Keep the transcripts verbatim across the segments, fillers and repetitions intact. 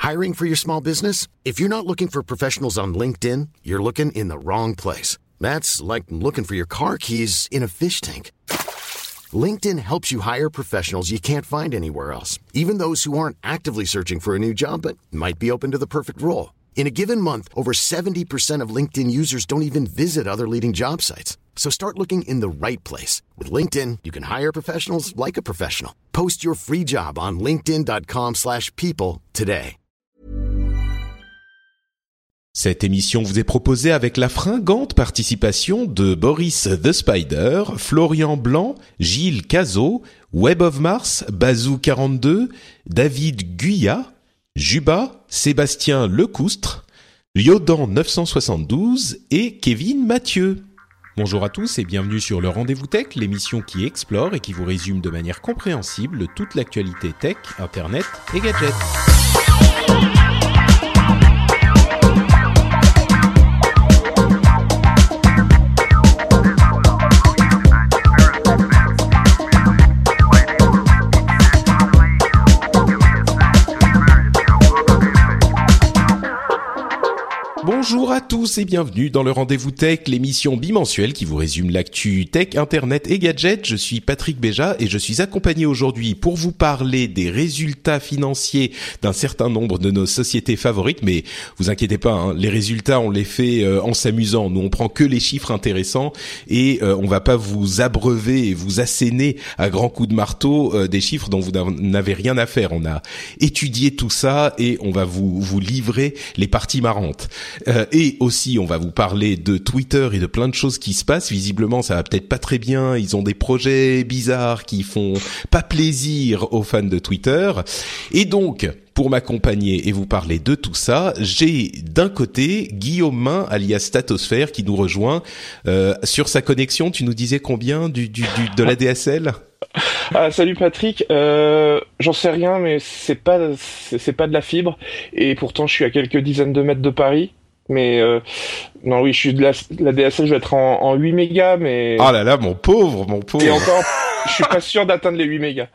Hiring for your small business? If you're not looking for professionals on LinkedIn, you're looking in the wrong place. That's like looking for your car keys in a fish tank. LinkedIn helps you hire professionals you can't find anywhere else, even those who aren't actively searching for a new job but might be open to the perfect role. In a given month, over seventy percent of LinkedIn users don't even visit other leading job sites. So start looking in the right place. With LinkedIn, you can hire professionals like a professional. Post your free job on linkedin.com slash people today. Cette émission vous est proposée avec la fringante participation de Boris the Spider, Florian Blanc, Gilles Cazot, Web of Mars, Bazou quarante-deux, David Guyat, Juba, Sébastien Lecoustre, Lyodan neuf cent soixante-douze et Kevin Mathieu. Bonjour à tous et bienvenue sur le Rendez-vous Tech, l'émission qui explore et qui vous résume de manière compréhensible toute l'actualité tech, internet et gadgets. Bonjour à tous et bienvenue dans le Rendez-vous Tech, l'émission bimensuelle qui vous résume l'actu tech, internet et gadgets. Je suis Patrick Béja et je suis accompagné aujourd'hui pour vous parler des résultats financiers d'un certain nombre de nos sociétés favorites. Mais vous inquiétez pas, hein, les résultats on les fait euh, en s'amusant. Nous on prend que les chiffres intéressants et euh, on va pas vous abreuver et vous asséner à grands coups de marteau euh, des chiffres dont vous n'avez rien à faire. On a étudié tout ça et on va vous vous livrer les parties marrantes. Euh, et aussi, on va vous parler de Twitter et de plein de choses qui se passent. Visiblement, ça va peut-être pas très bien. Ils ont des projets bizarres qui font pas plaisir aux fans de Twitter. Et donc, pour m'accompagner et vous parler de tout ça, j'ai d'un côté Guillaume Main, alias Statosphère, qui nous rejoint euh, sur sa connexion. Tu nous disais combien du, du, du de la D S L ? Ah, salut Patrick, euh, j'en sais rien, mais c'est pas c'est, c'est pas de la fibre, et pourtant je suis à quelques dizaines de mètres de Paris. Mais euh, non, oui, je suis de la, la D S L, je vais être en, en huit mégas, mais... Oh là là, mon pauvre, mon pauvre. Et encore, je suis pas sûr d'atteindre les huit mégas.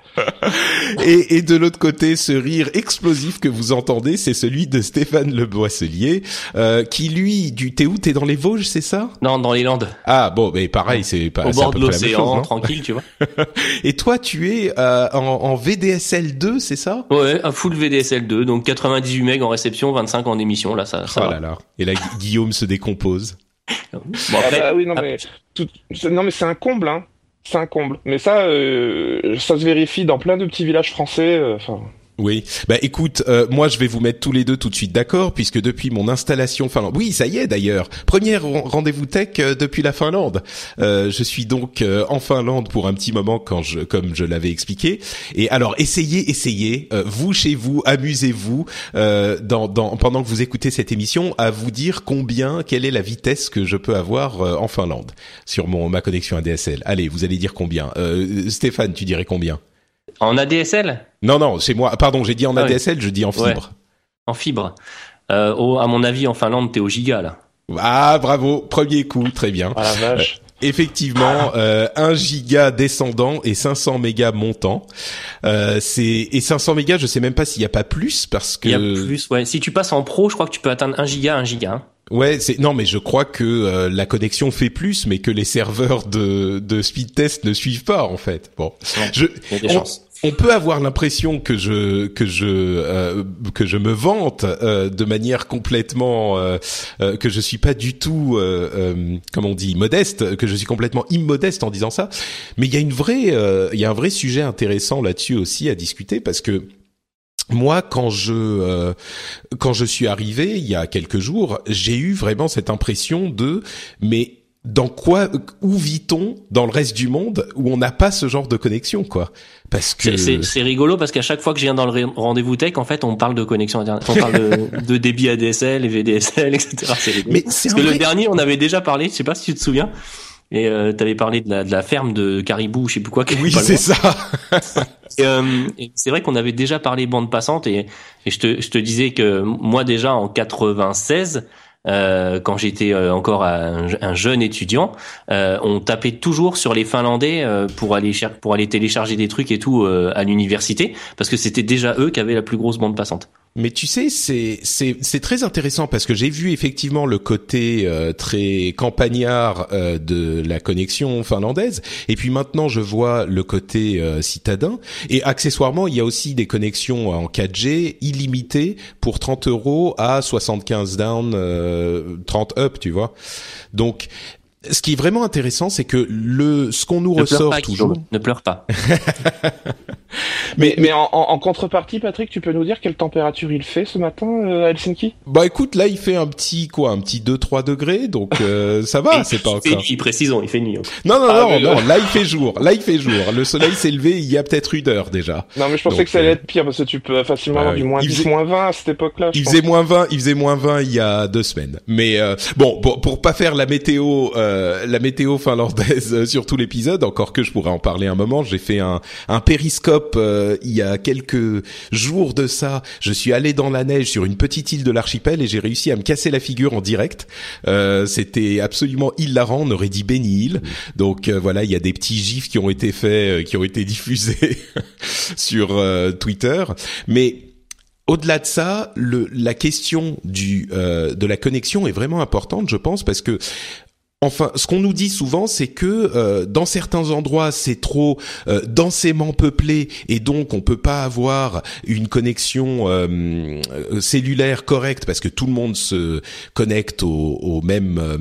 et, et de l'autre côté, ce rire explosif que vous entendez, c'est celui de Stéphane Le Boisselier, euh, qui lui, du t'es où, t'es dans les Vosges, c'est ça? Non, dans les Landes. Ah bon, mais pareil, c'est pas... Au c'est bord à peu de près la même l'océan, chose, tranquille, tu vois. Et toi, tu es euh, en, en V D S L deux, c'est ça? Ouais, un full V D S L deux, donc quatre-vingt-dix-huit mégas en réception, vingt-cinq en émission, là, ça, ça oh va. Là là. Et là, Guillaume se décompose. Bon, Ah après, bah oui, non mais, tout, non mais c'est un comble, hein. C'est un comble. Mais ça, euh, ça se vérifie dans plein de petits villages français, enfin... Euh, Oui, bah écoute, euh, moi je vais vous mettre tous les deux tout de suite d'accord, puisque depuis mon installation Finlande, oui ça y est d'ailleurs, premier rendez-vous tech euh, depuis la Finlande. Euh, je suis donc euh, en Finlande pour un petit moment, quand je, comme je l'avais expliqué. Et alors essayez, essayez, euh, vous chez vous, amusez-vous euh, dans, dans, pendant que vous écoutez cette émission, à vous dire combien, quelle est la vitesse que je peux avoir euh, en Finlande sur mon ma connexion A D S L. Allez, vous allez dire combien. Euh, Stéphane, tu dirais combien? En A D S L? Non, non, c'est moi. Pardon, j'ai dit en ah A D S L, oui. je dis en fibre. Ouais. En fibre. Euh, au, à mon avis, en Finlande, t'es au giga, là. Ah, bravo. Premier coup, très bien. Ah la vache. Euh, effectivement, euh, un giga descendant et cinq cents mégas montant. Euh, c'est, et cinq cents mégas, je sais même pas s'il y a pas plus, parce que... Il y a plus, ouais. Si tu passes en pro, je crois que tu peux atteindre un giga, un giga, hein. Ouais, c'est non mais je crois que euh, la connexion fait plus, mais que les serveurs de de speed test ne suivent pas en fait. Bon, non, je il y a des on, chances. On peut avoir l'impression que je que je euh, que je me vante euh, de manière complètement euh, euh, que je suis pas du tout euh, euh, comment on dit modeste, que je suis complètement immodeste en disant ça. Mais il y a une vraie euh, il y a un vrai sujet intéressant là-dessus aussi à discuter, parce que moi, quand je euh, quand je suis arrivé il y a quelques jours, j'ai eu vraiment cette impression de mais dans quoi où vit-on dans le reste du monde où on n'a pas ce genre de connexion, quoi? Parce que c'est, c'est, c'est rigolo parce qu'à chaque fois que je viens dans le rendez-vous tech, en fait, on parle de connexion internet, on parle de, de débit A D S L et V D S L, et cetera. C'est rigolo. Mais c'est parce que vrai... le dernier, on avait déjà parlé, je sais pas si tu te souviens. Et euh, t'avais parlé de la, de la ferme de caribou, je sais plus quoi. Oui, c'est ça. et, euh, et c'est vrai qu'on avait déjà parlé bande passante, et, et je te, je te disais que moi déjà en quatre-vingt-seize, euh, quand j'étais encore un, un jeune étudiant, euh, on tapait toujours sur les Finlandais euh, pour aller cher- pour aller télécharger des trucs et tout euh, à l'université, parce que c'était déjà eux qui avaient la plus grosse bande passante. Mais tu sais, c'est c'est c'est très intéressant parce que j'ai vu effectivement le côté euh, très campagnard euh, de la connexion finlandaise, et puis maintenant je vois le côté euh, citadin. Et accessoirement, il y a aussi des connexions en quatre G illimitées pour trente euros à soixante-quinze down, euh, trente up, tu vois. Donc ce qui est vraiment intéressant, c'est que le ce qu'on nous ne ressort pleure pas, toujours. Guillaume, ne pleure pas. Mais, mais en, en, en contrepartie, Patrick, tu peux nous dire quelle température il fait ce matin euh, à Helsinki? Bah écoute, là il fait un petit quoi, un petit deux trois degrés, donc euh, ça va, c'est pas Il fait encore. nuit, précisons, il fait nuit. Non non Ah, non mais non, le- là il fait jour, là il fait jour. Le soleil s'est levé il y a peut-être une heure déjà. Non, mais je pensais Donc, que ça allait euh, être pire parce que tu peux facilement bah avoir oui. du moins Il dix, faisait- moins vingt à cette époque-là. je Il pense. faisait moins vingt, il faisait moins vingt il y a deux semaines. Mais euh, bon, pour, pour pas faire la météo, euh, la météo finlandaise euh, sur tout l'épisode, encore que je pourrais en parler un moment, j'ai fait un, un périscope euh, il y a quelques jours de ça. Je suis allé dans la neige sur une petite île de l'archipel et j'ai réussi à me casser la figure en direct. Euh, c'était absolument hilarant. On aurait dit Benny Hill. Donc euh, voilà, il y a des petits gifs qui ont été faits, euh, qui ont été diffusés sur euh, Twitter. Mais au-delà de ça, le, la question du euh, de la connexion est vraiment importante, je pense, parce que enfin, ce qu'on nous dit souvent, c'est que euh, dans certains endroits, c'est trop euh, densément peuplé et donc on peut pas avoir une connexion euh, cellulaire correcte parce que tout le monde se connecte au, au même euh,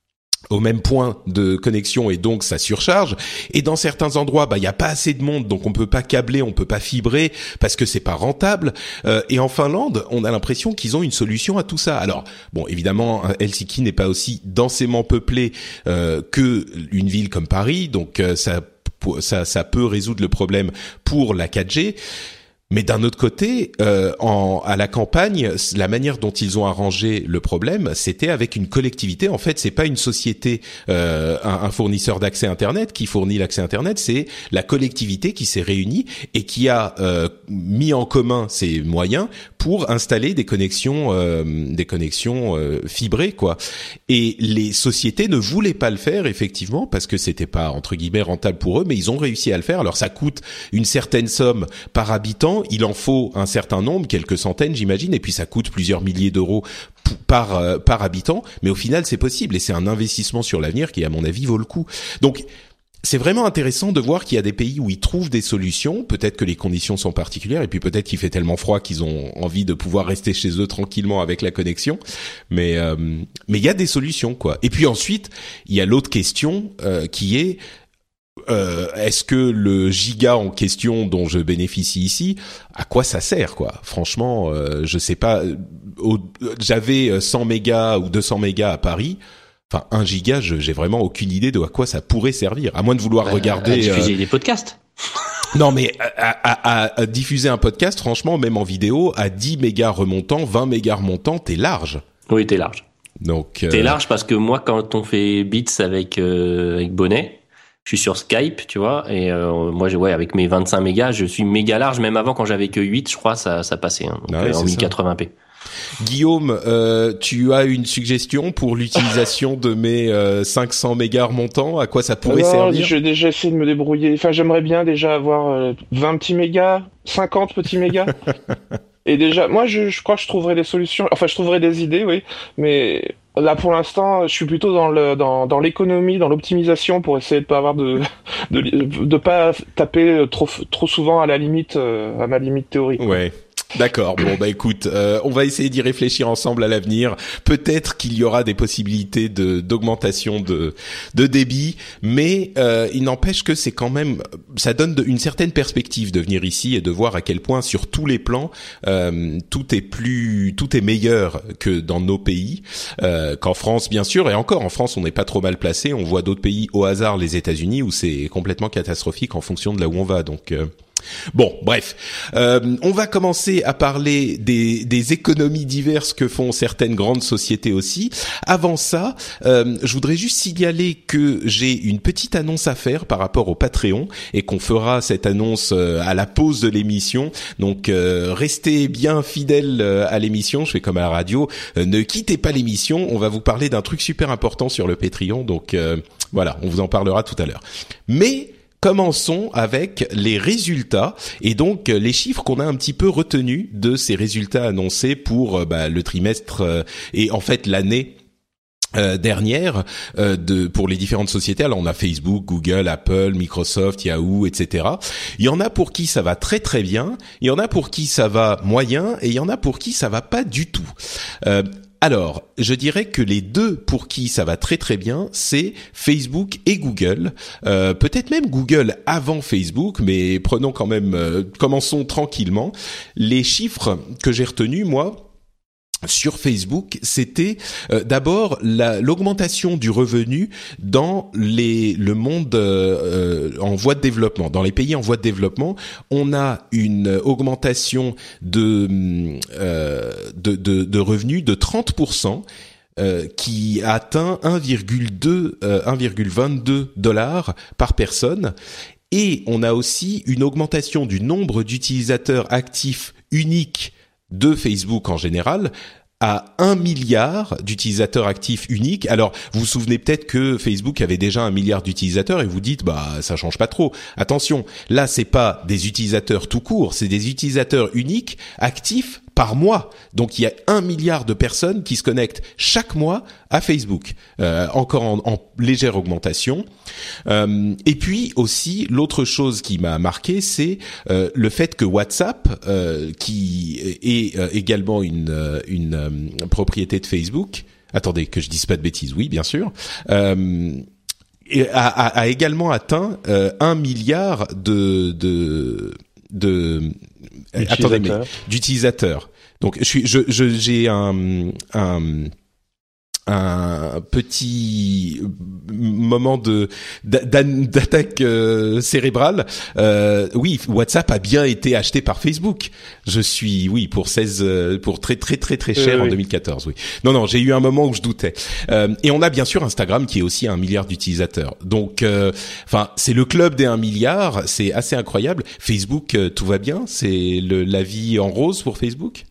au même point de connexion et donc ça surcharge. Et dans certains endroits, bah il y a pas assez de monde, donc on peut pas câbler, on peut pas fibrer parce que c'est pas rentable. Euh, et en Finlande, on a l'impression qu'ils ont une solution à tout ça. Alors bon, évidemment, Helsinki n'est pas aussi densément peuplé euh, que une ville comme Paris, donc euh, ça ça ça peut résoudre le problème pour la quatre G. Mais d'un autre côté, euh, en, à la campagne, la manière dont ils ont arrangé le problème, c'était avec une collectivité. En fait, c'est pas une société, euh, un, un fournisseur d'accès Internet qui fournit l'accès Internet, c'est la collectivité qui s'est réunie et qui a euh, mis en commun ses moyens pour installer des connexions, euh, des connexions euh, fibrées, quoi. Et les sociétés ne voulaient pas le faire, effectivement, parce que c'était pas entre guillemets rentable pour eux, mais ils ont réussi à le faire. Alors, ça coûte une certaine somme par habitant. Il en faut un certain nombre, quelques centaines, j'imagine, et puis ça coûte plusieurs milliers d'euros p- par euh, par habitant. Mais au final, c'est possible et c'est un investissement sur l'avenir qui, à mon avis, vaut le coup. Donc, c'est vraiment intéressant de voir qu'il y a des pays où ils trouvent des solutions. Peut-être que les conditions sont particulières, et puis peut-être qu'il fait tellement froid qu'ils ont envie de pouvoir rester chez eux tranquillement avec la connexion. Mais euh, mais il y a des solutions, quoi. Et puis ensuite, il y a l'autre question euh, qui est Euh, est-ce que le giga en question dont je bénéficie ici, à quoi ça sert, quoi? Franchement, euh, je sais pas. Au, j'avais cent mégas ou deux cents mégas à Paris. Enfin, un giga, je, j'ai vraiment aucune idée de à quoi ça pourrait servir. À moins de vouloir Bah, regarder. à diffuser euh, des podcasts. Non, mais à, à, à, à diffuser un podcast, franchement, même en vidéo, à dix mégas remontant, vingt mégas remontant, t'es large. Oui, t'es large. Donc. Euh... T'es large parce que moi, quand on fait Beats avec euh, avec Bonnet, je suis sur Skype, tu vois, et euh, moi, je, ouais, avec mes vingt-cinq mégas, je suis méga large. Même avant, quand j'avais que huit, je crois, ça, ça passait, hein, donc, Ah ouais, euh, en c'est mille quatre-vingts p. Guillaume, euh, tu as une suggestion pour l'utilisation de mes euh, cinq cents mégas remontants? À quoi ça pourrait Alors, servir? je vais déjà essayer de me débrouiller. Enfin, j'aimerais bien déjà avoir euh, vingt petits mégas, cinquante petits mégas. Et déjà, moi, je, je crois que je trouverai des solutions. Enfin, je trouverai des idées, oui. Mais là, pour l'instant, je suis plutôt dans le dans dans l'économie, dans l'optimisation, pour essayer de pas avoir de de de pas taper trop trop souvent à la limite, euh, à ma limite théorique. Ouais. D'accord. Bon, bah écoute, euh, on va essayer d'y réfléchir ensemble à l'avenir. Peut-être qu'il y aura des possibilités de d'augmentation de de débit, mais euh, il n'empêche que c'est quand même, ça donne de, une certaine perspective de venir ici et de voir à quel point sur tous les plans euh, tout est plus, tout est meilleur que dans nos pays, euh, qu'en France bien sûr. Et encore, en France, on n'est pas trop mal placé. On voit d'autres pays au hasard, les États-Unis, où c'est complètement catastrophique en fonction de là où on va. Donc euh, Bon, bref, euh, on va commencer à parler des, des économies diverses que font certaines grandes sociétés aussi. Avant ça, euh, je voudrais juste signaler que j'ai une petite annonce à faire par rapport au Patreon et qu'on fera cette annonce euh, à la pause de l'émission. Donc, euh, restez bien fidèles euh, à l'émission. Je fais comme à la radio. Euh, ne quittez pas l'émission. On va vous parler d'un truc super important sur le Patreon. Donc, euh, voilà, on vous en parlera tout à l'heure. Mais commençons avec les résultats et donc les chiffres qu'on a un petit peu retenus de ces résultats annoncés pour bah, le trimestre euh, et en fait l'année Euh, dernière euh, de pour les différentes sociétés. Alors on a Facebook, Google, Apple, Microsoft, Yahoo, et cetera. Il y en a pour qui ça va très très bien, il y en a pour qui ça va moyen et il y en a pour qui ça va pas du tout. Euh, alors, je dirais que les deux pour qui ça va très très bien, c'est Facebook et Google. Euh, peut-être même Google avant Facebook, mais prenons quand même, euh, commençons tranquillement. Les chiffres que j'ai retenus, moi, sur Facebook, c'était euh, d'abord la, l'augmentation du revenu dans les, le monde euh, en voie de développement. Dans les pays en voie de développement, on a une augmentation de, euh, de, de, de revenus de trente pour cent. Euh, qui atteint un virgule deux, euh, un virgule vingt-deux dollars par personne. Et on a aussi une augmentation du nombre d'utilisateurs actifs uniques de Facebook en général à un milliard d'utilisateurs actifs uniques. Alors, vous vous souvenez peut-être que Facebook avait déjà un milliard d'utilisateurs et vous dites, bah, ça change pas trop. Attention, là, c'est pas des utilisateurs tout court, c'est des utilisateurs uniques actifs par mois. Donc, il y a un milliard de personnes qui se connectent chaque mois à Facebook, euh, encore en, en légère augmentation. Euh, et puis aussi, l'autre chose qui m'a marqué, c'est euh, le fait que WhatsApp, euh, qui est euh, également une, une euh, propriété de Facebook, attendez que je dise pas de bêtises, oui, bien sûr, euh, a, a, a également atteint euh, un milliard de de de attendez mais d'utilisateurs. Donc je suis je, je j'ai un un un petit moment de d'attaque euh, cérébrale. Euh, oui, WhatsApp a bien été acheté par Facebook. Je suis oui pour seize pour très très très très cher euh, en oui. deux mille quatorze. Oui. Non non, j'ai eu un moment où je doutais. Euh, et on a bien sûr Instagram qui est aussi à un milliard d'utilisateurs. Donc enfin, euh, c'est le club des un milliard, c'est assez incroyable. Facebook, euh, tout va bien, c'est le la vie en rose pour Facebook.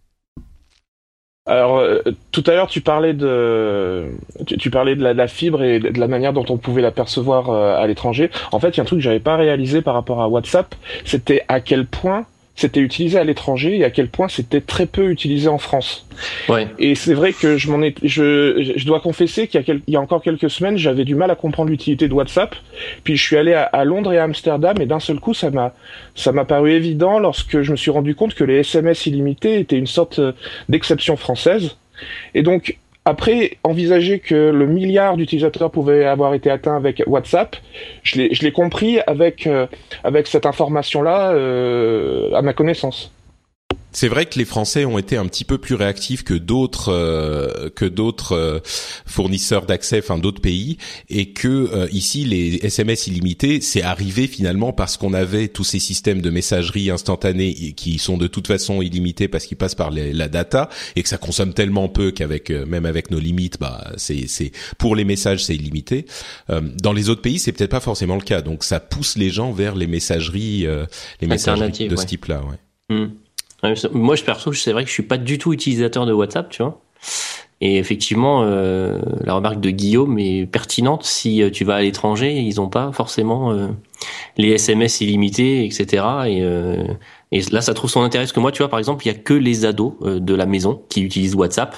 Alors, euh, tout à l'heure, tu parlais de, tu, tu parlais de la, de la fibre et de la manière dont on pouvait l'apercevoir euh, à l'étranger. En fait, il y a un truc que j'avais pas réalisé par rapport à WhatsApp, c'était à quel point c'était utilisé à l'étranger et à quel point c'était très peu utilisé en France. Ouais. Et c'est vrai que je m'en ai, je, je dois confesser qu'il y a, quel, il y a encore quelques semaines, j'avais du mal à comprendre l'utilité de WhatsApp. Puis je suis allé à, à Londres et à Amsterdam et d'un seul coup, ça m'a, ça m'a paru évident lorsque je me suis rendu compte que les S M S illimités étaient une sorte d'exception française. Et donc, après, envisager que le milliard d'utilisateurs pouvait avoir été atteint avec WhatsApp, je l'ai, je l'ai compris avec, euh, avec cette information-là, euh, à ma connaissance. C'est vrai que les Français ont été un petit peu plus réactifs que d'autres euh, que d'autres euh, fournisseurs d'accès, enfin d'autres pays, et que euh, ici les S M S illimités, c'est arrivé finalement parce qu'on avait tous ces systèmes de messagerie instantanée qui sont de toute façon illimités parce qu'ils passent par les, la data et que ça consomme tellement peu qu'avec euh, même avec nos limites, bah c'est c'est pour les messages c'est illimité. Euh, dans les autres pays, c'est peut-être pas forcément le cas, donc ça pousse les gens vers les messageries, euh, les messageries de ce ouais. type-là, ouais. Mmh. Moi, je perso, c'est vrai que je suis pas du tout utilisateur de WhatsApp, tu vois. Et effectivement, euh, la remarque de Guillaume est pertinente. Si tu vas à l'étranger, ils ont pas forcément euh, les S M S illimités, et cetera. Et, euh, et là, ça trouve son intérêt. Parce que moi, tu vois, par exemple, il y a que les ados euh, de la maison qui utilisent WhatsApp.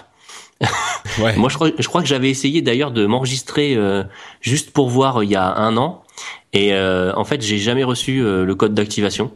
Ouais. Moi, je crois, je crois que j'avais essayé d'ailleurs de m'enregistrer euh, juste pour voir il y a un an. Et euh, en fait, j'ai jamais reçu euh, le code d'activation.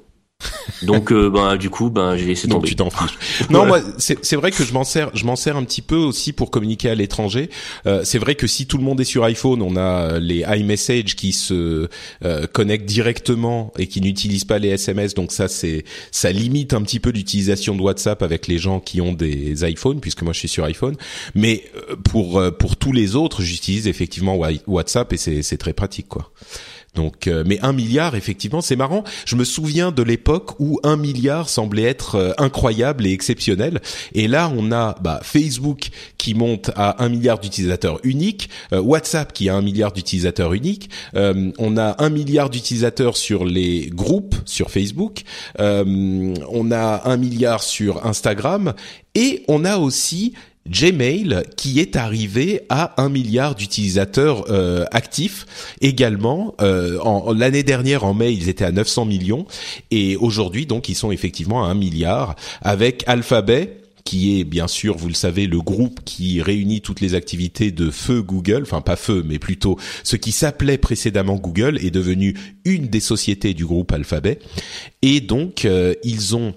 Donc euh, ben du coup ben j'ai laissé tomber. Donc tu t'en fiches. Non, moi c'est c'est vrai que je m'en sers je m'en sers un petit peu aussi pour communiquer à l'étranger. Euh, c'est vrai que si tout le monde est sur iPhone, on a les iMessage qui se euh, connectent directement et qui n'utilisent pas les S M S, donc ça c'est ça limite un petit peu l'utilisation de WhatsApp avec les gens qui ont des iPhones, puisque moi je suis sur iPhone. Mais pour pour tous les autres, j'utilise effectivement WhatsApp et c'est c'est très pratique quoi. Donc, euh, mais un milliard, effectivement, c'est marrant. Je me souviens de l'époque où un milliard semblait être euh, incroyable et exceptionnel. Et là, on a bah, Facebook qui monte à un milliard d'utilisateurs uniques, euh, WhatsApp qui a un milliard d'utilisateurs uniques. Euh, on a un milliard d'utilisateurs sur les groupes sur Facebook. Euh, on a un milliard sur Instagram. Et on a aussi Gmail qui est arrivé à un milliard d'utilisateurs euh, actifs également. Euh, en, l'année dernière, en mai, ils étaient à neuf cents millions et aujourd'hui, donc, ils sont effectivement à un milliard avec Alphabet, qui est bien sûr, vous le savez, le groupe qui réunit toutes les activités de feu Google, enfin pas feu, mais plutôt ce qui s'appelait précédemment Google est devenu une des sociétés du groupe Alphabet. Et donc, euh, ils ont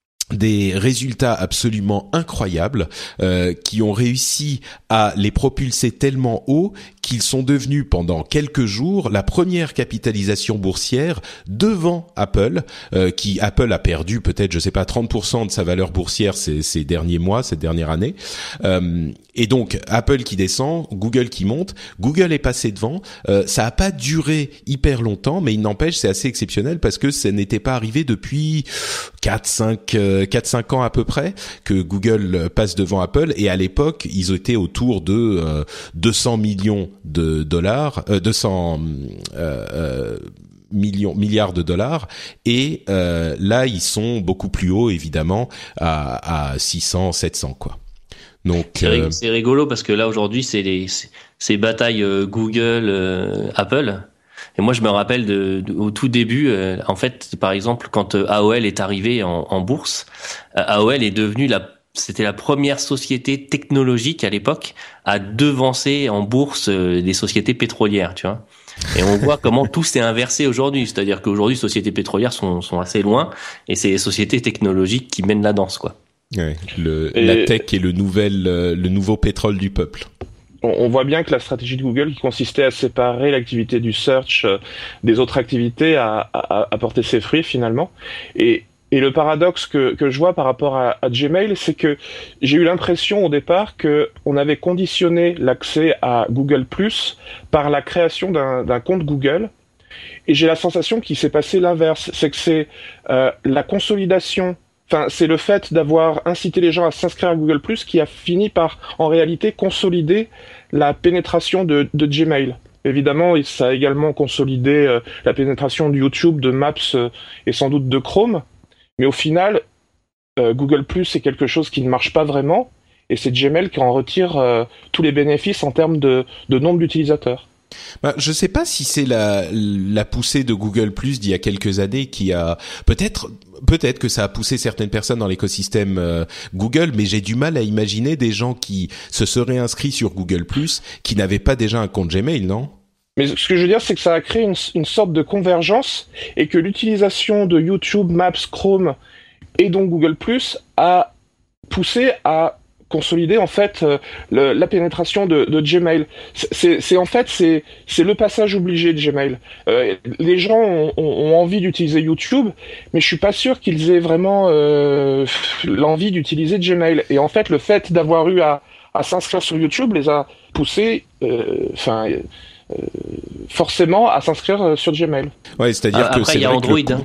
des résultats absolument incroyables euh, qui ont réussi à les propulser tellement haut qu'ils sont devenus pendant quelques jours la première capitalisation boursière devant Apple, euh, qui Apple a perdu peut-être je sais pas trente pour cent de sa valeur boursière ces, ces derniers mois, cette dernière année. Euh, et donc Apple qui descend, Google qui monte, Google est passé devant. Euh, ça a pas duré hyper longtemps, mais il n'empêche c'est assez exceptionnel parce que ça n'était pas arrivé depuis quatre cinq euh, quatre cinq ans à peu près que Google passe devant Apple, et à l'époque ils étaient autour de euh, deux cents millions de dollars, euh, deux cents euh, euh, millions milliards de dollars, et euh, là ils sont beaucoup plus hauts évidemment à, à six cents sept cents quoi. Donc c'est, euh... c'est rigolo parce que là aujourd'hui c'est les c'est, c'est bataille euh, Google euh, Apple. Et moi, je me rappelle de, de, au tout début, euh, en fait, par exemple, quand euh, A O L est arrivé en, en bourse, euh, A O L est devenu la, c'était la première société technologique à l'époque à devancer en bourse euh, des sociétés pétrolières, tu vois. Et on voit comment tout s'est inversé aujourd'hui. C'est-à-dire qu'aujourd'hui, les sociétés pétrolières sont, sont assez loin, et c'est les sociétés technologiques qui mènent la danse, quoi. Ouais, le, et... la tech est le nouvel, euh, le nouveau pétrole du peuple. On voit bien que la stratégie de Google, qui consistait à séparer l'activité du search des autres activités, a, a, a porté ses fruits finalement. Et, et le paradoxe que, que je vois par rapport à, à Gmail, c'est que j'ai eu l'impression au départ que on avait conditionné l'accès à Google Plus par la création d'un, d'un compte Google. Et j'ai la sensation qu'il s'est passé l'inverse. C'est que c'est euh, la consolidation. Enfin, c'est le fait d'avoir incité les gens à s'inscrire à Google Plus qui a fini par, en réalité, consolider la pénétration de, de Gmail. Évidemment, ça a également consolidé euh, la pénétration de YouTube, de Maps euh, et sans doute de Chrome. Mais au final, euh, Google Plus, c'est quelque chose qui ne marche pas vraiment. Et c'est Gmail qui en retire euh, tous les bénéfices en termes de, de nombre d'utilisateurs. Bah, je sais pas si c'est la, la poussée de Google Plus d'il y a quelques années qui a peut-être peut-être que ça a poussé certaines personnes dans l'écosystème euh, Google, mais j'ai du mal à imaginer des gens qui se seraient inscrits sur Google Plus qui n'avaient pas déjà un compte Gmail, non? Mais ce que je veux dire, c'est que ça a créé une, une sorte de convergence et que l'utilisation de YouTube, Maps, Chrome et donc Google Plus a poussé à consolider en fait euh, le, la pénétration de, de Gmail. C'est, c'est, c'est en fait c'est, c'est le passage obligé de Gmail. Euh, les gens ont, ont envie d'utiliser YouTube, mais je suis pas sûr qu'ils aient vraiment euh, l'envie d'utiliser Gmail. Et en fait, le fait d'avoir eu à, à s'inscrire sur YouTube les a poussés, enfin. Euh, euh, forcément à s'inscrire sur Gmail. Ouais, c'est-à-dire ah, que après, c'est il y a vrai Android. que le... Hein.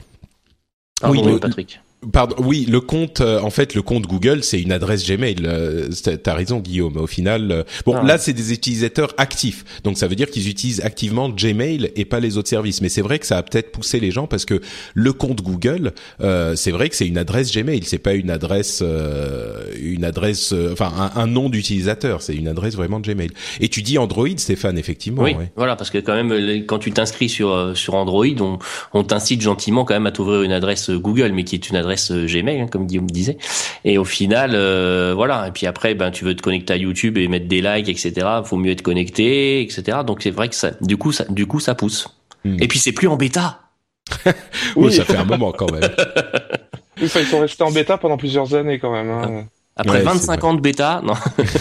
Pardon, oui, le... Patrick. Pardon, oui, le compte, euh, en fait, le compte Google, c'est une adresse Gmail. Euh, t'as raison, Guillaume. Au final, euh, bon, ah. là, c'est des utilisateurs actifs, donc ça veut dire qu'ils utilisent activement Gmail et pas les autres services. Mais c'est vrai que ça a peut-être poussé les gens parce que le compte Google, euh, c'est vrai que c'est une adresse Gmail, c'est pas une adresse, euh, une adresse, euh, enfin, un, un nom d'utilisateur, c'est une adresse vraiment de Gmail. Et tu dis Android, Stéphane, effectivement. Oui, ouais. Voilà, parce que quand même, quand tu t'inscris sur sur Android, on, on t'incite gentiment quand même à t'ouvrir une adresse Google, mais qui est une adresse Gmail, hein, comme Guillaume disait. Et au final, euh, voilà. Et puis après, ben, tu veux te connecter à YouTube et mettre des likes, et cetera. Faut mieux être connecté, et cetera. Donc c'est vrai que ça, du coup, ça, du coup, ça pousse. Mmh. Et puis c'est plus en bêta. Oui, ça fait un moment quand même. Enfin, ils sont restés en bêta pendant plusieurs années quand même. Hein. Après ouais, vingt-cinq ans de bêta, non.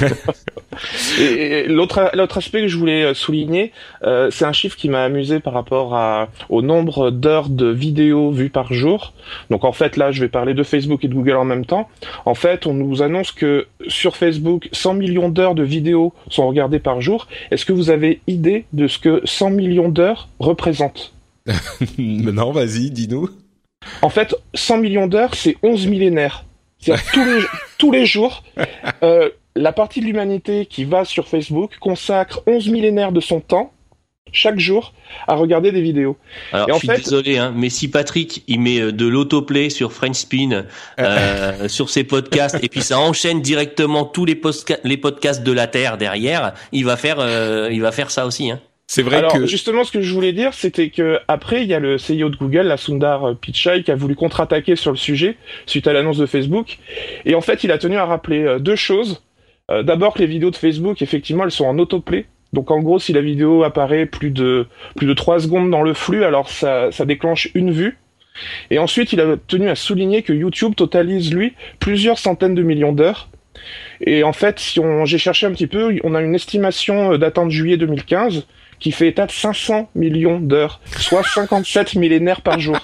et, et l'autre l'autre aspect que je voulais souligner, euh, c'est un chiffre qui m'a amusé par rapport à au nombre d'heures de vidéos vues par jour. Donc en fait là, je vais parler de Facebook et de Google en même temps. En fait, on nous annonce que sur Facebook, cent millions d'heures de vidéos sont regardées par jour. Est-ce que vous avez idée de ce que cent millions d'heures représentent? Non, vas-y, dis-nous. En fait, cent millions d'heures, c'est onze millénaires. C'est-à-dire tous les tous les jours, euh, la partie de l'humanité qui va sur Facebook consacre onze millénaires de son temps chaque jour à regarder des vidéos. Alors, et en je suis fait, désolé, hein, mais si Patrick il met de l'autoplay sur French Spin euh, sur ses podcasts et puis ça enchaîne directement tous les, posca- les podcasts de la Terre derrière, il va faire, euh, il va faire ça aussi. Hein. C'est vrai Alors, que justement, ce que je voulais dire, c'était que après, il y a le C E O de Google, la Sundar Pichai, qui a voulu contre-attaquer sur le sujet suite à l'annonce de Facebook. Et en fait, il a tenu à rappeler euh, deux choses. Euh, d'abord, que les vidéos de Facebook, effectivement, elles sont en autoplay. Donc, en gros, si la vidéo apparaît plus de plus de trois secondes dans le flux, alors ça, ça déclenche une vue. Et ensuite, il a tenu à souligner que YouTube totalise, lui, plusieurs centaines de millions d'heures. Et en fait, si on, j'ai cherché un petit peu, on a une estimation datant de juillet deux mille quinze qui fait état de cinq cents millions d'heures, soit cinquante-sept millénaires par jour.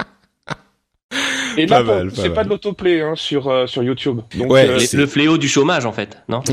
Et là, Pas mal, pour, pas c'est mal. pas de l'autoplay hein, sur euh, sur YouTube. Donc, Ouais, euh, c'est- Le fléau du chômage en fait, non?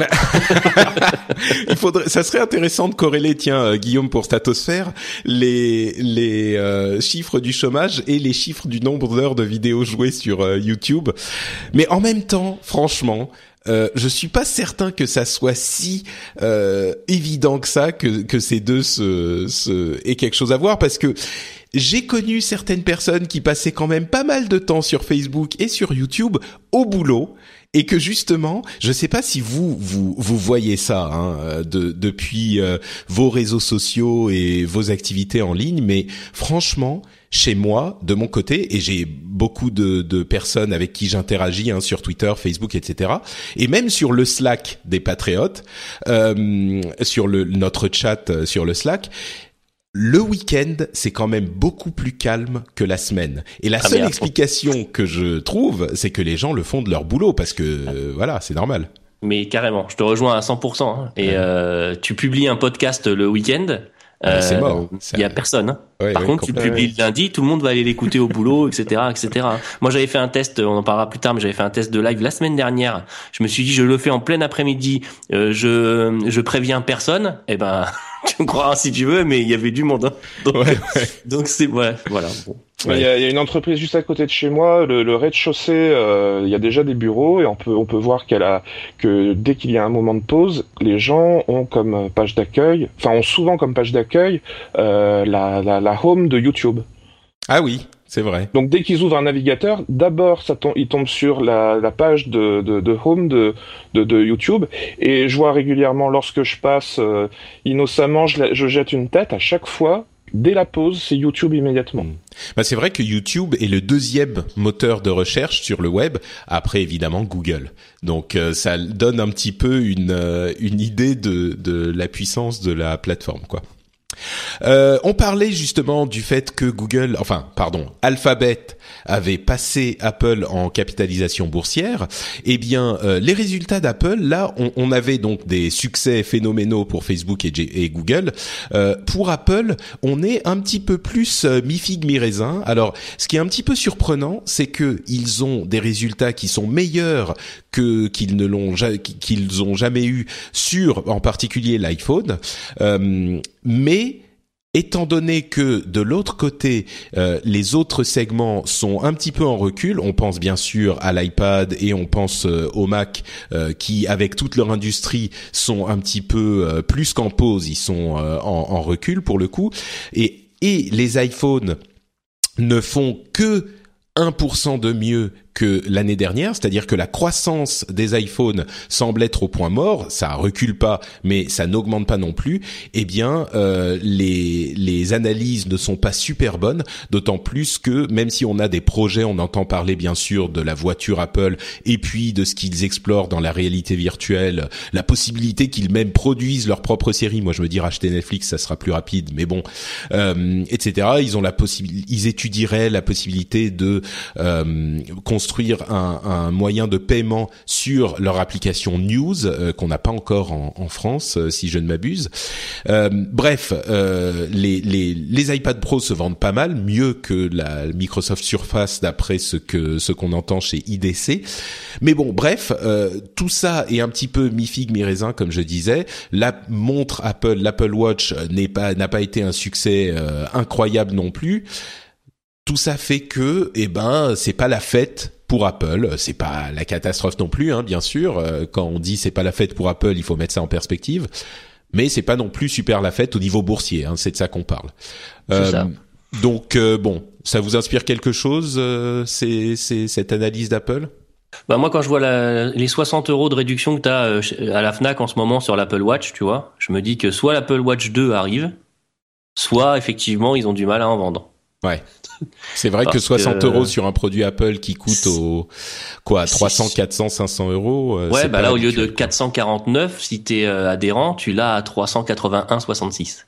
Il faudrait, ça serait intéressant de corréler, tiens, euh, Guillaume, pour Statosphère, les les euh, chiffres du chômage et les chiffres du nombre d'heures de vidéos jouées sur euh, YouTube. Mais en même temps, franchement, euh, je suis pas certain que ça soit si euh, évident que ça, que que ces deux se, se aient quelque chose à voir, parce que j'ai connu certaines personnes qui passaient quand même pas mal de temps sur Facebook et sur YouTube au boulot. Et que justement, je sais pas si vous vous vous voyez ça hein, de, depuis euh, vos réseaux sociaux et vos activités en ligne, mais franchement, chez moi, de mon côté, et j'ai beaucoup de, de personnes avec qui j'interagis hein, sur Twitter, Facebook, et cetera, et même sur le Slack des Patriotes, euh, sur le notre chat euh, sur le Slack. Le week-end, c'est quand même beaucoup plus calme que la semaine. Et la Ah, seule mais explication que je trouve, c'est que les gens le font de leur boulot, parce que euh, voilà, c'est normal. Mais carrément, je te rejoins à cent pour cent. Hein. Et Ouais. euh, tu publies un podcast le week-end, Ah, c'est mort. Ça- il y a personne. Hein. Ouais, Par ouais, contre, tu le complètement. publies le lundi, tout le monde va aller l'écouter au boulot, et cetera, et cetera. Moi, j'avais fait un test, on en parlera plus tard, mais j'avais fait un test de live la semaine dernière. Je me suis dit, je le fais en plein après-midi, euh, je je préviens personne. Eh ben, tu me croiras si tu veux, mais il y avait du monde. Hein. Donc, Ouais, ouais. donc c'est ouais, voilà. Bon. il y, a, il y a une entreprise juste à côté de chez moi, le, le rez-de-chaussée, euh, il y a déjà des bureaux et on peut on peut voir qu'elle a que dès qu'il y a un moment de pause, les gens ont comme page d'accueil, enfin ont souvent comme page d'accueil euh, la, la la home de YouTube. Ah oui, c'est vrai. Donc dès qu'ils ouvrent un navigateur, d'abord ça tombe, ils tombent sur la, la page de, de, de home de, de, de YouTube. Et je vois régulièrement lorsque je passe euh, innocemment, je, la- je jette une tête à chaque fois. Dès la pause, c'est YouTube immédiatement. Bah, c'est vrai que YouTube est le deuxième moteur de recherche sur le web, après évidemment Google. Donc euh, ça donne un petit peu une euh, une idée de de la puissance de la plateforme, quoi. Euh, on parlait justement du fait que Google, enfin, pardon, Alphabet avait passé Apple en capitalisation boursière. Eh bien, euh, les résultats d'Apple, là, on, on avait donc des succès phénoménaux pour Facebook et, G- et Google. Euh, pour Apple, on est un petit peu plus euh, mi-figue, mi-raisin. Alors, ce qui est un petit peu surprenant, c'est que ils ont des résultats qui sont meilleurs que qu'ils ne l'ont ja- qu'ils ont jamais eu sur, en particulier l'iPhone. Euh, mais étant donné que de l'autre côté, euh, les autres segments sont un petit peu en recul, on pense bien sûr à l'iPad et on pense euh, au Mac euh, qui, avec toute leur industrie, sont un petit peu euh, plus qu'en pause, ils sont euh, en, en recul pour le coup, et, et les iPhones ne font que un pour cent de mieux que l'année dernière, c'est-à-dire que la croissance des iPhones semble être au point mort, ça recule pas, mais ça n'augmente pas non plus. Eh bien, euh, les les analyses ne sont pas super bonnes, d'autant plus que même si on a des projets, on entend parler bien sûr de la voiture Apple et puis de ce qu'ils explorent dans la réalité virtuelle, la possibilité qu'ils même produisent leur propre série. Moi, je me dis racheter Netflix, ça sera plus rapide, mais bon, euh, et cetera. Ils ont la possibilité, ils étudieraient la possibilité de euh, construire un, un moyen de paiement sur leur application News euh, qu'on n'a pas encore en, en France, euh, si je ne m'abuse. Euh, bref, euh, les, les, les iPad Pro se vendent pas mal, mieux que la Microsoft Surface d'après ce que ce qu'on entend chez I D C. Mais bon, bref, euh, tout ça est un petit peu mi-figue mi-raisin, comme je disais. La montre Apple, l'Apple Watch n'est pas n'a pas été un succès euh, incroyable non plus. Tout ça fait que, eh ben, c'est pas la fête pour Apple, c'est pas la catastrophe non plus, hein, bien sûr. Euh, quand on dit c'est pas la fête pour Apple, il faut mettre ça en perspective. mais c'est pas non plus super la fête au niveau boursier, hein, c'est de ça qu'on parle. C'est euh, ça. Donc euh, bon, ça vous inspire quelque chose, euh, c'est, c'est cette analyse d'Apple? Bah moi, quand je vois la, les soixante euros de réduction que t'as euh, à la Fnac en ce moment sur l'Apple Watch, tu vois, je me dis que soit l'Apple Watch deux arrive, soit effectivement ils ont du mal à en vendre. Ouais. C'est vrai Parce que soixante que... euros sur un produit Apple qui coûte au, quoi, trois cents, quatre cents, cinq cents euros. Euh, ouais, c'est bah pas là, au lieu habituel, de quoi. quatre cent quarante-neuf, si t'es euh, adhérent, tu l'as à trois cent quatre-vingt-un soixante-six.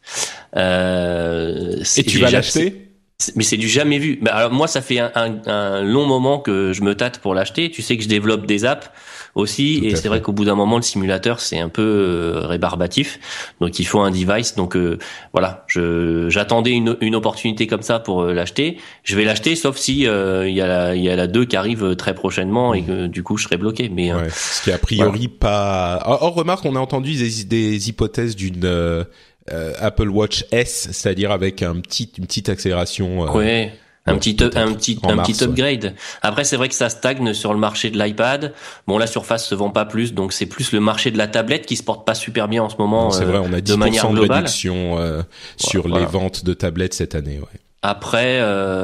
Euh, Et tu vas déjà, l'acheter? c'est, mais c'est du jamais vu. Bah, alors moi, ça fait un, un, un long moment que je me tâte pour l'acheter. Tu sais que je développe des apps aussi, Tout et à c'est fait. vrai qu'au bout d'un moment, le simulateur, c'est un peu euh, rébarbatif. Donc, il faut un device. Donc, euh, voilà, je, j'attendais une, une opportunité comme ça pour euh, l'acheter. Je vais l'acheter, sauf si euh, il y a la, il y a la deux qui arrive très prochainement et que du coup, je serai bloqué. Mais Ouais. euh, Ce qui est a priori voilà. pas. Or, or, remarque, on a entendu des, des hypothèses d'une euh, euh, Apple Watch S, c'est-à-dire avec un petit, une petite accélération. Euh, Ouais. Un bon, petit, peut-être un petit, en un mars, petit ouais. upgrade. Après, c'est vrai que ça stagne sur le marché de l'iPad. Bon, la Surface se vend pas plus, donc c'est plus le marché de la tablette qui se porte pas super bien en ce moment. Non, c'est euh, vrai, on a de manière dix pour cent de globale. réduction euh, sur Voilà. les ventes de tablettes cette année. Ouais. Après,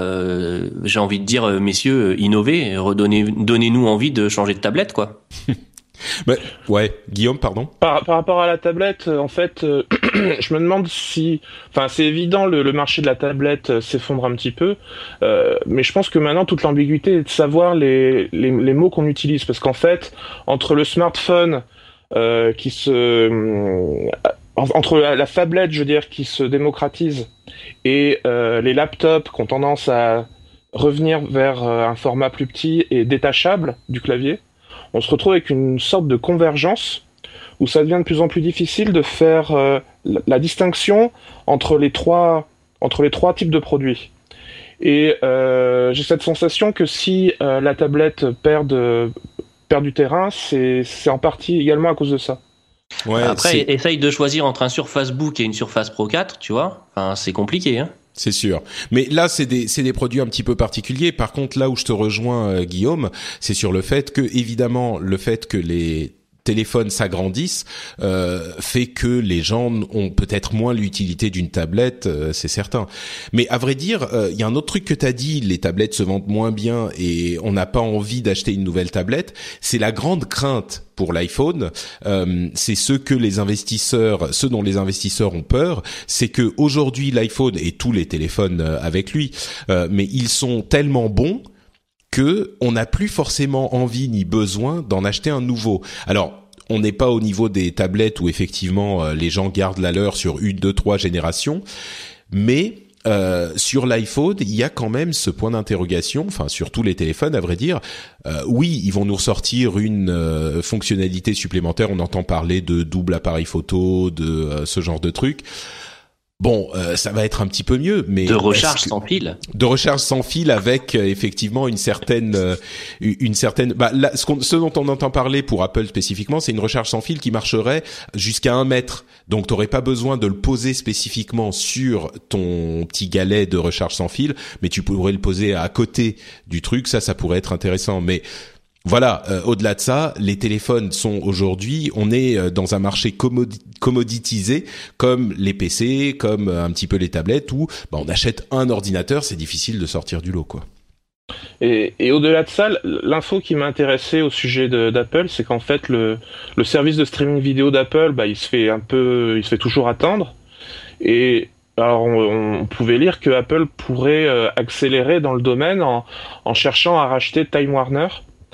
euh, j'ai envie de dire, euh, messieurs, euh, innovez, redonnez, donnez-nous envie de changer de tablette, quoi. Mais, ouais, Guillaume, pardon. Par, par rapport à la tablette, euh, en fait, euh, je me demande si, enfin, c'est évident, le, le marché de la tablette euh, s'effondre un petit peu, euh, mais je pense que maintenant toute l'ambiguïté est de savoir les, les, les mots qu'on utilise, parce qu'en fait, entre le smartphone euh, qui se, euh, entre la, la phablette, je veux dire, qui se démocratise, et euh, les laptops qui ont tendance à revenir vers euh, un format plus petit et détachable du clavier, on se retrouve avec une sorte de convergence où ça devient de plus en plus difficile de faire euh, la, la distinction entre les trois entre les trois types de produits. Et euh, j'ai cette sensation que si euh, la tablette perd de, perd du terrain, c'est c'est en partie également à cause de ça. Ouais, Après, c'est, essaye de choisir entre un Surface Book et une Surface Pro quatre, tu vois. Enfin, c'est compliqué, hein. c'est sûr. Mais là, c'est des, c'est des produits un petit peu particuliers. Par contre, là où je te rejoins, euh, Guillaume, c'est sur le fait que, évidemment, le fait que les téléphones s'agrandissent euh, fait que les gens ont peut-être moins l'utilité d'une tablette, euh, c'est certain. Mais à vrai dire, il euh, y a un autre truc que t'as dit, les tablettes se vendent moins bien et on n'a pas envie d'acheter une nouvelle tablette. C'est la grande crainte pour l'iPhone, euh, c'est ce que les investisseurs, ce dont les investisseurs ont peur, c'est que aujourd'hui l'iPhone et tous les téléphones euh, avec lui, euh, mais ils sont tellement bons que on n'a plus forcément envie ni besoin d'en acheter un nouveau. Alors, on n'est pas au niveau des tablettes où effectivement euh, les gens gardent la leur sur une, deux, trois générations, mais euh, sur l'iPhone, il y a quand même ce point d'interrogation, enfin sur tous les téléphones à vrai dire. Euh, oui, ils vont nous ressortir une euh, fonctionnalité supplémentaire, on entend parler de double appareil photo, de euh, ce genre de trucs. Bon, euh, ça va être un petit peu mieux, mais De recharge que... sans fil. de recharge sans fil avec euh, effectivement une certaine, euh, une certaine. Bah, là, ce, qu'on, ce dont on entend parler pour Apple spécifiquement, c'est une recharge sans fil qui marcherait jusqu'à un mètre. Donc, t'aurais pas besoin de le poser spécifiquement sur ton petit galet de recharge sans fil, mais tu pourrais le poser à côté du truc. Ça, ça pourrait être intéressant, mais. Voilà, euh, au-delà de ça, les téléphones sont aujourd'hui, on est euh, dans un marché commodi- commoditisé comme les P C, comme euh, un petit peu les tablettes où bah, on achète un ordinateur, c'est difficile de sortir du lot, quoi. Et, et au-delà de ça, l'info qui m'a intéressé au sujet de, d'Apple, c'est qu'en fait le, le service de streaming vidéo d'Apple, bah, il se fait un peu, il se fait toujours attendre. Et alors on, on pouvait lire que Apple pourrait euh, accélérer dans le domaine en, en cherchant à racheter Time Warner.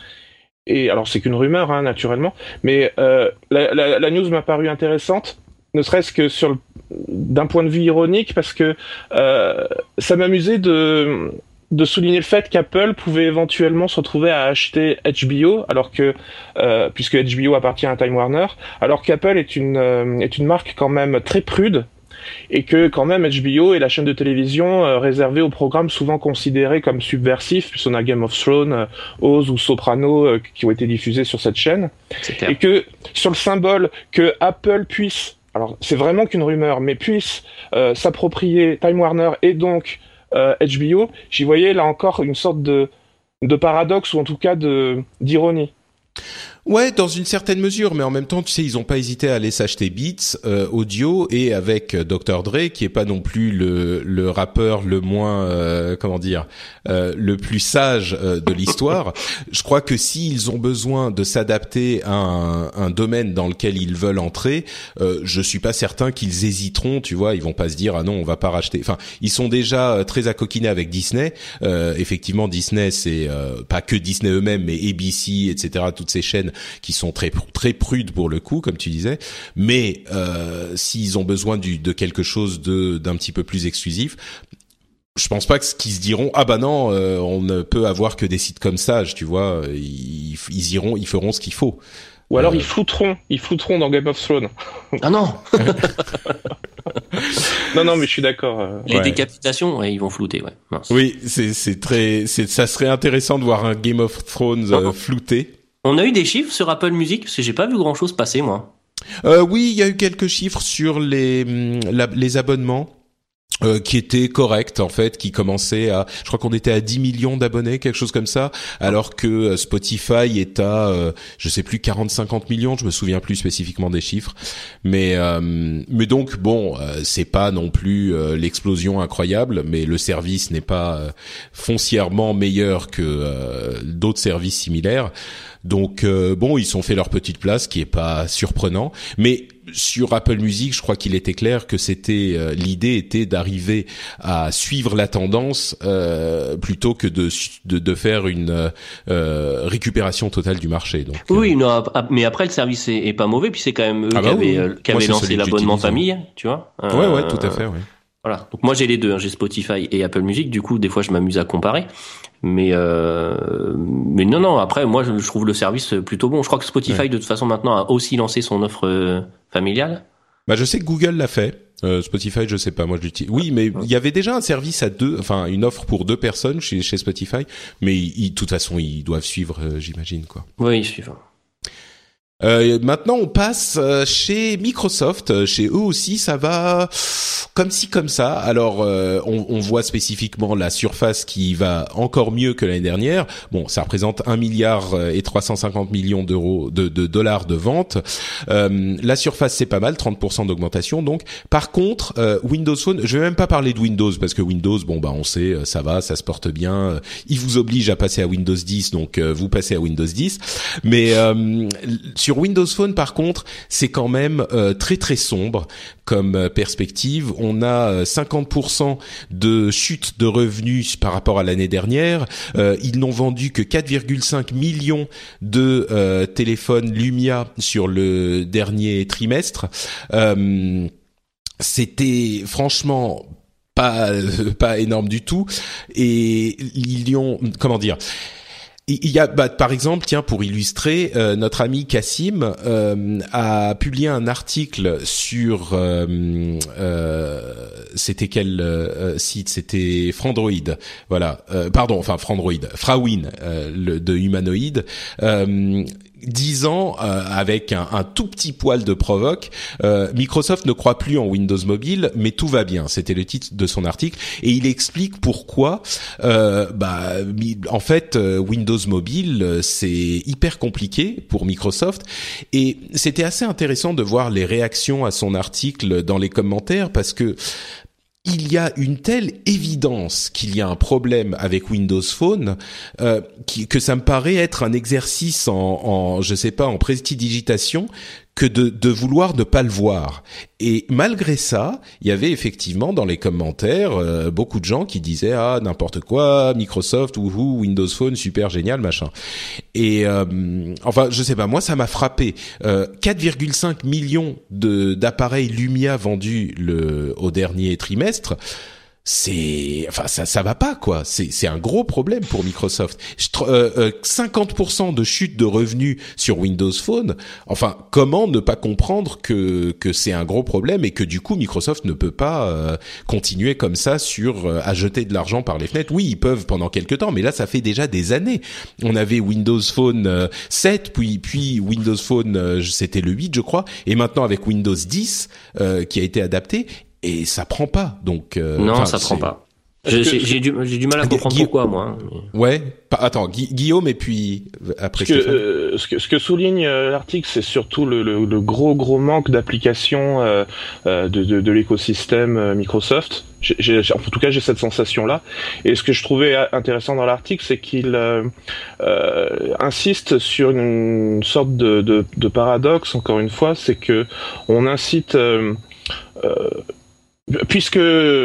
Et alors c'est qu'une rumeur, hein, naturellement, mais euh, la, la, la news m'a paru intéressante, ne serait-ce que sur le, d'un point de vue ironique, parce que euh, ça m'amusait de de souligner le fait qu'Apple pouvait éventuellement se retrouver à acheter H B O, alors que euh, puisque H B O appartient à Time Warner, alors qu'Apple est une euh, est une marque quand même très prude. Et que quand même H B O est la chaîne de télévision euh, réservée aux programmes souvent considérés comme subversifs, puisqu'on a Game of Thrones, euh, Oz ou Soprano euh, qui ont été diffusés sur cette chaîne. C'est clair. Et que sur le symbole que Apple puisse, alors c'est vraiment qu'une rumeur, mais puisse euh, s'approprier Time Warner et donc euh, H B O, j'y voyais là encore une sorte de, de paradoxe ou en tout cas de d'ironie. Ouais, dans une certaine mesure, mais en même temps, tu sais, ils ont pas hésité à aller s'acheter Beats euh, Audio et avec docteur Dre, qui est pas non plus le le rappeur le moins euh, comment dire euh, le plus sage euh, de l'histoire. Je crois que s'ils ont besoin de s'adapter à un, un domaine dans lequel ils veulent entrer, euh, je suis pas certain qu'ils hésiteront. Tu vois, ils vont pas se dire ah non, on va pas racheter. Enfin, ils sont déjà très accoquinés avec Disney. Euh, effectivement, Disney, c'est euh, pas que Disney eux-mêmes, mais A B C, et cetera. Toutes ces chaînes qui sont très très prudes pour le coup, comme tu disais, mais euh, s'ils ont besoin du, de quelque chose de d'un petit peu plus exclusif, je pense pas que ce qu'ils se diront ah bah non, euh, on ne peut avoir que des sites comme ça, tu vois, ils, ils iront, ils feront ce qu'il faut. Ou alors euh... ils flouteront, ils flouteront dans Game of Thrones. Ah non. non non mais je suis d'accord. Euh... Les ouais. décapitations, ouais, ils vont flouter, ouais. Mince. Oui, c'est c'est très, c'est ça serait intéressant de voir un Game of Thrones euh, flouté. On a eu des chiffres sur Apple Music parce que j'ai pas vu grand chose passer moi. Euh, oui, il y a eu quelques chiffres sur les la, les abonnements. Euh, qui était correct en fait, qui commençait à, je crois qu'on était à dix millions d'abonnés, quelque chose comme ça, alors que euh, Spotify est à, euh, je sais plus, quarante cinquante millions, je me souviens plus spécifiquement des chiffres, mais euh, mais donc bon, euh, c'est pas non plus euh, l'explosion incroyable, mais le service n'est pas euh, foncièrement meilleur que euh, d'autres services similaires. Donc euh, bon, ils ont fait leur petite place, qui est pas surprenant, mais sur Apple Music, je crois qu'il était clair que c'était euh, l'idée était d'arriver à suivre la tendance euh, plutôt que de de, de faire une euh, récupération totale du marché. Donc euh... oui, non, mais après le service est, est pas mauvais, puis c'est quand même eux ah qui bah avaient, oui. qui avaient lancé l'abonnement famille, tu vois. Euh, ouais, ouais, tout à fait, ouais. Voilà. Donc moi j'ai les deux, hein. J'ai Spotify et Apple Music. Du coup, des fois je m'amuse à comparer. Mais euh, mais non non. Après, moi je trouve le service plutôt bon. Je crois que Spotify ouais. de toute façon maintenant a aussi lancé son offre euh, familiale. Bah je sais que Google l'a fait. Euh, Spotify, je sais pas. Moi je l'utilise. Oui, mais il y avait déjà un service à deux, enfin une offre pour deux personnes chez chez Spotify. Mais de toute façon ils doivent suivre, euh, j'imagine quoi. Oui, ils suivent. Euh, maintenant, on passe chez Microsoft. Chez eux aussi, ça va comme ci comme ça. Alors, euh, on, on voit spécifiquement la Surface qui va encore mieux que l'année dernière. Bon, ça représente un milliard et trois cent cinquante millions d'euros de, de dollars de vente. Euh, la Surface, c'est pas mal, trente pour cent d'augmentation. Donc, par contre, euh, Windows Phone, je vais même pas parler de Windows parce que Windows, bon bah, on sait, ça va, ça se porte bien. Il vous oblige à passer à Windows dix, donc euh, vous passez à Windows dix. Mais euh, sur Windows Phone, par contre, c'est quand même euh, très très sombre comme euh, perspective. On a euh, cinquante pour cent de chute de revenus par rapport à l'année dernière. Euh, ils n'ont vendu que quatre virgule cinq millions de euh, téléphones Lumia sur le dernier trimestre. Euh, c'était franchement pas pas énorme du tout. Et ils y ont, comment dire, il y a, bah, par exemple, tiens, pour illustrer, euh, notre ami Cassim euh, a publié un article sur, euh, euh, c'était quel euh, site? C'était Frandroid, voilà. Euh, pardon, enfin Frandroid, Frawin, euh, le, de Humanoid. Euh, dix ans euh, avec un, un tout petit poil de provoque. Euh, Microsoft ne croit plus en Windows Mobile, mais tout va bien. C'était le titre de son article et il explique pourquoi. Euh, bah, en fait, Windows Mobile, c'est hyper compliqué pour Microsoft et c'était assez intéressant de voir les réactions à son article dans les commentaires parce que il y a une telle évidence qu'il y a un problème avec Windows Phone euh, qui, que ça me paraît être un exercice en, en je sais pas, en prestidigitation que de, de vouloir ne pas le voir. Et malgré ça, il y avait effectivement dans les commentaires euh, beaucoup de gens qui disaient ah n'importe quoi, Microsoft ou Windows Phone super génial machin. Et euh, enfin je sais pas, moi ça m'a frappé. Euh, quatre virgule cinq millions de d'appareils Lumia vendus le au dernier trimestre. C'est, enfin, ça, ça va pas, quoi. C'est, c'est un gros problème pour Microsoft. Euh, euh, cinquante pour cent de chute de revenus sur Windows Phone. Enfin, comment ne pas comprendre que, que c'est un gros problème et que du coup, Microsoft ne peut pas euh, continuer comme ça sur, euh, à jeter de l'argent par les fenêtres. Oui, ils peuvent pendant quelques temps, mais là, ça fait déjà des années. On avait Windows Phone euh, sept, puis, puis Windows Phone, euh, c'était le huit, je crois, et maintenant avec Windows dix, euh, qui a été adapté. Et ça prend pas, donc. Euh, non, enfin, ça prend pas. Je, j'ai, j'ai, du, j'ai du mal à comprendre Guilla... pourquoi, moi. Mais... Ouais. Attends, Gu... Guillaume et puis après. Ce que, euh, ce que, ce que souligne euh, l'article, c'est surtout le, le, le gros gros manque d'application euh, euh, de, de, de l'écosystème euh, Microsoft. J'ai, j'ai, en tout cas, j'ai cette sensation-là. Et ce que je trouvais intéressant dans l'article, c'est qu'il euh, euh, insiste sur une, une sorte de, de, de paradoxe. Encore une fois, c'est que on incite euh, euh, Puisque,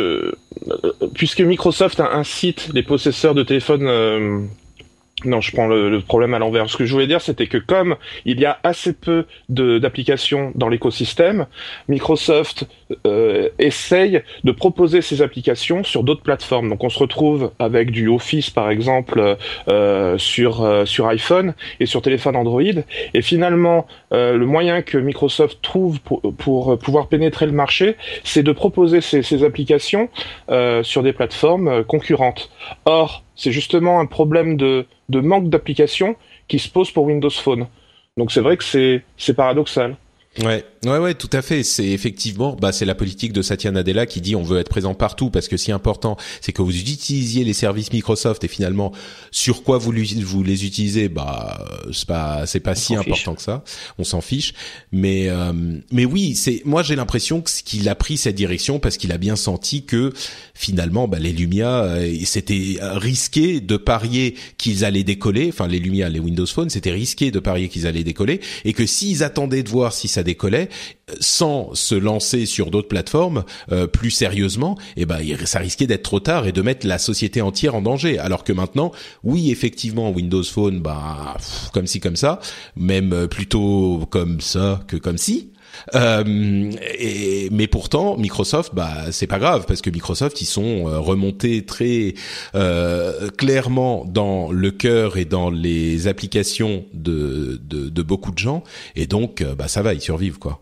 puisque Microsoft incite les possesseurs de téléphones... Euh, non, je prends le, le problème à l'envers. Ce que je voulais dire, c'était que comme il y a assez peu de, d'applications dans l'écosystème, Microsoft euh, essaye de proposer ces applications sur d'autres plateformes. Donc on se retrouve avec du Office, par exemple, euh, sur, euh, sur iPhone et sur téléphone Android. Et finalement, euh, le moyen que Microsoft trouve pour, pour pouvoir pénétrer le marché, c'est de proposer ces, ces applications euh, sur des plateformes concurrentes. Or, c'est justement un problème de, de manque d'applications qui se pose pour Windows Phone. Donc c'est vrai que c'est, c'est paradoxal. Ouais, ouais, ouais, tout à fait. C'est effectivement, bah, c'est la politique de Satya Nadella qui dit on veut être présent partout parce que ce qui est important, c'est que vous utilisiez les services Microsoft et finalement sur quoi vous, vous les utilisez, bah, c'est pas, c'est pas on si important fiche. que ça. On s'en fiche. Mais, euh, mais oui, c'est, moi j'ai l'impression que qu'il a pris cette direction parce qu'il a bien senti que finalement, bah, les Lumia, euh, c'était risqué de parier qu'ils allaient décoller. Enfin, les Lumia, les Windows Phone, c'était risqué de parier qu'ils allaient décoller et que s'ils attendaient de voir si ça décollait sans se lancer sur d'autres plateformes euh, plus sérieusement, et eh ben ça risquait d'être trop tard et de mettre la société entière en danger. Alors que maintenant, oui, effectivement, Windows Phone, bah pff, comme ci comme ça, même plutôt comme ça que comme ci. Euh, et, mais pourtant, Microsoft, bah c'est pas grave parce que Microsoft, ils sont remontés très euh, clairement dans le cœur et dans les applications de, de, de beaucoup de gens, et donc bah ça va, ils survivent quoi.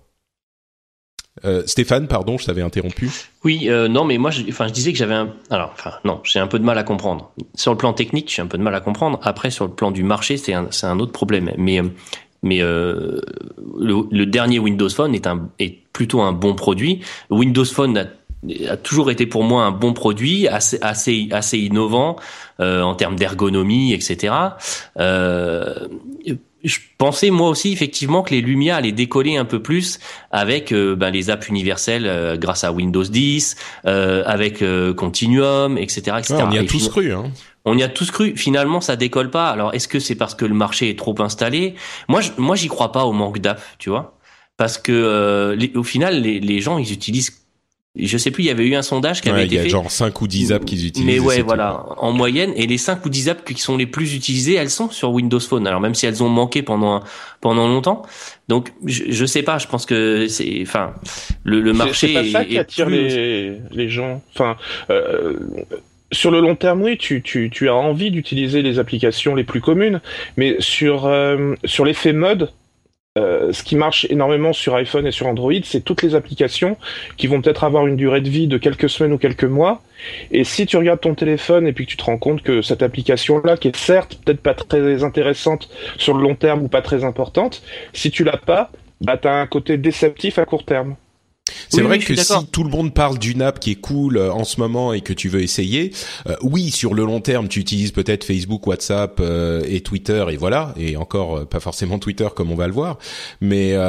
Euh, Stéphane, pardon, je t'avais interrompu. Oui, euh, non, mais moi, je, enfin, je disais que j'avais un, alors, enfin, non, j'ai un peu de mal à comprendre. Sur le plan technique, j'ai un peu de mal à comprendre. Après, sur le plan du marché, c'est un, c'est un autre problème. Mais, mais euh, le, le dernier Windows Phone est un, est plutôt un bon produit. Windows Phone a, a toujours été pour moi un bon produit, assez, assez, assez innovant euh, en termes d'ergonomie, et cetera. Euh, Je pensais moi aussi effectivement que les Lumia allaient décoller un peu plus avec euh, ben, les apps universelles euh, grâce à Windows dix, euh, avec euh, Continuum, et cetera, et cetera. Ouais, on y a et tous cru, hein. On y a tous cru. Finalement, ça décolle pas. Alors, est-ce que c'est parce que le marché est trop installé ? Moi, je, moi, j'y crois pas au manque d'apps, tu vois, parce que euh, les, au final, les, les gens, ils utilisent. Je sais plus, il y avait eu un sondage qui avait ouais, été fait. Il y a genre cinq ou dix apps qu'ils utilisent. Mais ouais, voilà, tout. En moyenne. Et les cinq ou dix apps qui sont les plus utilisées, elles sont sur Windows Phone. Alors même si elles ont manqué pendant pendant longtemps. Donc je, je sais pas. Je pense que c'est, enfin, le, le marché. C'est, c'est pas ça est, qui attire plus... les les gens. Enfin. Euh... Sur le long terme, oui, tu, tu, tu as envie d'utiliser les applications les plus communes, mais sur, euh, sur l'effet mode, euh, ce qui marche énormément sur iPhone et sur Android, c'est toutes les applications qui vont peut-être avoir une durée de vie de quelques semaines ou quelques mois. Et si tu regardes ton téléphone et puis que tu te rends compte que cette application-là, qui est certes peut-être pas très intéressante sur le long terme ou pas très importante, si tu l'as pas, bah t'as un côté déceptif à court terme. C'est oui, vrai oui, que si tout le monde parle d'une app qui est cool euh, en ce moment et que tu veux essayer, euh, oui, sur le long terme, tu utilises peut-être Facebook, WhatsApp euh, et Twitter et voilà, et encore euh, pas forcément Twitter comme on va le voir, mais euh,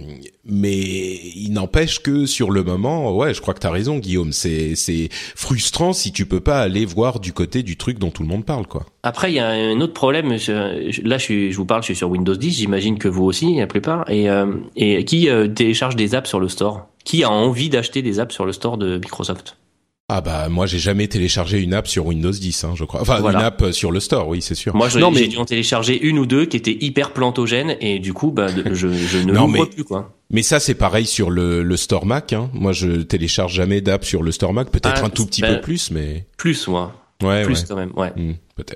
mais il n'empêche que sur le moment, ouais, je crois que t'as raison, Guillaume, c'est c'est frustrant si tu peux pas aller voir du côté du truc dont tout le monde parle, quoi. Après, il y a un autre problème. Là, je, suis, je vous parle, je suis sur Windows dix. J'imagine que vous aussi, la plupart. Et, euh, et qui euh, télécharge des apps sur le store ? Qui a envie d'acheter des apps sur le store de Microsoft ? Ah bah moi j'ai jamais téléchargé une app sur Windows dix, hein, je crois. Enfin voilà. Une app sur le store, oui c'est sûr. Moi je, non, j'ai mais... dû en télécharger une ou deux qui étaient hyper plantogènes et du coup bah je, je ne l'ouvre mais... plus quoi. Mais ça c'est pareil sur le, le store Mac. Hein. Moi je télécharge jamais d'app sur le store Mac, peut-être ah, un tout petit ben, peu plus, mais plus moi. Ouais. Plus ouais. quand même, ouais. Mmh, peut-être.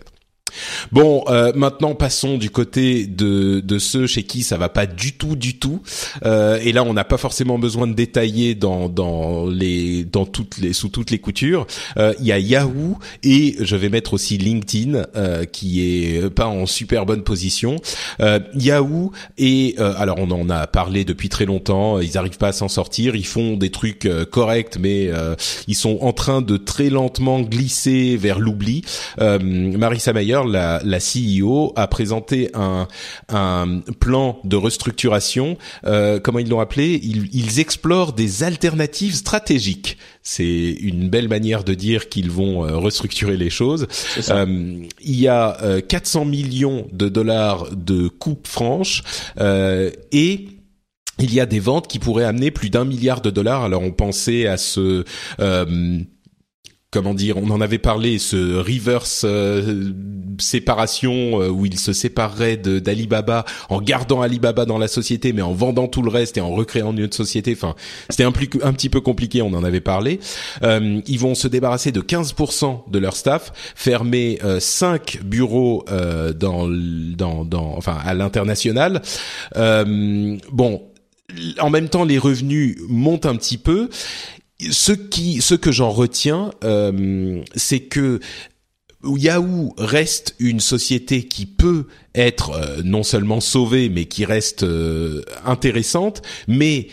Bon, euh, maintenant passons du côté de de ceux chez qui ça va pas du tout, du tout. Euh, et là, on n'a pas forcément besoin de détailler dans dans les dans toutes les sous toutes les coutures. Euh, il y a Yahoo et je vais mettre aussi LinkedIn euh, qui est pas en super bonne position. Euh, Yahoo et euh, alors on en a parlé depuis très longtemps. Ils arrivent pas à s'en sortir. Ils font des trucs euh, corrects, mais euh, ils sont en train de très lentement glisser vers l'oubli. Euh, Marissa Mayer, la, la C E O, a présenté un, un plan de restructuration. Euh, comment ils l'ont appelé ? Ils, ils explorent des alternatives stratégiques. C'est une belle manière de dire qu'ils vont euh, restructurer les choses. Euh, il y a euh, quatre cents millions de dollars de coupes franches euh, et il y a des ventes qui pourraient amener plus d'un milliard de dollars. Alors on pensait à ce... Euh, Comment dire, on en avait parlé, ce reverse euh, séparation euh, où il se séparerait de, d'Alibaba en gardant Alibaba dans la société mais en vendant tout le reste et en recréant une autre société. Enfin, c'était un, plus, un petit peu compliqué, on en avait parlé. Euh, ils vont se débarrasser de quinze pour cent de leur staff, fermer euh, cinq bureaux euh, dans, dans, dans, enfin, à l'international. Euh, bon, en même temps, les revenus montent un petit peu. Ce qui, ce que j'en retiens, euh, c'est que Yahoo reste une société qui peut être euh, non seulement sauvée, mais qui reste euh, intéressante. Mais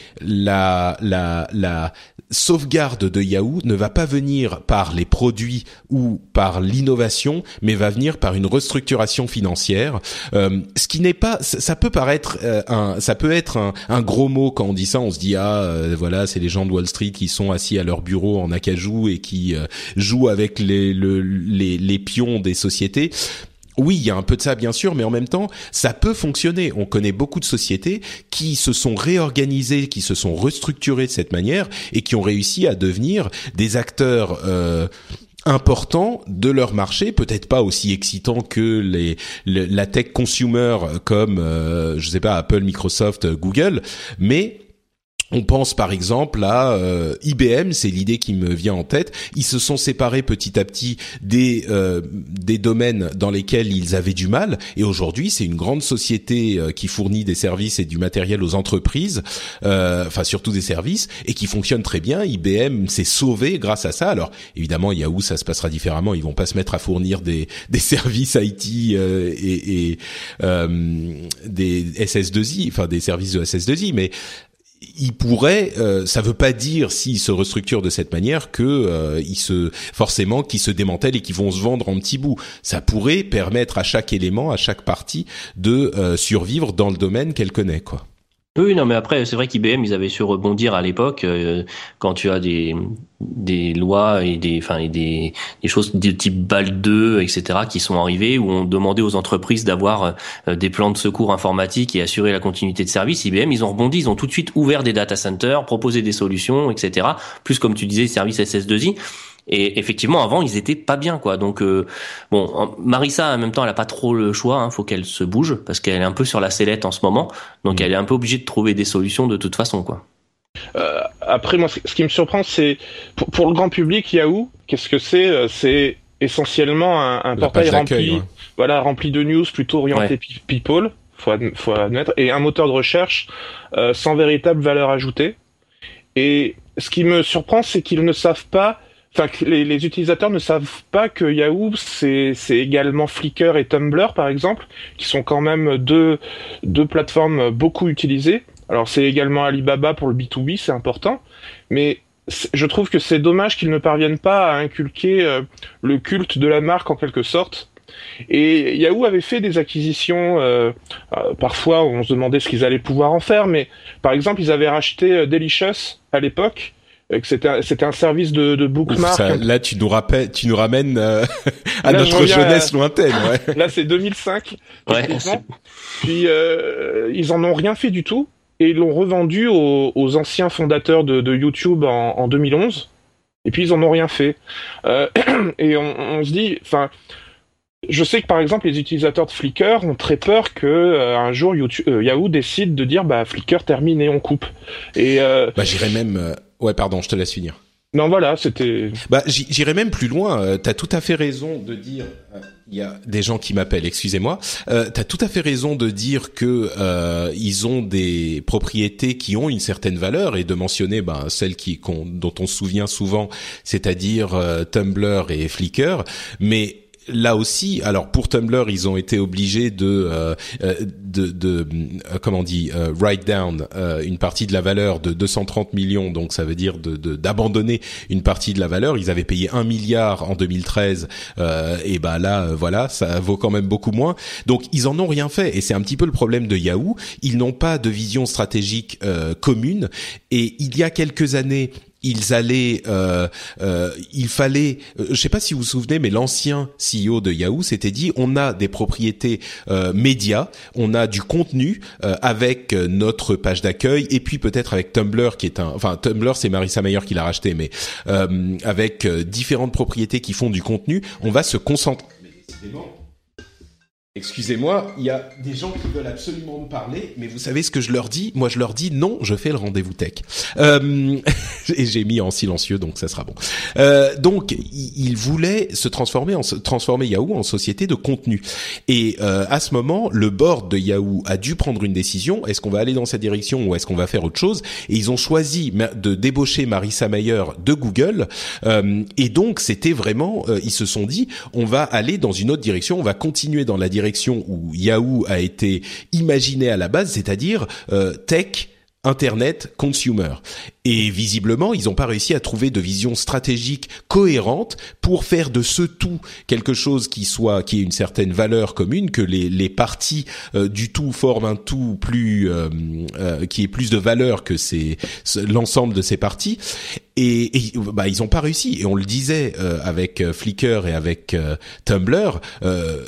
la la la sauvegarde de Yahoo ne va pas venir par les produits ou par l'innovation, mais va venir par une restructuration financière. Euh, ce qui n'est pas, ça, ça peut paraître euh, un, ça peut être un, un gros mot quand on dit ça. On se dit ah euh, voilà, c'est les gens de Wall Street qui sont assis à leur bureau en acajou et qui euh, jouent avec les, le, les les pions des sociétés. Oui, il y a un peu de ça bien sûr, mais en même temps, ça peut fonctionner. On connaît beaucoup de sociétés qui se sont réorganisées, qui se sont restructurées de cette manière et qui ont réussi à devenir des acteurs euh, importants de leur marché, peut-être pas aussi excitants que les, les la tech consumer comme euh, je sais pas Apple, Microsoft, Google, mais on pense par exemple à euh, I B M, c'est l'idée qui me vient en tête. Ils se sont séparés petit à petit des euh, des domaines dans lesquels ils avaient du mal, et aujourd'hui c'est une grande société euh, qui fournit des services et du matériel aux entreprises, euh, enfin surtout des services, et qui fonctionne très bien. I B M s'est sauvé grâce à ça. Alors évidemment Yahoo ça se passera différemment, ils vont pas se mettre à fournir des des services I T euh, et, et euh, des S S deux I, enfin des services de S S deux I, mais il pourrait, euh, ça veut pas dire s'ils se restructurent de cette manière que euh, ils se forcément qu'ils se démantèlent et qu'ils vont se vendre en petits bouts. Ça pourrait permettre à chaque élément, à chaque partie, de euh, survivre dans le domaine qu'elle connaît, quoi. Oui, non, mais après, c'est vrai qu'I B M, ils avaient su rebondir à l'époque euh, quand tu as des des lois et des, enfin, et des des choses de type B A L deux, et cetera, qui sont arrivées où on demandait aux entreprises d'avoir euh, des plans de secours informatiques et assurer la continuité de service. I B M, ils ont rebondi, ils ont tout de suite ouvert des data centers, proposé des solutions, et cetera. Plus comme tu disais, services S S deux I. Et effectivement, avant, ils étaient pas bien, quoi. Donc, euh, bon, Marissa, en même temps, elle a pas trop le choix. Hein, faut qu'elle se bouge parce qu'elle est un peu sur la sellette en ce moment. Donc, mmh. elle est un peu obligée de trouver des solutions de toute façon, quoi. Euh, après, moi, ce qui me surprend, c'est pour, pour le grand public, Yahoo, qu'est-ce que c'est ? C'est essentiellement un, un portail rempli, ouais. voilà, rempli de news, plutôt orienté ouais. people, faut, ad, faut admettre, et un moteur de recherche euh, sans véritable valeur ajoutée. Et ce qui me surprend, c'est qu'ils ne savent pas. Enfin, les, les utilisateurs ne savent pas que Yahoo, c'est, c'est également Flickr et Tumblr, par exemple, qui sont quand même deux, deux plateformes beaucoup utilisées. Alors, c'est également Alibaba pour le B deux B, c'est important. Mais je trouve que c'est dommage qu'ils ne parviennent pas à inculquer euh, le culte de la marque, en quelque sorte. Et Yahoo avait fait des acquisitions, euh, euh, parfois on se demandait ce qu'ils allaient pouvoir en faire, mais par exemple, ils avaient racheté euh, Delicious à l'époque, que c'était un, c'était un service de, de bookmark. Ça, là, tu nous rappelles, tu nous ramènes euh, à là, notre jeunesse à... lointaine. Ouais. Là, c'est deux mille cinq. Ouais. Puis euh, ils en ont rien fait du tout et ils l'ont revendu aux, aux anciens fondateurs de, de YouTube en, en deux mille onze. Et puis ils en ont rien fait. Euh, et on, on se dit, enfin, je sais que par exemple les utilisateurs de Flickr ont très peur que euh, un jour YouTube, euh, Yahoo décide de dire bah Flickr termine et on coupe. Et euh, bah j'irais même. Euh... Ouais, pardon, je te laisse finir. Non, voilà, c'était... Bah, j'irais même plus loin. Euh, t'as tout à fait raison de dire... Il y a des gens qui m'appellent, excusez-moi. Euh, t'as tout à fait raison de dire que euh, ils ont des propriétés qui ont une certaine valeur et de mentionner ben, celles qui, qu'on, dont on se souvient souvent, c'est-à-dire euh, Tumblr et Flickr. Mais là aussi, alors pour Tumblr, ils ont été obligés de, euh, de, de, euh, comment on dit, euh, write down euh, une partie de la valeur de deux cent trente millions. Donc ça veut dire de, de d'abandonner une partie de la valeur. Ils avaient payé un milliard en deux mille treize, euh, et ben là, euh, voilà, ça vaut quand même beaucoup moins. Donc ils en ont rien fait, et c'est un petit peu le problème de Yahoo. Ils n'ont pas de vision stratégique euh, commune. Et il y a quelques années, ils allaient, euh, euh, il fallait, euh, je sais pas si vous vous souvenez, mais l'ancien C E O de Yahoo s'était dit, on a des propriétés euh, médias, on a du contenu euh, avec notre page d'accueil, et puis peut-être avec Tumblr qui est un, enfin Tumblr c'est Marissa Mayer qui l'a racheté, mais euh, avec euh, différentes propriétés qui font du contenu, on va se concentrer. Mais décidément. Excusez-moi, il y a des gens qui veulent absolument me parler, mais vous savez ce que je leur dis ? Moi, je leur dis non, je fais le rendez-vous tech. Euh, et j'ai mis en silencieux, donc ça sera bon. Euh, donc, ils voulaient se transformer, en, transformer Yahoo en société de contenu. Et euh, à ce moment, le board de Yahoo a dû prendre une décision. Est-ce qu'on va aller dans cette direction ou est-ce qu'on va faire autre chose ? Et ils ont choisi de débaucher Marissa Mayer de Google. Euh, et donc, c'était vraiment, euh, ils se sont dit, on va aller dans une autre direction, on va continuer dans la direction où Yahoo a été imaginé à la base, c'est-à-dire euh, tech, Internet, consumer. Et visiblement, ils n'ont pas réussi à trouver de vision stratégique cohérente pour faire de ce tout quelque chose qui soit, qui ait une certaine valeur commune, que les, les parties euh, du tout forment un tout plus, euh, euh, qui ait plus de valeur que ces, l'ensemble de ces parties. Et, et bah, ils n'ont pas réussi. Et on le disait euh, avec Flickr et avec euh, Tumblr. Euh,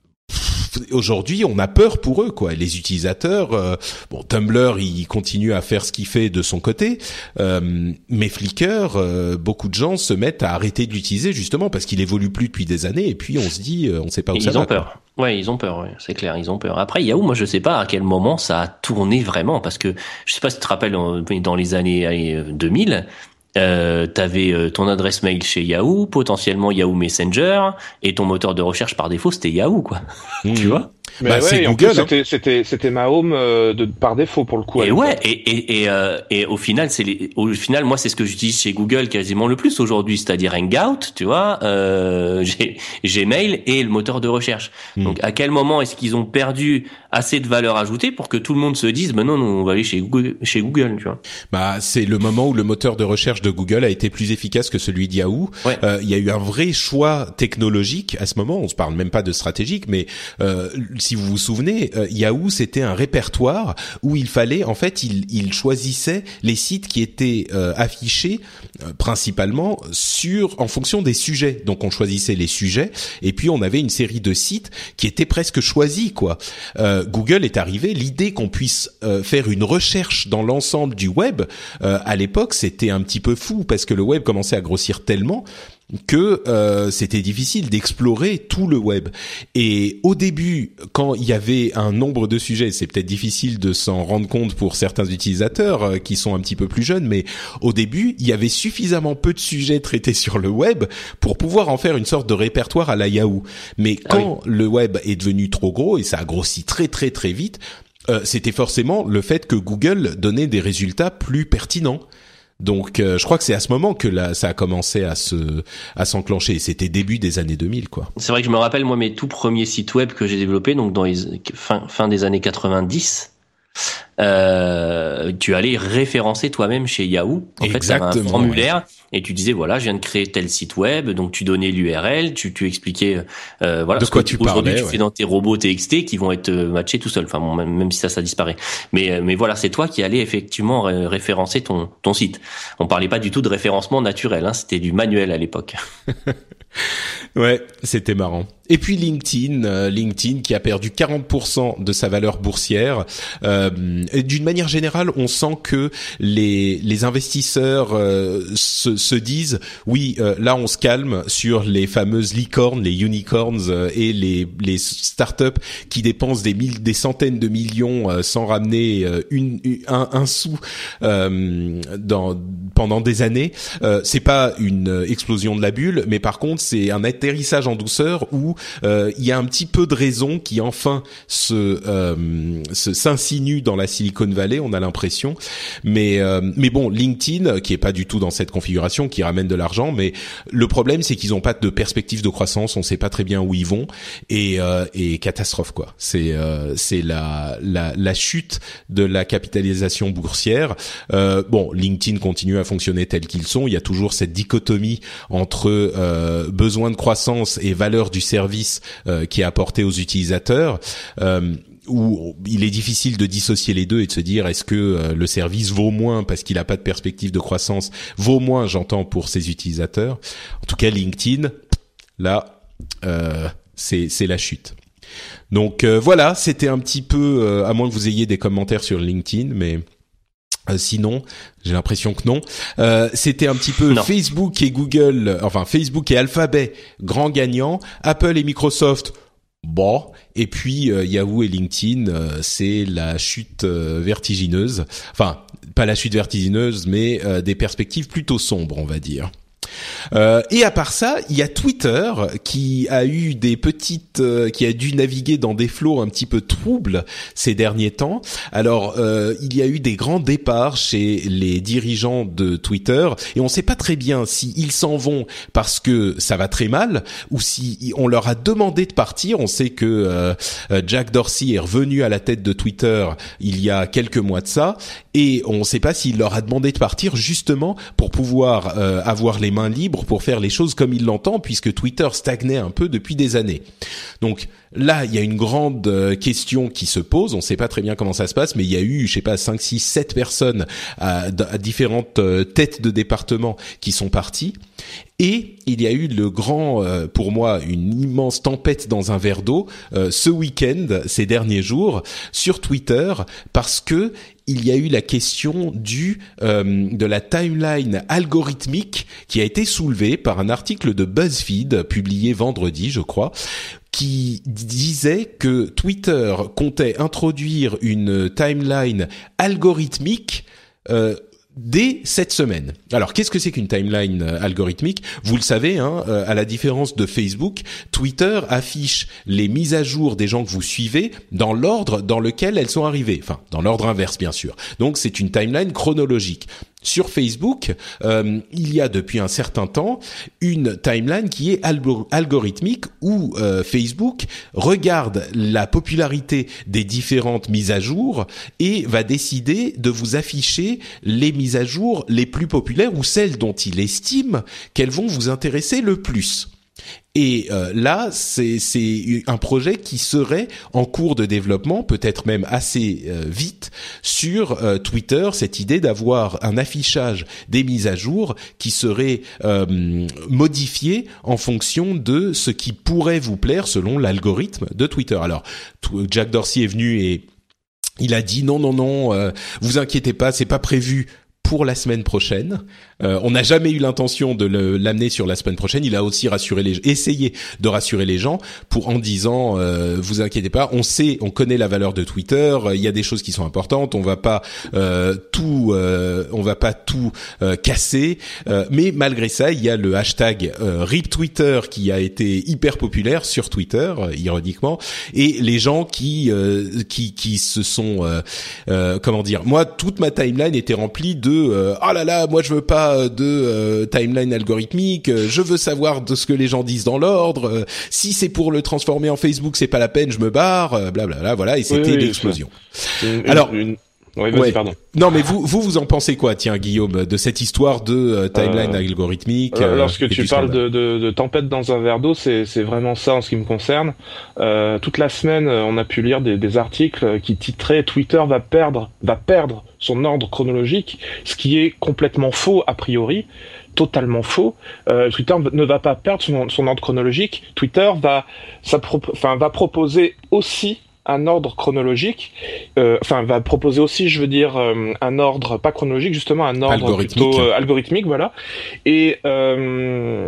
Aujourd'hui, on a peur pour eux, quoi. Les utilisateurs, euh, bon, Tumblr, il continue à faire ce qu'il fait de son côté, euh, mais Flickr, euh, beaucoup de gens se mettent à arrêter de l'utiliser justement parce qu'il évolue plus depuis des années. Et puis on se dit, euh, on sait pas où et ça ils va. Ils ont peur. Quoi. Ouais, ils ont peur. Ouais, c'est clair, ils ont peur. Après, Yahoo, moi, je sais pas à quel moment ça a tourné vraiment, parce que je sais pas si tu te rappelles dans les années, années deux mille. Euh, t'avais euh, ton adresse mail chez Yahoo, potentiellement Yahoo Messenger, et ton moteur de recherche par défaut c'était Yahoo, quoi. Mmh. Tu vois? Mais bah, ouais, c'est et Google, en plus, hein. c'était, c'était, c'était ma home euh, de, par défaut pour le coup. Et ouais, et, et, et, euh, et au final, c'est les, au final, moi, c'est ce que j'utilise chez Google quasiment le plus aujourd'hui, c'est-à-dire Hangout, tu vois, euh, j'ai, Gmail et le moteur de recherche. Mmh. Donc, à quel moment est-ce qu'ils ont perdu assez de valeur ajoutée pour que tout le monde se dise, ben non, non, on va aller chez Google, chez Google, tu vois? Bah, c'est le moment où le moteur de recherche de Google a été plus efficace que celui de Yahoo. Ouais. Euh, il y a eu un vrai choix technologique à ce moment. On se parle même pas de stratégique, mais euh, si vous vous souvenez, euh, Yahoo c'était un répertoire où il fallait, en fait, il, il choisissait les sites qui étaient euh, affichés euh, principalement sur en fonction des sujets. Donc on choisissait les sujets et puis on avait une série de sites qui étaient presque choisis, quoi. Euh, Google est arrivé, l'idée qu'on puisse euh, faire une recherche dans l'ensemble du web, euh, à l'époque, c'était un petit peu fou parce que le web commençait à grossir tellement que euh, c'était difficile d'explorer tout le web. Et au début, quand il y avait un nombre de sujets, c'est peut-être difficile de s'en rendre compte pour certains utilisateurs euh, qui sont un petit peu plus jeunes, mais au début, il y avait suffisamment peu de sujets traités sur le web pour pouvoir en faire une sorte de répertoire à la Yahoo. Mais quand ah oui. le web est devenu trop gros, et ça a grossi très très très vite, euh, c'était forcément le fait que Google donnait des résultats plus pertinents. Donc, euh, je crois que c'est à ce moment que là, ça a commencé à se, à s'enclencher. C'était début des années deux mille, quoi. C'est vrai que je me rappelle, moi, mes tout premiers sites web que j'ai développés, donc dans les fin, fin des années quatre-vingt-dix, euh, tu allais référencer toi-même chez Yahoo. En Exactement, fait, tu avais un formulaire ouais. et tu disais, voilà, je viens de créer tel site web, donc tu donnais l'U R L, tu, tu expliquais, euh, voilà, de ce quoi que tu aujourd'hui parlais, tu ouais. fais dans tes robots T X T qui vont être matchés tout seuls. Enfin, bon, même, même si ça, ça disparaît. Mais, mais voilà, c'est toi qui allais effectivement ré- référencer ton, ton site. On parlait pas du tout de référencement naturel, hein, c'était du manuel à l'époque. Ouais, c'était marrant. Et puis LinkedIn, euh, LinkedIn qui a perdu quarante pour cent de sa valeur boursière. Euh, et d'une manière générale, on sent que les les investisseurs euh, se, se disent oui, euh, là on se calme sur les fameuses licornes, les unicorns euh, et les les startups qui dépensent des mille, des centaines de millions euh, sans ramener euh, une, une un, un sou euh, dans pendant des années. Euh, c'est pas une explosion de la bulle, mais par contre c'est un atterrissage en douceur où euh, il y a un petit peu de raison qui enfin se, euh, se s'insinue dans la Silicon Valley, on a l'impression. Mais euh, mais bon, LinkedIn qui est pas du tout dans cette configuration, qui ramène de l'argent, mais le problème c'est qu'ils ont pas de perspective de croissance, on sait pas très bien où ils vont et euh, et catastrophe quoi. C'est euh, c'est la la la chute de la capitalisation boursière. Euh, bon, LinkedIn continue à fonctionner tel qu'ils sont, il y a toujours cette dichotomie entre euh, besoin de croissance et valeur du service euh, qui est apporté aux utilisateurs, euh, où il est difficile de dissocier les deux et de se dire est-ce que euh, le service vaut moins parce qu'il n'a pas de perspective de croissance, vaut moins, j'entends, pour ses utilisateurs. En tout cas, LinkedIn, là, euh, c'est, c'est la chute. Donc euh, voilà, c'était un petit peu, euh, à moins que vous ayez des commentaires sur LinkedIn, mais... Euh, sinon, j'ai l'impression que non. Euh, c'était un petit peu non. Facebook et Google, enfin Facebook et Alphabet, grands gagnants. Apple et Microsoft, bon. Et puis euh, Yahoo et LinkedIn, euh, c'est la chute euh, vertigineuse. Enfin, pas la chute vertigineuse, mais euh, des perspectives plutôt sombres, on va dire. Euh, et à part ça, il y a Twitter qui a eu des petites, euh, qui a dû naviguer dans des flots un petit peu troubles ces derniers temps. Alors, euh, il y a eu des grands départs chez les dirigeants de Twitter et on ne sait pas très bien si ils s'en vont parce que ça va très mal ou si on leur a demandé de partir. On sait que euh, Jack Dorsey est revenu à la tête de Twitter il y a quelques mois de ça et on ne sait pas s'il leur a demandé de partir justement pour pouvoir euh, avoir les mains libres pour faire les choses comme il l'entend, puisque Twitter stagnait un peu depuis des années. Donc là, il y a une grande euh, question qui se pose. On ne sait pas très bien comment ça se passe, mais il y a eu, je sais pas, cinq, six, sept personnes à, à différentes euh, têtes de département qui sont parties. Et il y a eu le grand, euh, pour moi, une immense tempête dans un verre d'eau euh, ce week-end, ces derniers jours, sur Twitter, parce que il y a eu la question du euh, de la timeline algorithmique qui a été soulevée par un article de BuzzFeed publié vendredi, je crois, qui disait que Twitter comptait introduire une timeline algorithmique euh, dès cette semaine. Alors, qu'est-ce que c'est qu'une timeline algorithmique ? Vous le savez, hein, euh, à la différence de Facebook, Twitter affiche les mises à jour des gens que vous suivez dans l'ordre dans lequel elles sont arrivées. Enfin, dans l'ordre inverse, bien sûr. Donc, c'est une timeline chronologique. Sur Facebook, euh, il y a depuis un certain temps une timeline qui est algo- algorithmique où euh, Facebook regarde la popularité des différentes mises à jour et va décider de vous afficher les mises à jour les plus populaires ou celles dont il estime qu'elles vont vous intéresser le plus. Et euh, là, c'est, c'est un projet qui serait en cours de développement, peut-être même assez euh, vite, sur euh, Twitter, cette idée d'avoir un affichage des mises à jour qui serait euh, modifié en fonction de ce qui pourrait vous plaire selon l'algorithme de Twitter. Alors, Jack Dorsey est venu et il a dit non, non, non, euh, vous inquiétez pas, c'est pas prévu pour la semaine prochaine. Euh, on n'a jamais eu l'intention de le, l'amener sur la semaine prochaine. Il a aussi rassuré les, essayé de rassurer les gens pour en disant euh, vous inquiétez pas, on sait, on connaît la valeur de Twitter. Il y a des choses qui sont importantes. On va pas euh, tout, euh, on va pas tout euh, casser. Euh, mais malgré ça, il y a le hashtag euh, R I P Twitter qui a été hyper populaire sur Twitter, euh, ironiquement, et les gens qui euh, qui qui se sont euh, euh, comment dire. Moi, toute ma timeline était remplie de euh, oh là là, moi je veux pas de euh, timeline algorithmique, euh, je veux savoir de ce que les gens disent dans l'ordre, euh, si c'est pour le transformer en Facebook, c'est pas la peine, je me barre, euh, blablabla, voilà, et c'était oui, oui, l'explosion. Une, Alors, une, Oui, vas-y, ouais. pardon. Non, mais vous, vous, vous en pensez quoi, tiens, Guillaume, de cette histoire de euh, timeline euh, algorithmique euh, Lorsque tu parles de, de, de tempête dans un verre d'eau, c'est, c'est vraiment ça en ce qui me concerne. Euh, toute la semaine, on a pu lire des, des articles qui titraient « Twitter va perdre, va perdre son ordre chronologique », ce qui est complètement faux a priori. Totalement faux. Euh, Twitter ne va pas perdre son, son ordre chronologique. Twitter va, ça pro, enfin, va proposer aussi un ordre chronologique. Euh, enfin, va proposer aussi, je veux dire, euh, un ordre pas chronologique, justement un ordre algorithmique. plutôt euh, algorithmique, voilà. Et euh,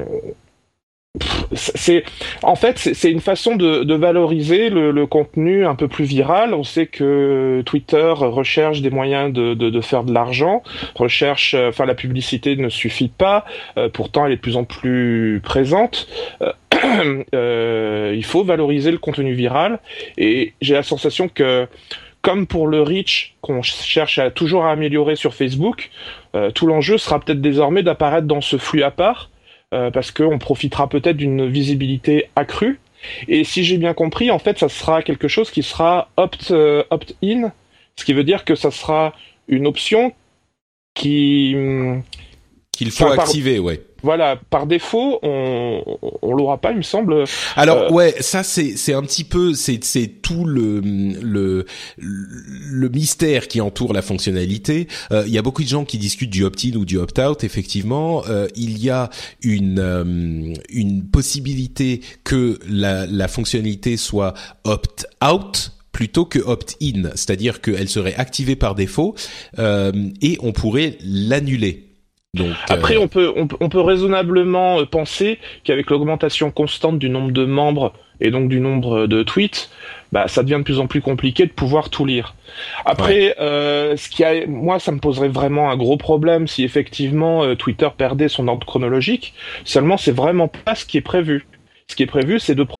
c'est, en fait, c'est, c'est une façon de, de valoriser le, le contenu un peu plus viral. On sait que Twitter recherche des moyens de, de, de faire de l'argent, recherche, enfin, la publicité ne suffit pas. Euh, pourtant, elle est de plus en plus présente. Euh, euh, il faut valoriser le contenu viral. Et j'ai la sensation que, comme pour le reach qu'on cherche à toujours à améliorer sur Facebook, euh, tout l'enjeu sera peut-être désormais d'apparaître dans ce flux à part. Euh, parce qu'on profitera peut-être d'une visibilité accrue. Et si j'ai bien compris, en fait, ça sera quelque chose qui sera opt, euh, opt-in, ce qui veut dire que ça sera une option qui... Qu'il faut enfin, activer, par... ouais. Voilà, par défaut, on, on l'aura pas, il me semble. Alors euh... ouais, ça c'est c'est un petit peu c'est c'est tout le le le mystère qui entoure la fonctionnalité. Euh, il y a beaucoup de gens qui discutent du opt-in ou du opt-out. Effectivement, euh, il y a une euh, une possibilité que la la fonctionnalité soit opt-out plutôt que opt-in, c'est-à-dire qu'elle serait activée par défaut euh, et on pourrait l'annuler. Donc, Après, euh... on peut on, on peut raisonnablement penser qu'avec l'augmentation constante du nombre de membres et donc du nombre de tweets, bah ça devient de plus en plus compliqué de pouvoir tout lire. Après, ouais. euh, ce qui a, moi, ça me poserait vraiment un gros problème si effectivement euh, Twitter perdait son ordre chronologique. Seulement, c'est vraiment pas ce qui est prévu. Ce qui est prévu, c'est de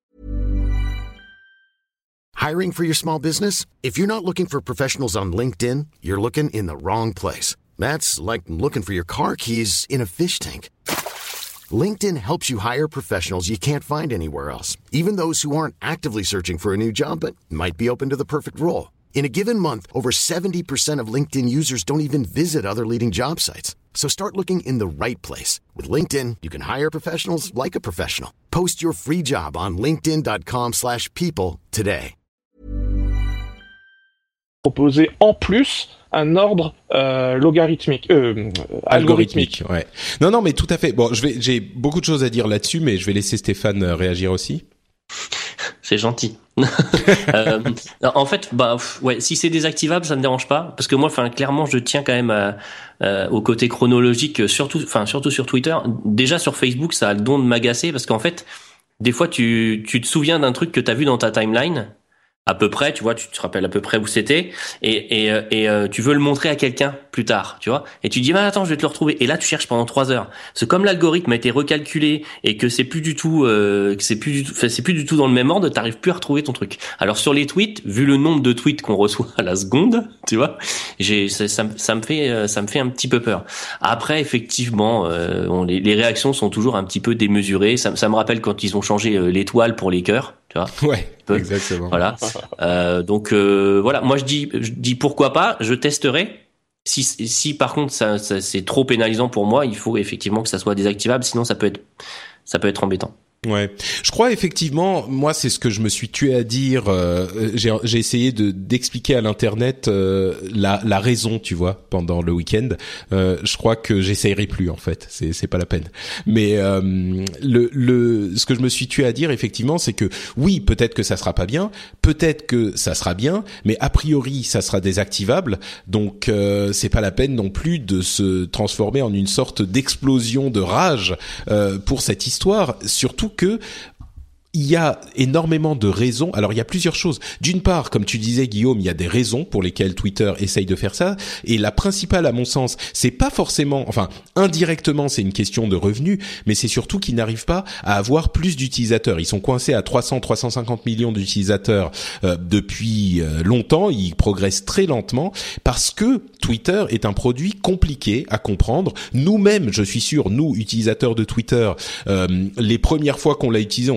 Hiring for your small business? If you're not looking for professionals on LinkedIn, you're looking in the wrong place. That's like looking for your car keys in a fish tank. LinkedIn helps you hire professionals you can't find anywhere else, even those who aren't actively searching for a new job but might be open to the perfect role. In a given month, over seventy percent of LinkedIn users don't even visit other leading job sites. So start looking in the right place. With LinkedIn, you can hire professionals like a professional. Post your free job on linkedin dot com slash people today. Proposer en plus un ordre euh, logarithmique, euh, algorithmique. algorithmique. Ouais. Non, non, mais tout à fait. Bon, je vais, j'ai beaucoup de choses à dire là-dessus, mais je vais laisser Stéphane réagir aussi. C'est gentil. euh, en fait, bah ouais, si c'est désactivable, ça me dérange pas, parce que moi, enfin, clairement, je tiens quand même à, à, au côté chronologique, surtout, enfin, surtout sur Twitter. Déjà sur Facebook, ça a le don de m'agacer, parce qu'en fait, des fois, tu, tu te souviens d'un truc que t'as vu dans ta timeline. À peu près, tu vois, tu te rappelles à peu près où c'était, et et et euh, tu veux le montrer à quelqu'un plus tard, tu vois, et tu dis bah attends, je vais te le retrouver, et là tu cherches pendant trois heures. C'est comme l'algorithme a été recalculé et que c'est plus du tout, euh, que c'est plus du tout, enfin, c'est plus du tout dans le même ordre, t'arrives plus à retrouver ton truc. Alors sur les tweets, vu le nombre de tweets qu'on reçoit à la seconde, tu vois, j'ai ça, ça, ça me fait ça me fait un petit peu peur. Après effectivement, euh, on, les, les réactions sont toujours un petit peu démesurées. Ça, ça me rappelle quand ils ont changé euh, l'étoile pour les cœurs. Tu vois, ouais, exactement. Voilà. Euh, donc euh, voilà, moi je dis, je dis pourquoi pas, je testerai. Si, si par contre ça, ça c'est trop pénalisant pour moi, il faut effectivement que ça soit désactivable, sinon ça peut être, ça peut être embêtant. Ouais, je crois effectivement, moi c'est ce que je me suis tué à dire. Euh, j'ai, j'ai essayé de d'expliquer à l'internet euh, la la raison, tu vois, pendant le week-end. Euh, je crois que j'essayerai plus en fait. C'est c'est pas la peine. Mais euh, le le ce que je me suis tué à dire effectivement, c'est que oui, peut-être que ça sera pas bien, peut-être que ça sera bien, mais a priori ça sera désactivable. Donc euh, c'est pas la peine non plus de se transformer en une sorte d'explosion de rage euh, pour cette histoire, surtout que il y a énormément de raisons. Alors, il y a plusieurs choses. D'une part, comme tu disais, Guillaume, il y a des raisons pour lesquelles Twitter essaye de faire ça. Et la principale, à mon sens, c'est pas forcément, enfin, indirectement, c'est une question de revenus, mais c'est surtout qu'ils n'arrivent pas à avoir plus d'utilisateurs. Ils sont coincés à trois cents, trois cent cinquante millions d'utilisateurs euh, depuis euh, longtemps. Ils progressent très lentement parce que Twitter est un produit compliqué à comprendre. Nous-mêmes, je suis sûr, nous, utilisateurs de Twitter, euh, les premières fois qu'on l'a utilisé, on s'est dit, mais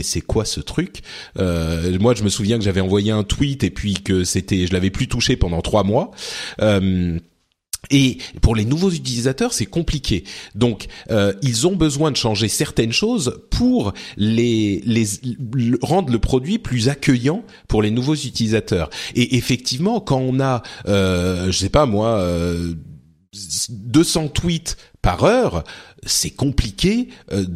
mais c'est quoi ce truc? Euh, moi, je me souviens que j'avais envoyé un tweet et puis que c'était, je l'avais plus touché pendant trois mois. Euh, Et pour les nouveaux utilisateurs, c'est compliqué. Donc, euh, ils ont besoin de changer certaines choses pour les, les le, rendre le produit plus accueillant pour les nouveaux utilisateurs. Et effectivement, quand on a, euh, je sais pas moi, euh, deux cents tweets par heure, c'est compliqué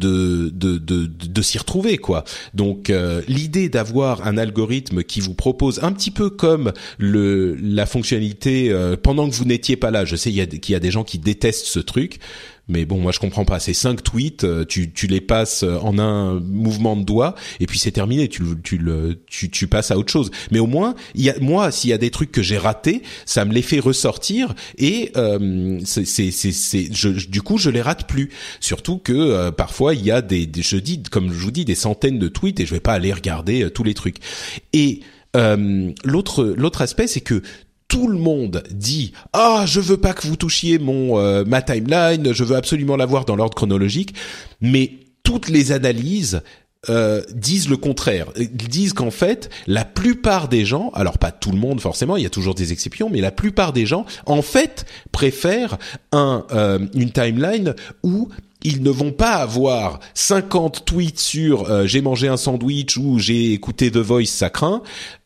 de de de de, de s'y retrouver, quoi. Donc euh, l'idée d'avoir un algorithme qui vous propose un petit peu comme le la fonctionnalité euh, pendant que vous n'étiez pas là. Je sais il y a qu'il y a des gens qui détestent ce truc. Mais bon, moi je comprends pas. C'est cinq tweets, tu tu les passes en un mouvement de doigt et puis c'est terminé. Tu tu le tu tu passes à autre chose. Mais au moins, il y a moi s'il y a des trucs que j'ai ratés, ça me les fait ressortir et euh, c'est c'est c'est, c'est je, du coup je les rate plus. Surtout que euh, parfois il y a des, des je dis comme je vous dis des centaines de tweets et je vais pas aller regarder euh, tous les trucs. Et euh, l'autre l'autre aspect c'est que tout le monde dit « Ah, je veux pas que vous touchiez mon euh, ma timeline, je veux absolument l'avoir dans l'ordre chronologique. » Mais toutes les analyses euh, disent le contraire. Ils disent qu'en fait, la plupart des gens, alors pas tout le monde forcément, il y a toujours des exceptions, mais la plupart des gens, en fait, préfèrent un euh, une timeline où ils ne vont pas avoir cinquante tweets sur euh, j'ai mangé un sandwich ou j'ai écouté The Voice, ça craint,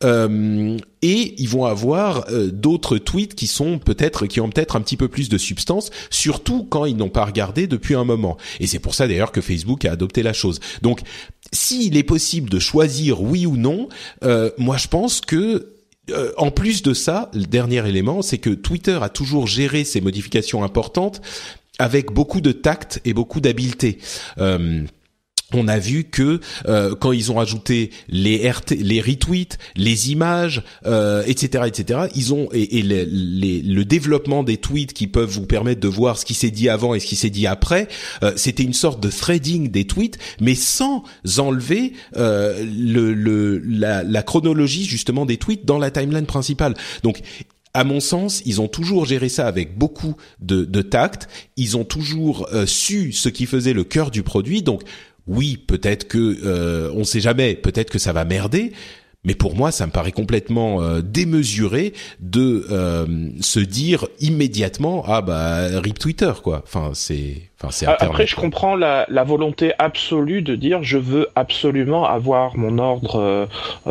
euh, et ils vont avoir euh, d'autres tweets qui sont peut-être qui ont peut-être un petit peu plus de substance, surtout quand ils n'ont pas regardé depuis un moment. Et c'est pour ça d'ailleurs que Facebook a adopté la chose. Donc, s'il est possible de choisir oui ou non, euh, moi je pense que Euh, en plus de ça, le dernier élément, c'est que Twitter a toujours géré ces modifications importantes avec beaucoup de tact et beaucoup d'habileté. Euh, on a vu que euh, quand ils ont ajouté les R T, les retweets, les images, euh, et cetera, et cetera, ils ont et, et les, les, le développement des tweets qui peuvent vous permettre de voir ce qui s'est dit avant et ce qui s'est dit après. Euh, c'était une sorte de threading des tweets, mais sans enlever euh, le, le la, la chronologie justement des tweets dans la timeline principale. Donc à mon sens, ils ont toujours géré ça avec beaucoup de, de tact. Ils ont toujours euh, su ce qui faisait le cœur du produit. Donc oui, peut-être que euh, on sait jamais, peut-être que ça va merder, mais pour moi, ça me paraît complètement euh, démesuré de euh, se dire immédiatement ah bah rip Twitter quoi. Enfin c'est, enfin c'est Internet. Après, je comprends la, la volonté absolue de dire je veux absolument avoir mon ordre euh,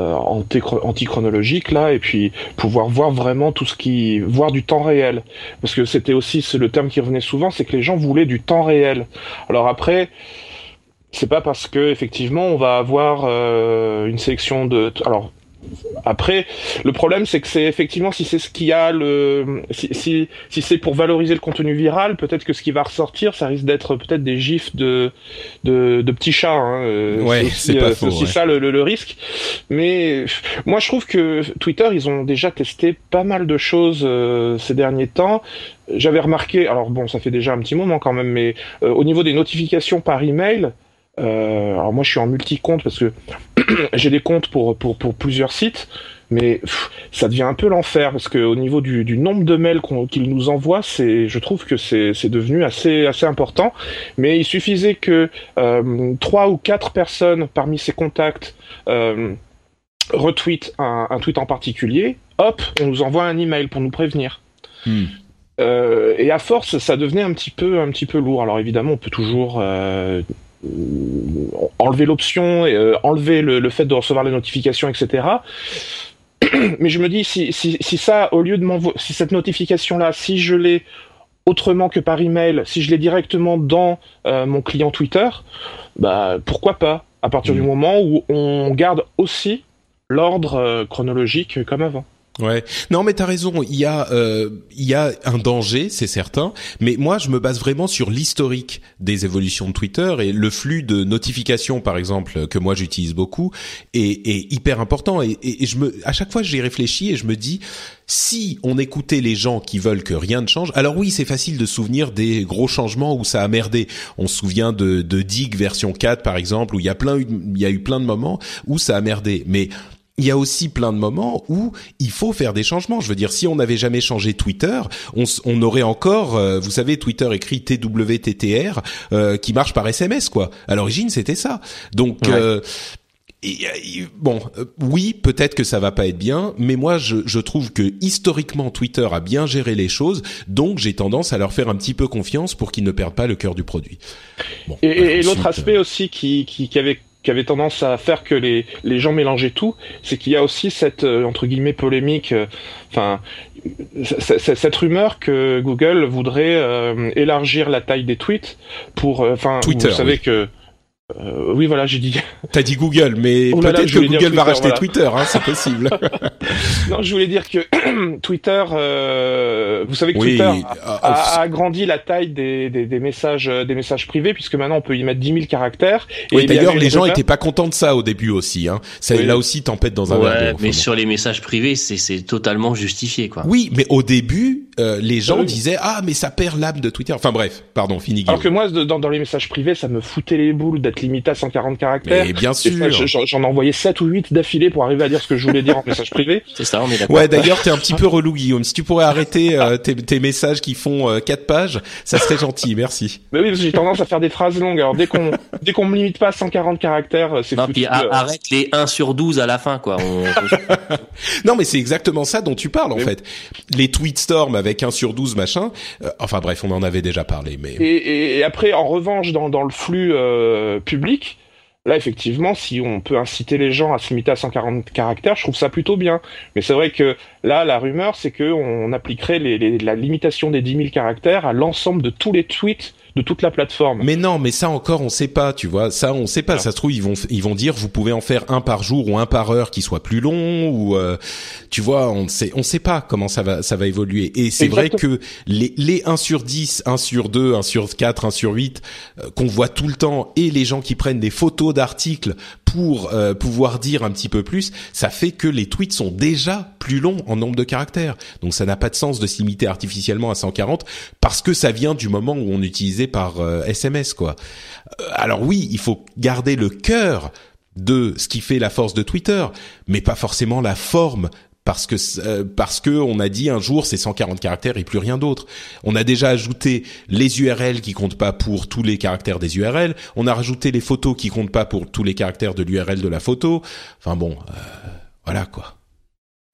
euh, anti-chronologique là et puis pouvoir voir vraiment tout ce qui, voir du temps réel. Parce que c'était aussi c'est le terme qui revenait souvent, c'est que les gens voulaient du temps réel. Alors après. C'est pas parce que effectivement on va avoir euh, une sélection de alors après le problème c'est que c'est effectivement si c'est ce qu'il y a le si si, si c'est pour valoriser le contenu viral, peut-être que ce qui va ressortir ça risque d'être peut-être des gifs de de, de petits chats hein. Ouais, c'est aussi, c'est pas euh, faux, c'est aussi ouais. ça le, le, le risque. Mais moi je trouve que Twitter ils ont déjà testé pas mal de choses euh, ces derniers temps. J'avais remarqué alors bon ça fait déjà un petit moment quand même mais euh, au niveau des notifications par email. Euh, alors moi je suis en multi-compte parce que j'ai des comptes pour pour pour plusieurs sites, mais pff, ça devient un peu l'enfer parce que au niveau du, du nombre de mails qu'on, qu'ils nous envoient, c'est je trouve que c'est c'est devenu assez assez important. Mais il suffisait que euh, trois ou quatre personnes parmi ces contacts euh, retweetent un, un tweet en particulier, hop, on nous envoie un email pour nous prévenir. Hmm. Euh, et à force, ça devenait un petit peu un petit peu lourd. Alors évidemment, on peut toujours euh, enlever l'option, euh, enlever le, le fait de recevoir les notifications, et cetera. Mais je me dis, si, si, si ça, au lieu de m'envoyer, si cette notification-là, si je l'ai autrement que par email, si je l'ai directement dans euh, mon client Twitter, bah pourquoi pas, à partir mmh. du moment où on garde aussi l'ordre euh, chronologique comme avant. Ouais. Non, mais t'as raison. Il y a, euh, il y a un danger, c'est certain. Mais moi, je me base vraiment sur l'historique des évolutions de Twitter et le flux de notifications, par exemple, que moi j'utilise beaucoup, est, est hyper important. Et, et, et je me, à chaque fois, j'y réfléchis et je me dis, si on écoutait les gens qui veulent que rien ne change, alors oui, c'est facile de se souvenir des gros changements où ça a merdé. On se souvient de, de Dig version quatre, par exemple, où il y a plein, il y a eu plein de moments où ça a merdé. Mais il y a aussi plein de moments où il faut faire des changements. Je veux dire, si on n'avait jamais changé Twitter, on, on aurait encore, euh, vous savez, Twitter écrit T W T T R, euh, qui marche par S M S, quoi. À l'origine, c'était ça. Donc, ouais. euh, Et, et, bon, euh, oui, peut-être que ça va pas être bien, mais moi je, je trouve que historiquement Twitter a bien géré les choses, donc j'ai tendance à leur faire un petit peu confiance pour qu'ils ne perdent pas le cœur du produit. Bon, et, bah, et ensuite, l'autre aspect euh... aussi qui, qui, qui avait qui avait tendance à faire que les les gens mélangeaient tout, c'est qu'il y a aussi cette euh, entre guillemets polémique, enfin euh, cette rumeur que Google voudrait euh, élargir la taille des tweets pour, enfin, euh, vous savez oui. que Euh, oui, voilà, j'ai dit. T'as dit Google, mais oh là peut-être là, que Google Twitter, va racheter voilà. Twitter, hein, c'est possible. Non, je voulais dire que Twitter, euh, vous savez que oui, Twitter a, a, a agrandi la taille des, des, des messages, des messages privés, puisque maintenant on peut y mettre dix mille caractères. Et oui, d'ailleurs, les gens étaient pas contents de ça au début aussi. Hein. Ça, oui. Là aussi, tempête dans un ouais, verre d'eau. Mais sur les messages privés, c'est, c'est totalement justifié, quoi. Oui, mais au début, euh, les gens oui. disaient ah, mais ça perd l'âme de Twitter. Enfin bref, pardon, fini. Alors que moi, dans, dans les messages privés, ça me foutait les boules d'être limité à cent quarante caractères. Mais bien sûr. Ça, j'en, j'en envoyais sept ou huit d'affilée pour arriver à dire ce que je voulais dire en message privé. C'est ça, on est d'accord. Ouais, d'ailleurs, t'es un petit peu relou, Guillaume. Si tu pourrais arrêter euh, tes, tes messages qui font euh, quatre pages, ça serait gentil, merci. Mais oui, parce que j'ai tendance à faire des phrases longues. Alors dès qu'on dès qu'on me limite pas à cent quarante caractères, c'est non, foutu. Puis euh... arrête les un sur douze à la fin, quoi. On... non, mais c'est exactement ça dont tu parles, en mais... fait. Les tweetstorms avec un sur douze, machin. Euh, enfin bref, on en avait déjà parlé, mais... Et, et, et après, en revanche, dans, dans le flux euh, public, là, effectivement, si on peut inciter les gens à se limiter à cent quarante caractères, je trouve ça plutôt bien. Mais c'est vrai que là, la rumeur, c'est qu'on appliquerait les, les, la limitation des dix mille caractères à l'ensemble de tous les tweets de toute la plateforme. Mais non, mais ça encore, on sait pas, tu vois. Ça, on sait pas. Ah. Ça se trouve, ils vont, ils vont dire, vous pouvez en faire un par jour ou un par heure qui soit plus long, ou euh, tu vois, on sait, on sait pas comment ça va, ça va évoluer. Et c'est Exactement. vrai que les, les un sur dix, un sur deux, un sur quatre, un sur huit, euh, qu'on voit tout le temps, et les gens qui prennent des photos d'articles pour euh, pouvoir dire un petit peu plus, ça fait que les tweets sont déjà plus longs en nombre de caractères. Donc ça n'a pas de sens de se limiter artificiellement à cent quarante parce que ça vient du moment où on utilisait par euh, S M S, quoi. Euh, alors oui, il faut garder le cœur de ce qui fait la force de Twitter, mais pas forcément la forme. Parce que euh, parce que on a dit un jour c'est cent quarante caractères et plus rien d'autre. On a déjà ajouté les U R L qui comptent pas pour tous les caractères des U R L. On a rajouté les photos qui comptent pas pour tous les caractères de l'U R L de la photo. Enfin bon, euh, voilà quoi. Bon.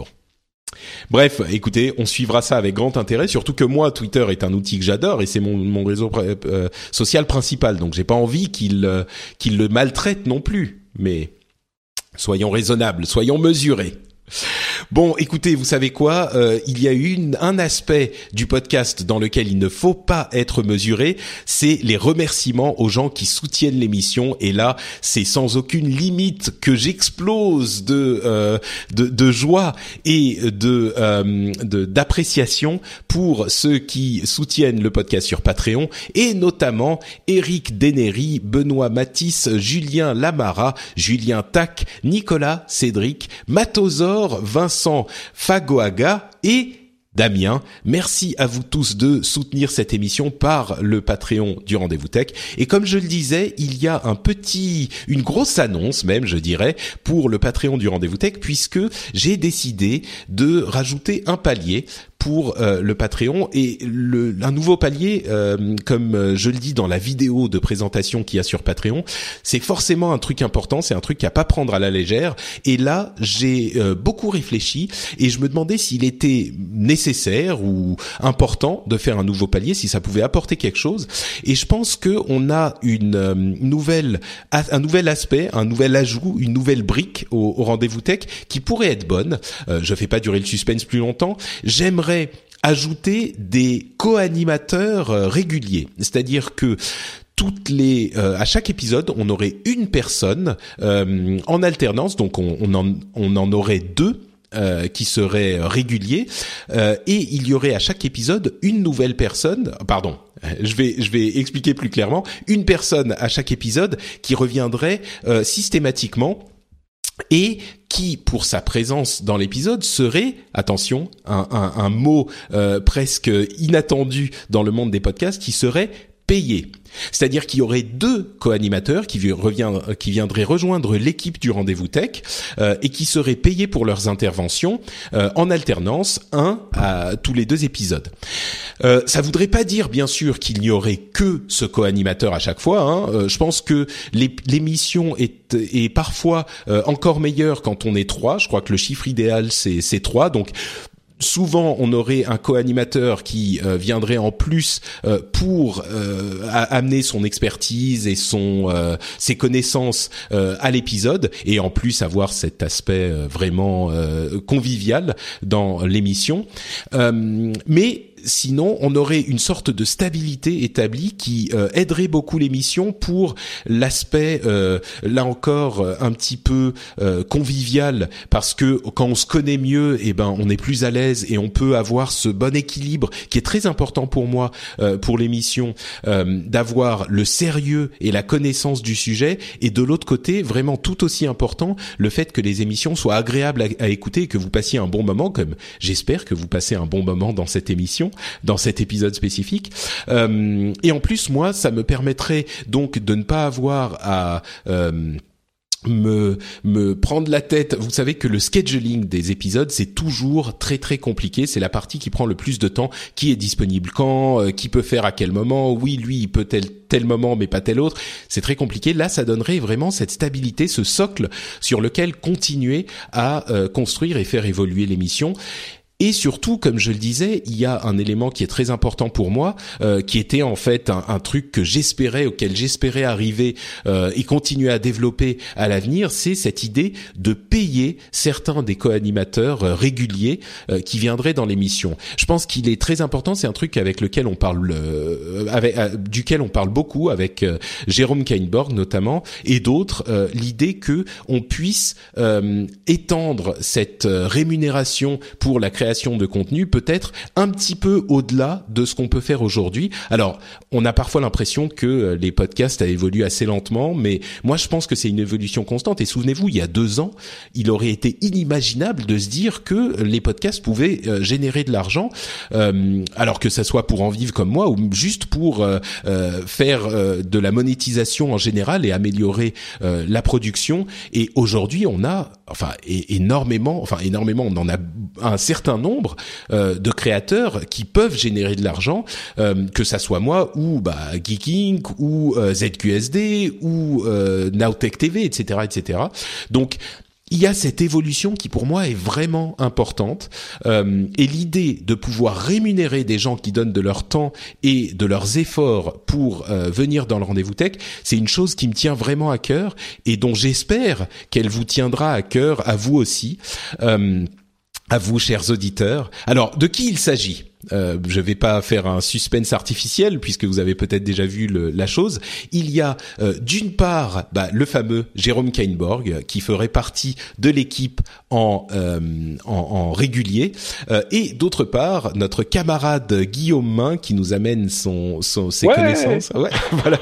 Bref, écoutez, on suivra ça avec grand intérêt. Surtout que moi, Twitter est un outil que j'adore et c'est mon mon réseau euh, social principal. Donc j'ai pas envie qu'il euh, qu'il le maltraite non plus. Mais soyons raisonnables, soyons mesurés. Bon, écoutez, vous savez quoi, euh, il y a une, un aspect du podcast dans lequel il ne faut pas être mesuré, c'est les remerciements aux gens qui soutiennent l'émission. Et là, c'est sans aucune limite que j'explose de euh, de, de joie et de, euh, de d'appréciation pour ceux qui soutiennent le podcast sur Patreon, et notamment Eric Dennery, Benoît Matisse, Julien Lamara, Julien Tac, Nicolas Cédric, Matosor, Vincent Fagoaga et Damien. Merci à vous tous de soutenir cette émission par le Patreon du Rendez-vous Tech. Et comme je le disais, il y a un petit, une grosse annonce même, je dirais, pour le Patreon du Rendez-vous Tech, puisque j'ai décidé de rajouter un palier pour euh, le Patreon, et le, un nouveau palier, euh, comme je le dis dans la vidéo de présentation qu'il y a sur Patreon, c'est forcément un truc important, c'est un truc à pas prendre à la légère. Et là, j'ai euh, beaucoup réfléchi et je me demandais s'il était nécessaire ou important de faire un nouveau palier, si ça pouvait apporter quelque chose. Et je pense que on a une euh, nouvelle, un nouvel aspect, un nouvel ajout, une nouvelle brique au, au Rendez-vous Tech qui pourrait être bonne. Euh, je fais pas durer le suspense plus longtemps. J'aimerais ajouter des co-animateurs euh, réguliers, c'est-à-dire que toutes les euh, à chaque épisode, on aurait une personne euh, en alternance, donc on, on en on en aurait deux euh, qui seraient réguliers, euh, et il y aurait à chaque épisode une nouvelle personne, pardon, je vais je vais expliquer plus clairement, une personne à chaque épisode qui reviendrait euh, systématiquement et qui, pour sa présence dans l'épisode, serait, attention, un, un, un mot euh, presque inattendu dans le monde des podcasts, qui serait payés. C'est-à-dire qu'il y aurait deux co-animateurs qui, revient, qui viendraient rejoindre l'équipe du Rendez-vous Tech euh, et qui seraient payés pour leurs interventions euh, en alternance, un à tous les deux épisodes. Euh, ça voudrait pas dire, bien sûr, qu'il n'y aurait que ce co-animateur à chaque fois. Hein. Euh, je pense que les, l'émission est, est parfois euh, encore meilleure quand on est trois. Je crois que le chiffre idéal, c'est, c'est trois. Donc, souvent, on aurait un co-animateur qui euh, viendrait en plus euh, pour euh, amener son expertise et son euh, ses connaissances euh, à l'épisode, et en plus avoir cet aspect euh, vraiment euh, convivial dans l'émission. Euh, mais sinon, on aurait une sorte de stabilité établie qui euh, aiderait beaucoup l'émission pour l'aspect, euh, là encore, euh, un petit peu euh, convivial, parce que quand on se connaît mieux, eh ben, on est plus à l'aise et on peut avoir ce bon équilibre qui est très important pour moi, euh, pour l'émission, euh, d'avoir le sérieux et la connaissance du sujet, et de l'autre côté, vraiment tout aussi important, le fait que les émissions soient agréables à, à écouter et que vous passiez un bon moment, comme j'espère que vous passez un bon moment dans cette émission, dans cet épisode spécifique. Euh, et en plus, moi, ça me permettrait donc de ne pas avoir à euh, me me prendre la tête. Vous savez que le scheduling des épisodes, c'est toujours très très compliqué. C'est la partie qui prend le plus de temps. Qui est disponible quand, euh, qui peut faire à quel moment. Oui, lui, il peut tel tel moment, mais pas tel autre. C'est très compliqué. Là, ça donnerait vraiment cette stabilité, ce socle sur lequel continuer à euh, construire et faire évoluer l'émission. Et surtout, comme je le disais, il y a un élément qui est très important pour moi, euh, qui était en fait un, un truc que j'espérais, auquel j'espérais arriver euh, et continuer à développer à l'avenir, c'est cette idée de payer certains des co-animateurs euh, réguliers euh, qui viendraient dans l'émission. Je pense qu'il est très important, c'est un truc avec lequel on parle, euh, avec, euh, duquel on parle beaucoup avec euh, Jérôme Kainborg notamment et d'autres, euh, l'idée que on puisse euh, étendre cette euh, rémunération pour la création de contenu peut-être un petit peu au-delà de ce qu'on peut faire aujourd'hui. Alors, on a parfois l'impression que les podcasts évoluent assez lentement, mais moi je pense que c'est une évolution constante. Et souvenez-vous, il y a deux ans, il aurait été inimaginable de se dire que les podcasts pouvaient euh, générer de l'argent, euh, alors que ça soit pour en vivre comme moi ou juste pour euh, euh, faire euh, de la monétisation en général et améliorer euh, la production. Et aujourd'hui, on a, enfin, é- énormément, enfin énormément, on en a un certain nombre euh, de créateurs qui peuvent générer de l'argent, euh, que ça soit moi ou bah Geeking ou euh, Z Q S D ou euh, Nowtech T V, et cetera, et cetera. Donc il y a cette évolution qui pour moi est vraiment importante, euh, et l'idée de pouvoir rémunérer des gens qui donnent de leur temps et de leurs efforts pour euh, venir dans le Rendez-vous Tech, c'est une chose qui me tient vraiment à cœur et dont j'espère qu'elle vous tiendra à cœur, à vous aussi. Euh, À vous, chers auditeurs. Alors, de qui il s'agit ? Euh, je vais pas faire un suspense artificiel puisque vous avez peut-être déjà vu le, la chose. Il y a euh, d'une part bah, le fameux Jérôme Kainborg qui ferait partie de l'équipe en euh, en, en régulier, euh, et d'autre part notre camarade Guillaume Main qui nous amène son, son ses ouais. connaissances. Ouais, voilà.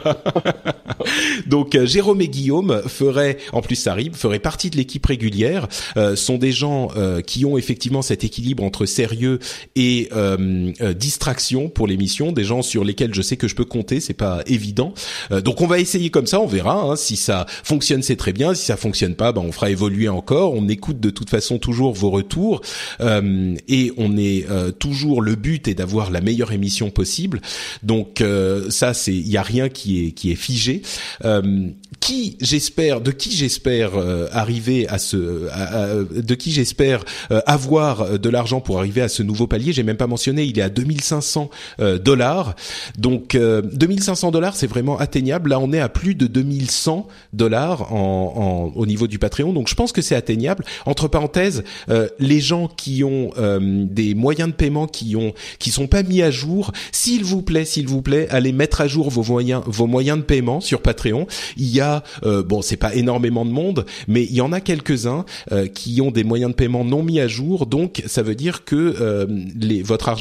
Donc euh, Jérôme et Guillaume feraient, en plus ça rime, feraient partie de l'équipe régulière. Euh, sont des gens euh, qui ont effectivement cet équilibre entre sérieux et euh, Euh, distraction pour l'émission, des gens sur lesquels je sais que je peux compter, c'est pas évident. Euh, donc on va essayer comme ça, on verra. Hein, si ça fonctionne, c'est très bien. Si ça fonctionne pas, ben on fera évoluer encore. On écoute de toute façon toujours vos retours, euh, et on est euh, toujours, le but est d'avoir la meilleure émission possible. Donc euh, ça, c'est, il y a rien qui est qui est figé. Euh, qui j'espère, de qui j'espère euh, arriver à ce, à, à, de qui j'espère euh, avoir de l'argent pour arriver à ce nouveau palier. J'ai même pas mentionné, il est à deux mille cinq cents dollars. Donc euh, deux mille cinq cents dollars, c'est vraiment atteignable. Là, on est à plus de deux mille cent dollars en, en, au niveau du Patreon. Donc, je pense que c'est atteignable. Entre parenthèses, euh, les gens qui ont euh, des moyens de paiement qui ont, qui sont pas mis à jour, s'il vous plaît, s'il vous plaît, allez mettre à jour vos moyens, vos moyens de paiement sur Patreon. Il y a, euh, bon, c'est pas énormément de monde, mais il y en a quelques-uns euh, qui ont des moyens de paiement non mis à jour. Donc, ça veut dire que euh, les, votre argent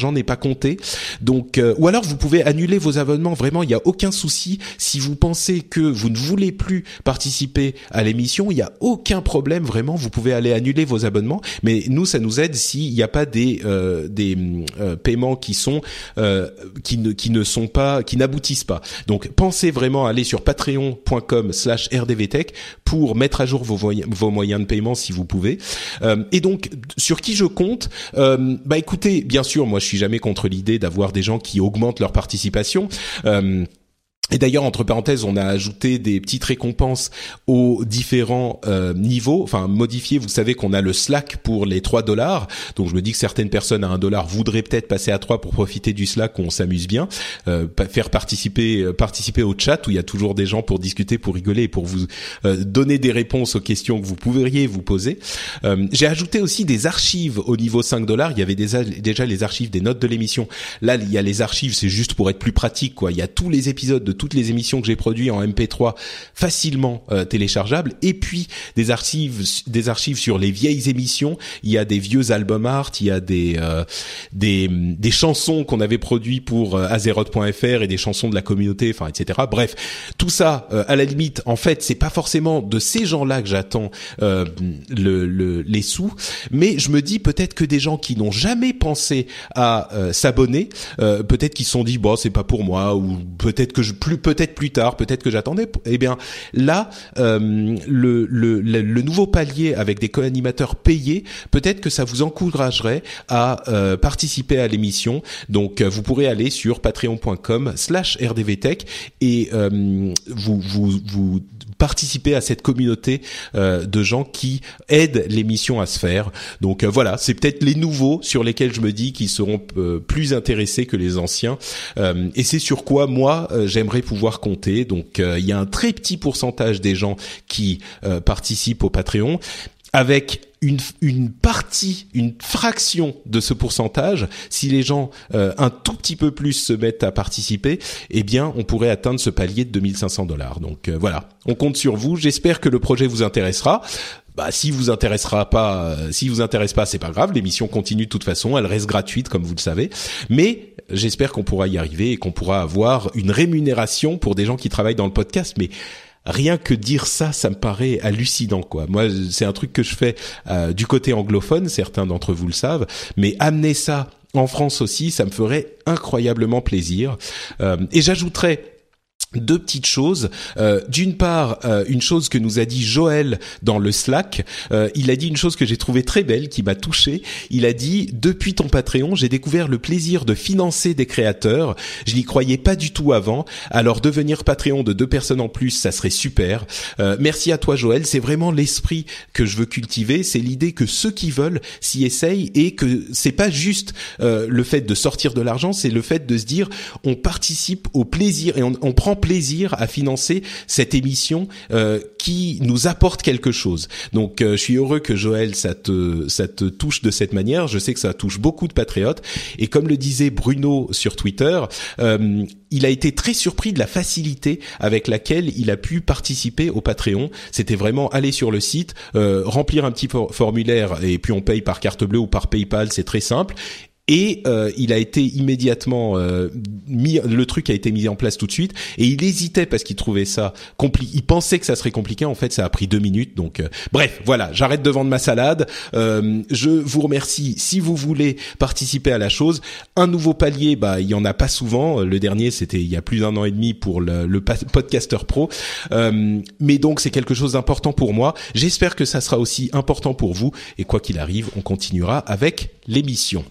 l'argent n'est pas compté. Donc, euh, ou alors vous pouvez annuler vos abonnements. Vraiment, il y a aucun souci. Si vous pensez que vous ne voulez plus participer à l'émission, il y a aucun problème. Vraiment, vous pouvez aller annuler vos abonnements. Mais nous, ça nous aide s'il n'y a pas des euh, des euh, paiements qui sont euh, qui ne qui ne sont pas qui n'aboutissent pas. Donc, pensez vraiment à aller sur patreon point com slash r d v tech pour mettre à jour vos voy- vos moyens de paiement si vous pouvez. Euh, et donc, sur qui je compte? euh, Bah, écoutez, bien sûr, moi, je suis jamais contre l'idée d'avoir des gens qui augmentent leur participation. Euh, Et d'ailleurs, entre parenthèses, on a ajouté des petites récompenses aux différents euh, niveaux, enfin modifiés. Vous savez qu'on a le Slack pour les trois dollars. Donc je me dis que certaines personnes à un dollar voudraient peut-être passer à trois pour profiter du Slack où on s'amuse bien, euh, faire participer euh, participer au chat où il y a toujours des gens pour discuter, pour rigoler et pour vous euh, donner des réponses aux questions que vous pourriez vous poser. Euh, j'ai ajouté aussi des archives au niveau cinq dollars. Il y avait déjà, déjà les archives des notes de l'émission. Là, il y a les archives, c'est juste pour être plus pratique, quoi. Il y a tous les épisodes de toutes les émissions que j'ai produites en M P trois facilement euh, téléchargeables, et puis des archives des archives sur les vieilles émissions. Il y a des vieux albums art, il y a des euh, des des chansons qu'on avait produites pour euh, Azeroth point f r et des chansons de la communauté, enfin et cetera. Bref, tout ça euh, à la limite, en fait, c'est pas forcément de ces gens-là que j'attends euh, le, le les sous, mais je me dis peut-être que des gens qui n'ont jamais pensé à euh, s'abonner, euh, peut-être qu'ils se sont dit bon, c'est pas pour moi, ou peut-être que je plus peut-être plus tard, peut-être que j'attendais. Eh bien, là, euh, le, le, le, le nouveau palier avec des co-animateurs payés, peut-être que ça vous encouragerait à euh, participer à l'émission. Donc, vous pourrez aller sur patreon point com slash r d v tech et euh, vous, vous, vous participer à cette communauté euh, de gens qui aident l'émission à se faire. Donc euh, voilà, c'est peut-être les nouveaux sur lesquels je me dis qu'ils seront euh, plus intéressés que les anciens. Euh, et c'est sur quoi moi euh, j'aimerais pouvoir compter. Donc euh, il y a un très petit pourcentage des gens qui euh, participent au Patreon. Avec une, une partie, une fraction de ce pourcentage, si les gens euh, un tout petit peu plus se mettent à participer, eh bien, on pourrait atteindre ce palier de deux mille cinq cents dollars. Donc euh, voilà, on compte sur vous. J'espère que le projet vous intéressera. Bah, si vous intéressera pas, euh, si vous intéresse pas, c'est pas grave. L'émission continue de toute façon, elle reste gratuite comme vous le savez. Mais j'espère qu'on pourra y arriver et qu'on pourra avoir une rémunération pour des gens qui travaillent dans le podcast. Mais rien que dire ça, ça me paraît hallucinant, quoi. Moi, c'est un truc que je fais euh, du côté anglophone, certains d'entre vous le savent, mais amener ça en France aussi, ça me ferait incroyablement plaisir. Euh, et j'ajouterais deux petites choses. Euh, d'une part, euh, une chose que nous a dit Joël dans le Slack. Euh, il a dit une chose que j'ai trouvée très belle, qui m'a touché. Il a dit « Depuis ton Patreon, j'ai découvert le plaisir de financer des créateurs. Je n'y croyais pas du tout avant. Alors devenir Patreon de deux personnes en plus, ça serait super. Euh, merci à toi, Joël. C'est vraiment l'esprit que je veux cultiver. C'est l'idée que ceux qui veulent s'y essayent et que c'est pas juste euh, le fait de sortir de l'argent, c'est le fait de se dire on participe au plaisir et on, on prend plaisir à financer cette émission euh, qui nous apporte quelque chose. Donc euh, je suis heureux que Joël ça te ça te touche de cette manière. Je sais que ça touche beaucoup de patriotes et comme le disait Bruno sur Twitter, euh, il a été très surpris de la facilité avec laquelle il a pu participer au Patreon. C'était vraiment aller sur le site, euh, remplir un petit for- formulaire et puis on paye par carte bleue ou par PayPal, c'est très simple. Et euh, il a été immédiatement euh, mis, le truc a été mis en place tout de suite. Et il hésitait parce qu'il trouvait ça compliqué. Il pensait que ça serait compliqué. En fait, ça a pris deux minutes. Donc, euh, bref, voilà. J'arrête de vendre ma salade. Euh, je vous remercie. Si vous voulez participer à la chose, un nouveau palier, bah, il y en a pas souvent. Le dernier, c'était il y a plus d'un an et demi pour le, le Podcaster Pro. Euh, mais donc, c'est quelque chose d'important pour moi. J'espère que ça sera aussi important pour vous. Et quoi qu'il arrive, on continuera avec l'émission.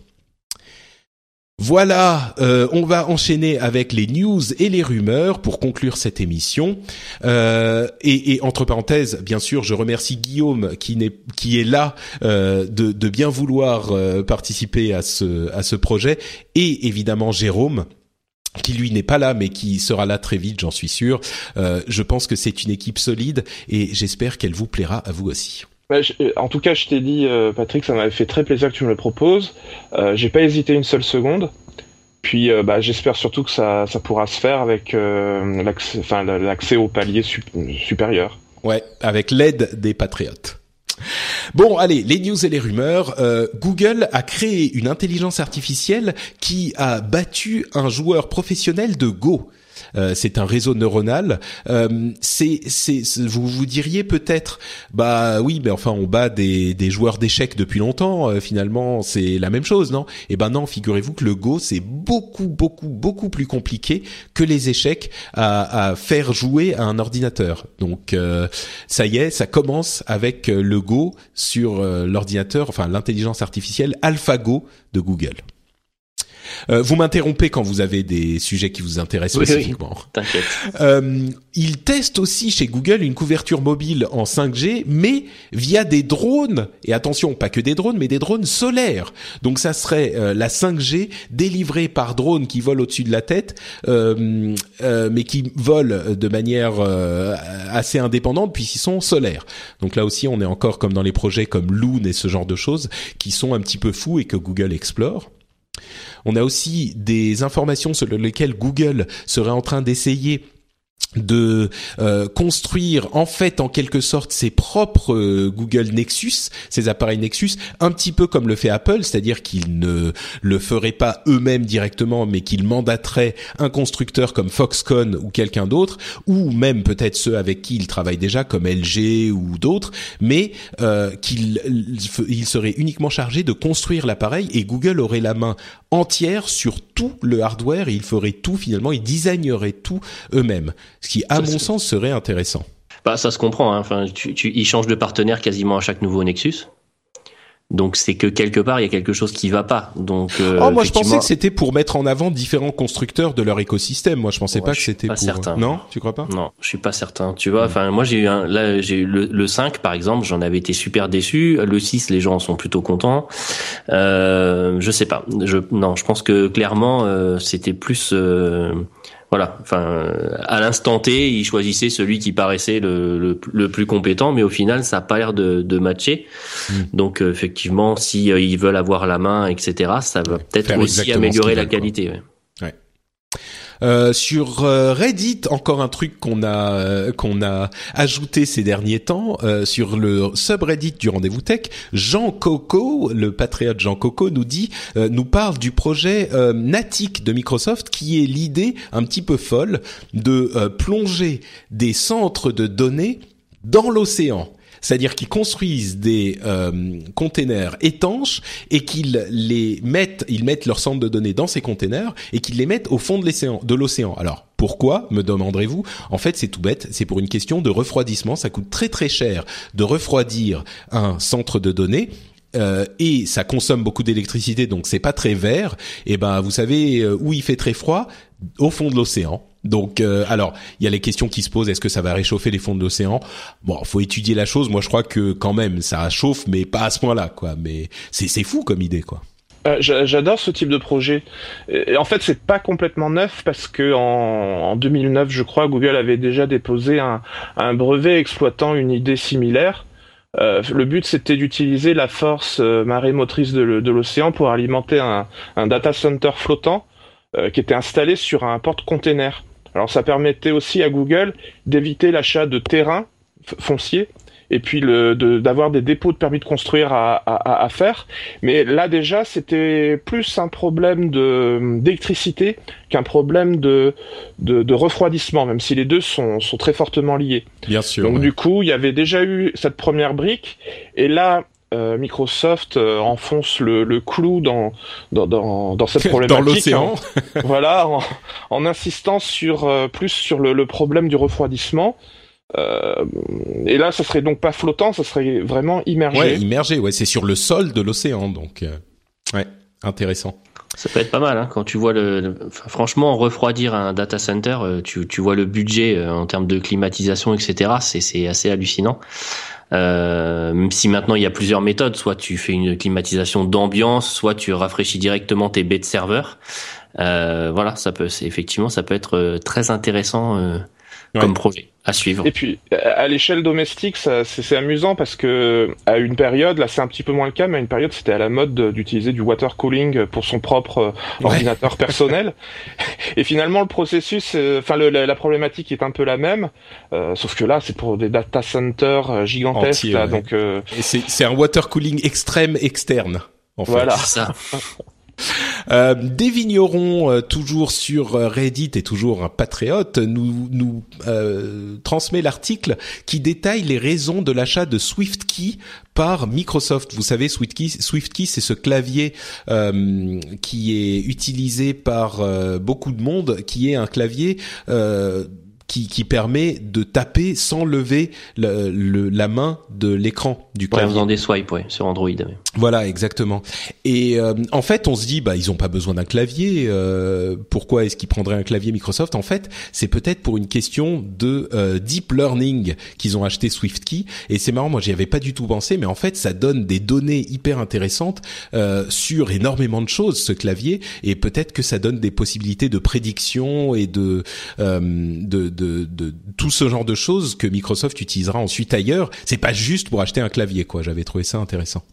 Voilà, euh, on va enchaîner avec les news et les rumeurs pour conclure cette émission. Euh, et, et entre parenthèses, bien sûr, je remercie Guillaume qui n'est qui est là euh, de, de bien vouloir euh, participer à ce à ce projet, et évidemment Jérôme, qui lui n'est pas là mais qui sera là très vite, j'en suis sûr. Euh, je pense que c'est une équipe solide et j'espère qu'elle vous plaira à vous aussi. Bah, je, en tout cas, je t'ai dit, euh, Patrick, ça m'avait fait très plaisir que tu me le proposes. Euh, j'ai pas hésité une seule seconde. Puis, euh, bah, j'espère surtout que ça, ça pourra se faire avec euh, l'accès, enfin, l'accès au palier sup- supérieur. Ouais, avec l'aide des patriotes. Bon, allez, les news et les rumeurs. Euh, Google a créé une intelligence artificielle qui a battu un joueur professionnel de Go. Euh, c'est un réseau neuronal. Euh, c'est, c'est, c'est, vous vous diriez peut-être, bah oui, mais enfin on bat des, des joueurs d'échecs depuis longtemps. Euh, finalement, c'est la même chose, non ? Eh ben non, figurez-vous que le Go c'est beaucoup, beaucoup, beaucoup plus compliqué que les échecs à, à faire jouer à un ordinateur. Donc euh, ça y est, ça commence avec le Go sur euh, l'ordinateur, enfin l'intelligence artificielle AlphaGo de Google. Euh, vous m'interrompez quand vous avez des sujets qui vous intéressent oui, spécifiquement. Oui, t'inquiète. Euh, ils testent aussi chez Google une couverture mobile en cinq G, mais via des drones. Et attention, pas que des drones, mais des drones solaires. Donc ça serait euh, la cinq G délivrée par drone qui vole au-dessus de la tête, euh, euh, mais qui volent de manière euh, assez indépendante puisqu'ils sont solaires. Donc là aussi, on est encore comme dans les projets comme Loon et ce genre de choses qui sont un petit peu fous et que Google explore. On a aussi des informations sur lesquelles Google serait en train d'essayer de euh, construire en fait en quelque sorte ses propres euh, Google Nexus, ces appareils Nexus, un petit peu comme le fait Apple, c'est-à-dire qu'ils ne le feraient pas eux-mêmes directement, mais qu'ils mandateraient un constructeur comme Foxconn ou quelqu'un d'autre, ou même peut-être ceux avec qui ils travaillent déjà, comme L G ou d'autres, mais euh, qu'ils ils seraient uniquement chargés de construire l'appareil et Google aurait la main entière sur tout le hardware et ils feraient tout finalement, ils designeraient tout eux-mêmes. Ce qui, à ça, mon c'est... sens, serait intéressant. Bah, ça se comprend. Hein. Enfin, tu, tu, ils changent de partenaire quasiment à chaque nouveau Nexus. Donc, c'est que quelque part, il y a quelque chose qui va pas. Donc, euh, oh, moi, je pensais que c'était pour mettre en avant différents constructeurs de leur écosystème. Moi, je pensais ouais, pas que c'était pas pour. Certain. Non, tu crois pas? Non, je suis pas certain. Tu vois, enfin, mmh. moi, j'ai eu un, là, j'ai eu le, le cinq, par exemple, j'en avais été super déçu. Le six, les gens sont plutôt contents. Euh, je sais pas. Je, non, je pense que clairement, euh, c'était plus. Euh, Voilà, enfin, à l'instant T, ils choisissaient celui qui paraissait le, le, le plus compétent, mais au final, ça a pas l'air de, de matcher. Mmh. Donc, euh, effectivement, si euh, ils veulent avoir la main, et cetera, ça va ouais, peut-être aussi améliorer la qualité. Ouais. Ouais. Euh, sur euh, Reddit, encore un truc qu'on a euh, qu'on a ajouté ces derniers temps euh, sur le subreddit du Rendez-vous Tech. Jean Coco, le patriote Jean Coco, nous dit, euh, nous parle du projet euh, Natic de Microsoft, qui est l'idée un petit peu folle de euh, plonger des centres de données dans l'océan. C'est-à-dire qu'ils construisent des euh, containers étanches et qu'ils les mettent, ils mettent leurs centres de données dans ces containers et qu'ils les mettent au fond de l'océan. De l'océan. Alors pourquoi, me demanderez-vous ? En fait, c'est tout bête. C'est pour une question de refroidissement. Ça coûte très très cher de refroidir un centre de données. Euh, et ça consomme beaucoup d'électricité, donc c'est pas très vert. Et ben, vous savez euh, où il fait très froid ? Au fond de l'océan. Donc, euh, alors, il y a les questions qui se posent. Est-ce que ça va réchauffer les fonds de l'océan ? Bon, faut étudier la chose. Moi, je crois que quand même, ça chauffe, mais pas à ce point-là, quoi. Mais c'est c'est fou comme idée, quoi. Euh, j'adore ce type de projet. Et en fait, c'est pas complètement neuf parce que en, en deux mille neuf, je crois, Google avait déjà déposé un, un brevet exploitant une idée similaire. Euh, le but, c'était d'utiliser la force euh, marée motrice de, de l'océan pour alimenter un, un data center flottant euh, qui était installé sur un porte-container. Alors, ça permettait aussi à Google d'éviter l'achat de terrain f- foncier et puis le, de, d'avoir des dépôts de permis de construire à, à, à faire. Mais là, déjà, c'était plus un problème de, d'électricité qu'un problème de, de, de refroidissement, même si les deux sont, sont très fortement liés. Bien sûr. Donc, ouais. du coup, il y avait déjà eu cette première brique. Et là, euh, Microsoft euh, enfonce le, le clou dans, dans, dans, dans cette problématique. Dans l'océan. En, voilà, en, en insistant sur, euh, plus sur le, le problème du refroidissement. Euh, et là, ça serait donc pas flottant, ça serait vraiment immergé. Ouais, immergé, ouais, c'est sur le sol de l'océan, donc euh, ouais, intéressant. Ça peut être pas mal, hein, quand tu vois le, le franchement refroidir un data center, tu, tu vois le budget euh, en termes de climatisation, et cetera. C'est, c'est assez hallucinant. Euh, même si maintenant il y a plusieurs méthodes, soit tu fais une climatisation d'ambiance, soit tu rafraîchis directement tes baies de serveur. Euh, voilà, ça peut, c'est effectivement, ça peut être très intéressant. Euh, Ouais. Comme projet. À suivre. Et puis, à l'échelle domestique, ça, c'est, c'est amusant parce que à une période, là c'est un petit peu moins le cas, mais à une période c'était à la mode d'utiliser du water cooling pour son propre ouais. ordinateur personnel. Et finalement, le processus, enfin euh, la, la problématique est un peu la même, euh, sauf que là c'est pour des data centers gigantesques. Entier, là, ouais. Donc, euh... Et c'est, c'est un water cooling extrême externe. En fait. Voilà. C'est ça. Euh, des vignerons euh, toujours sur Reddit et toujours un patriote nous nous euh, transmet l'article qui détaille les raisons de l'achat de SwiftKey par Microsoft. Vous savez, SwiftKey, SwiftKey, c'est ce clavier euh, qui est utilisé par euh, beaucoup de monde, qui est un clavier euh, Qui, qui permet de taper sans lever le, le, la main de l'écran du clavier. Ouais, en faisant des swipes, ouais, sur Android. Ouais. Voilà, exactement. Et euh, en fait, on se dit, bah, ils ont pas besoin d'un clavier. Euh, pourquoi est-ce qu'ils prendraient un clavier Microsoft ? En fait, c'est peut-être pour une question de euh, deep learning qu'ils ont acheté SwiftKey. Et c'est marrant, moi, j'y avais pas du tout pensé, mais en fait, ça donne des données hyper intéressantes euh, sur énormément de choses, ce clavier. Et peut-être que ça donne des possibilités de prédiction et de euh, de, de De, de tout ce genre de choses que Microsoft utilisera ensuite ailleurs. C'est pas juste pour acheter un clavier, quoi. J'avais trouvé ça intéressant.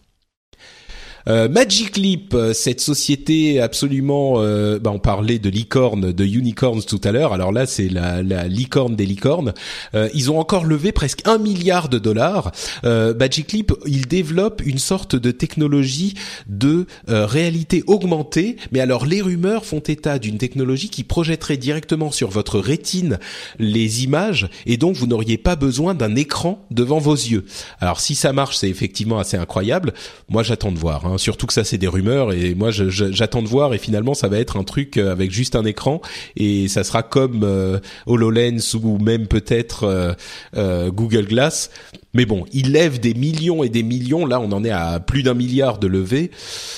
Euh, Magic Leap, cette société absolument, euh, bah on parlait de licorne, de unicorns tout à l'heure. Alors là, c'est la, la licorne des licornes. Euh, ils ont encore levé presque un milliard de dollars. Euh, Magic Leap, ils développent une sorte de technologie de euh, réalité augmentée. Mais alors, les rumeurs font état d'une technologie qui projetterait directement sur votre rétine les images, et donc vous n'auriez pas besoin d'un écran devant vos yeux. Alors, si ça marche, c'est effectivement assez incroyable. Moi, j'attends de voir. Hein. Surtout que ça c'est des rumeurs et moi je, je, j'attends de voir et finalement ça va être un truc avec juste un écran et ça sera comme euh, HoloLens ou même peut-être euh, euh, Google Glass. Mais bon, ils lèvent des millions et des millions. Là on en est à plus d'un milliard de levées.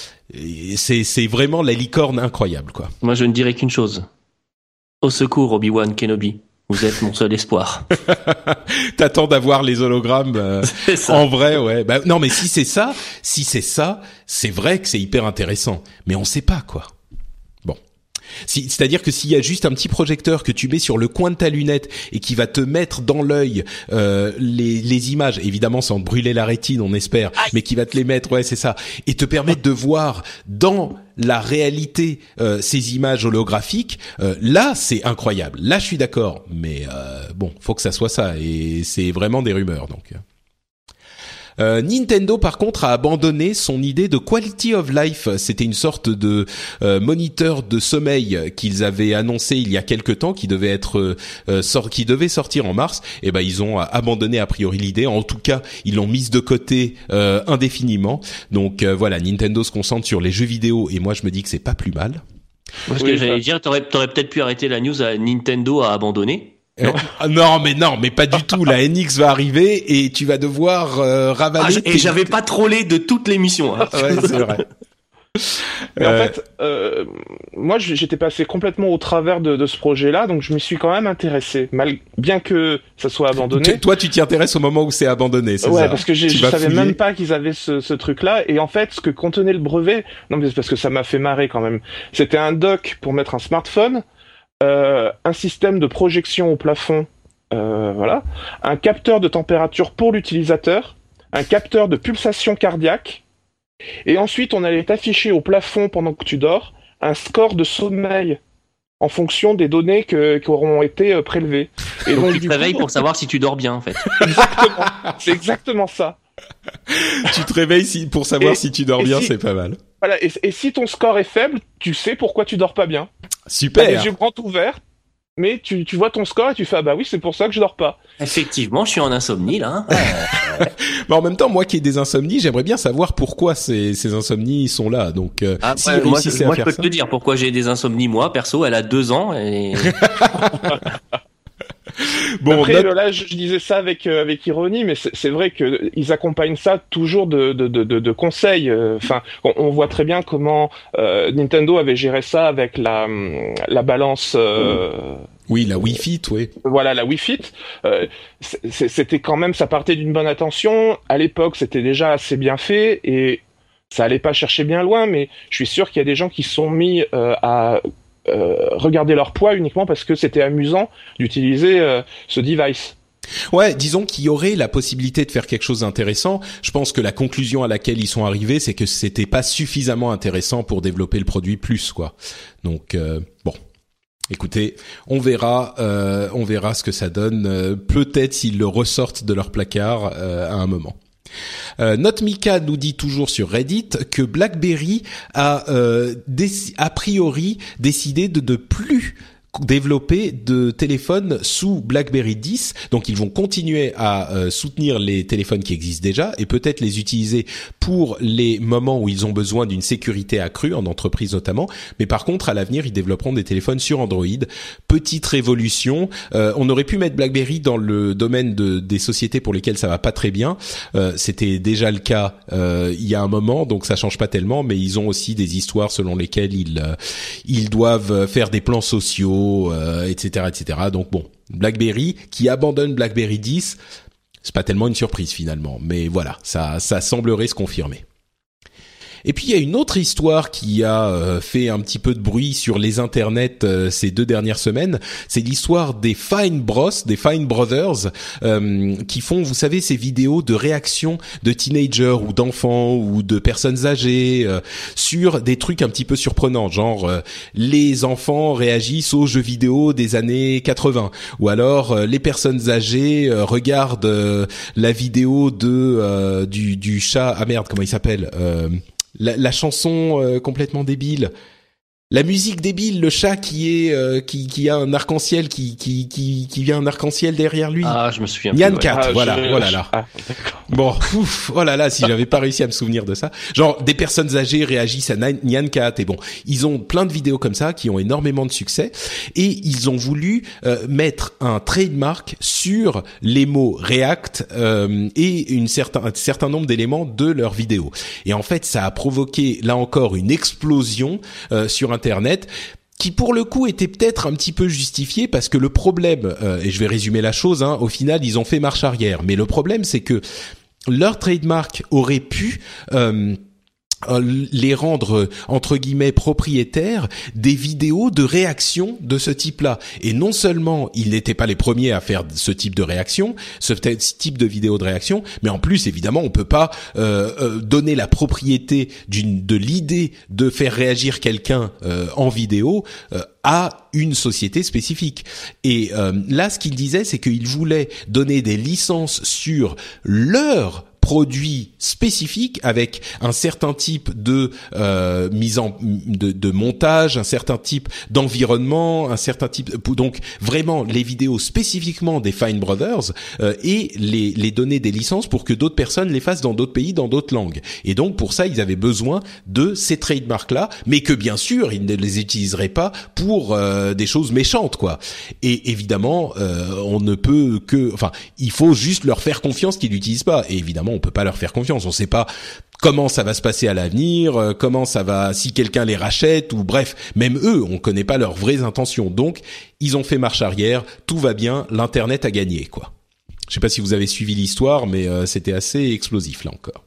Et c'est, c'est vraiment la licorne incroyable, quoi. Moi je ne dirais qu'une chose. Au secours Obi-Wan Kenobi. Vous êtes mon seul espoir. T'attends d'avoir les hologrammes euh, en vrai, ouais. Bah, non, mais si c'est ça, si c'est ça, c'est vrai que c'est hyper intéressant. Mais on sait pas, quoi. Bon. Si, c'est-à-dire que s'il y a juste un petit projecteur que tu mets sur le coin de ta lunette et qui va te mettre dans l'œil euh, les, les images, évidemment sans te brûler la rétine, on espère, Aïe. mais qui va te les mettre, ouais, c'est ça, et te permettre de voir dans la réalité euh, ces images holographiques, euh, là c'est incroyable. Là je suis d'accord, mais euh, bon, faut que ça soit ça et c'est vraiment des rumeurs donc. Euh, Nintendo par contre a abandonné son idée de Quality of Life. C'était une sorte de euh, moniteur de sommeil qu'ils avaient annoncé il y a quelque temps, qui devait être euh, sort, qui devait sortir en mars. Et ben ils ont abandonné a priori l'idée. En tout cas, ils l'ont mise de côté euh, indéfiniment. Donc euh, voilà, Nintendo se concentre sur les jeux vidéo et moi je me dis que c'est pas plus mal. Parce oui, que j'allais ça. dire, t'aurais, t'aurais peut-être pu arrêter la news à Nintendo a abandonné. Non. Euh, non mais non mais pas du tout. La N X va arriver et tu vas devoir euh, ravaler. Ah, et tes... j'avais pas trollé de toute l'émission. Hein. Ouais, c'est vrai. Mais euh... en fait, euh, moi j'étais passé complètement au travers de, de ce projet-là, donc je m'y suis quand même intéressé, mal... bien que ça soit abandonné. Tu, toi, tu t'y intéresses au moment où c'est abandonné, c'est ouais, ça? Ouais, parce que j'ai, je savais fouiller. même pas qu'ils avaient ce, ce truc-là, et en fait, ce que contenait le brevet, non mais c'est parce que ça m'a fait marrer quand même. C'était un dock pour mettre un smartphone. Euh, un système de projection au plafond, euh, voilà, un capteur de température pour l'utilisateur, un capteur de pulsation cardiaque, et ensuite on allait t'afficher au plafond pendant que tu dors un score de sommeil en fonction des données que, qui auront été euh, prélevées. Et donc, donc tu te réveilles coup... pour savoir si tu dors bien en fait. Exactement, c'est exactement ça. Tu te réveilles si, pour savoir et, si tu dors bien, si... c'est pas mal. Voilà, et, et si ton score est faible, tu sais pourquoi tu dors pas bien. Super. T'as les yeux grands ouverts, mais tu, tu vois ton score et tu fais ah bah oui, c'est pour ça que je dors pas. Effectivement, je suis en insomnie là. Hein. Mais en même temps, moi qui ai des insomnies, j'aimerais bien savoir pourquoi ces, ces insomnies sont là. Donc, euh, ah, si ouais, moi, je, moi je peux ça... te dire pourquoi j'ai des insomnies. Moi, perso, elle a deux ans et. Bon, après, notre... là, je, je disais ça avec euh, avec ironie, mais c'est, c'est vrai que ils accompagnent ça toujours de de de, de conseils. Enfin, euh, on, on voit très bien comment euh, Nintendo avait géré ça avec la la balance. Euh, oui, la Wii Fit, oui. Voilà, la Wii Fit. Euh, c'était quand même, ça partait d'une bonne intention. À l'époque, c'était déjà assez bien fait et ça allait pas chercher bien loin. Mais je suis sûr qu'il y a des gens qui se sont mis euh, à Euh, regarder leur poids uniquement parce que c'était amusant d'utiliser euh, ce device. Ouais, disons qu'il y aurait la possibilité de faire quelque chose d'intéressant. Je pense que la conclusion à laquelle ils sont arrivés, c'est que c'était pas suffisamment intéressant pour développer le produit plus, quoi. Donc euh, bon, écoutez, on verra, euh, on verra ce que ça donne. Euh, peut-être s'ils le ressortent de leur placard euh, à un moment. Euh, Note Mika nous dit toujours sur Reddit que BlackBerry a euh, déc- a priori décidé de ne plus développer de téléphones sous BlackBerry dix, donc ils vont continuer à euh, soutenir les téléphones qui existent déjà et peut-être les utiliser pour les moments où ils ont besoin d'une sécurité accrue, en entreprise notamment, mais par contre à l'avenir ils développeront des téléphones sur Android. Petite révolution, euh, on aurait pu mettre BlackBerry dans le domaine de, des sociétés pour lesquelles ça va pas très bien, euh, c'était déjà le cas euh, il y a un moment, donc ça change pas tellement, mais ils ont aussi des histoires selon lesquelles ils, euh, ils doivent faire des plans sociaux, Euh, et cetera, et cetera. Donc bon, BlackBerry qui abandonne BlackBerry dix, c'est pas tellement une surprise finalement, mais voilà, ça, ça semblerait se confirmer. Et puis il y a une autre histoire qui a euh, fait un petit peu de bruit sur les internets euh, ces deux dernières semaines. C'est l'histoire des Fine Bros, des Fine Brothers, euh, qui font, vous savez, ces vidéos de réaction de teenagers ou d'enfants ou de personnes âgées euh, sur des trucs un petit peu surprenants, genre euh, les enfants réagissent aux jeux vidéo des années quatre-vingts, ou alors euh, les personnes âgées euh, regardent euh, la vidéo de euh, du, du chat. Ah merde, comment il s'appelle euh, La, la chanson euh, complètement débile, la musique débile, le chat qui est euh, qui qui a un arc-en-ciel qui qui qui qui vient un arc-en-ciel derrière lui. Ah, je me souviens. Nyan plus, Cat, Ah, voilà, je- voilà là. Ah, d'accord. Bon, ouf, oh là là, si j'avais pas réussi à me souvenir de ça. Genre, des personnes âgées réagissent à Nyan Nyan Cat, et bon, ils ont plein de vidéos comme ça qui ont énormément de succès, et ils ont voulu euh, mettre un trademark sur les mots React euh, et une certain, un certain nombre d'éléments de leurs vidéos. Et en fait, ça a provoqué, là encore, une explosion euh, sur Internet, qui pour le coup était peut-être un petit peu justifié, parce que le problème, euh, et je vais résumer la chose, hein, au final ils ont fait marche arrière, mais le problème c'est que leur trademark aurait pu euh, les rendre entre guillemets propriétaires des vidéos de réaction de ce type-là. Et non seulement ils n'étaient pas les premiers à faire ce type de réaction, ce type de vidéo de réaction, mais en plus évidemment on peut pas euh, euh, donner la propriété d'une de l'idée de faire réagir quelqu'un euh, en vidéo euh, à une société spécifique. Et euh, là ce qu'il disait, c'est qu'il voulait donner des licences sur leur produits spécifiques avec un certain type de euh, mise en de, de montage, un certain type d'environnement, un certain type, donc vraiment les vidéos spécifiquement des Fine Brothers euh, et les les donner des licences pour que d'autres personnes les fassent dans d'autres pays, dans d'autres langues. Et donc pour ça ils avaient besoin de ces trademarks là, mais que bien sûr ils ne les utiliseraient pas pour euh, des choses méchantes quoi. Et évidemment euh, on ne peut que, enfin il faut juste leur faire confiance qu'ils l'utilisent pas. Et évidemment on peut pas leur faire confiance, on sait pas comment ça va se passer à l'avenir, euh, comment ça va, si quelqu'un les rachète, ou bref, même eux, on connaît pas leurs vraies intentions. Donc, ils ont fait marche arrière, tout va bien, l'internet a gagné, quoi. Je sais pas si vous avez suivi l'histoire, mais euh, c'était assez explosif, là encore.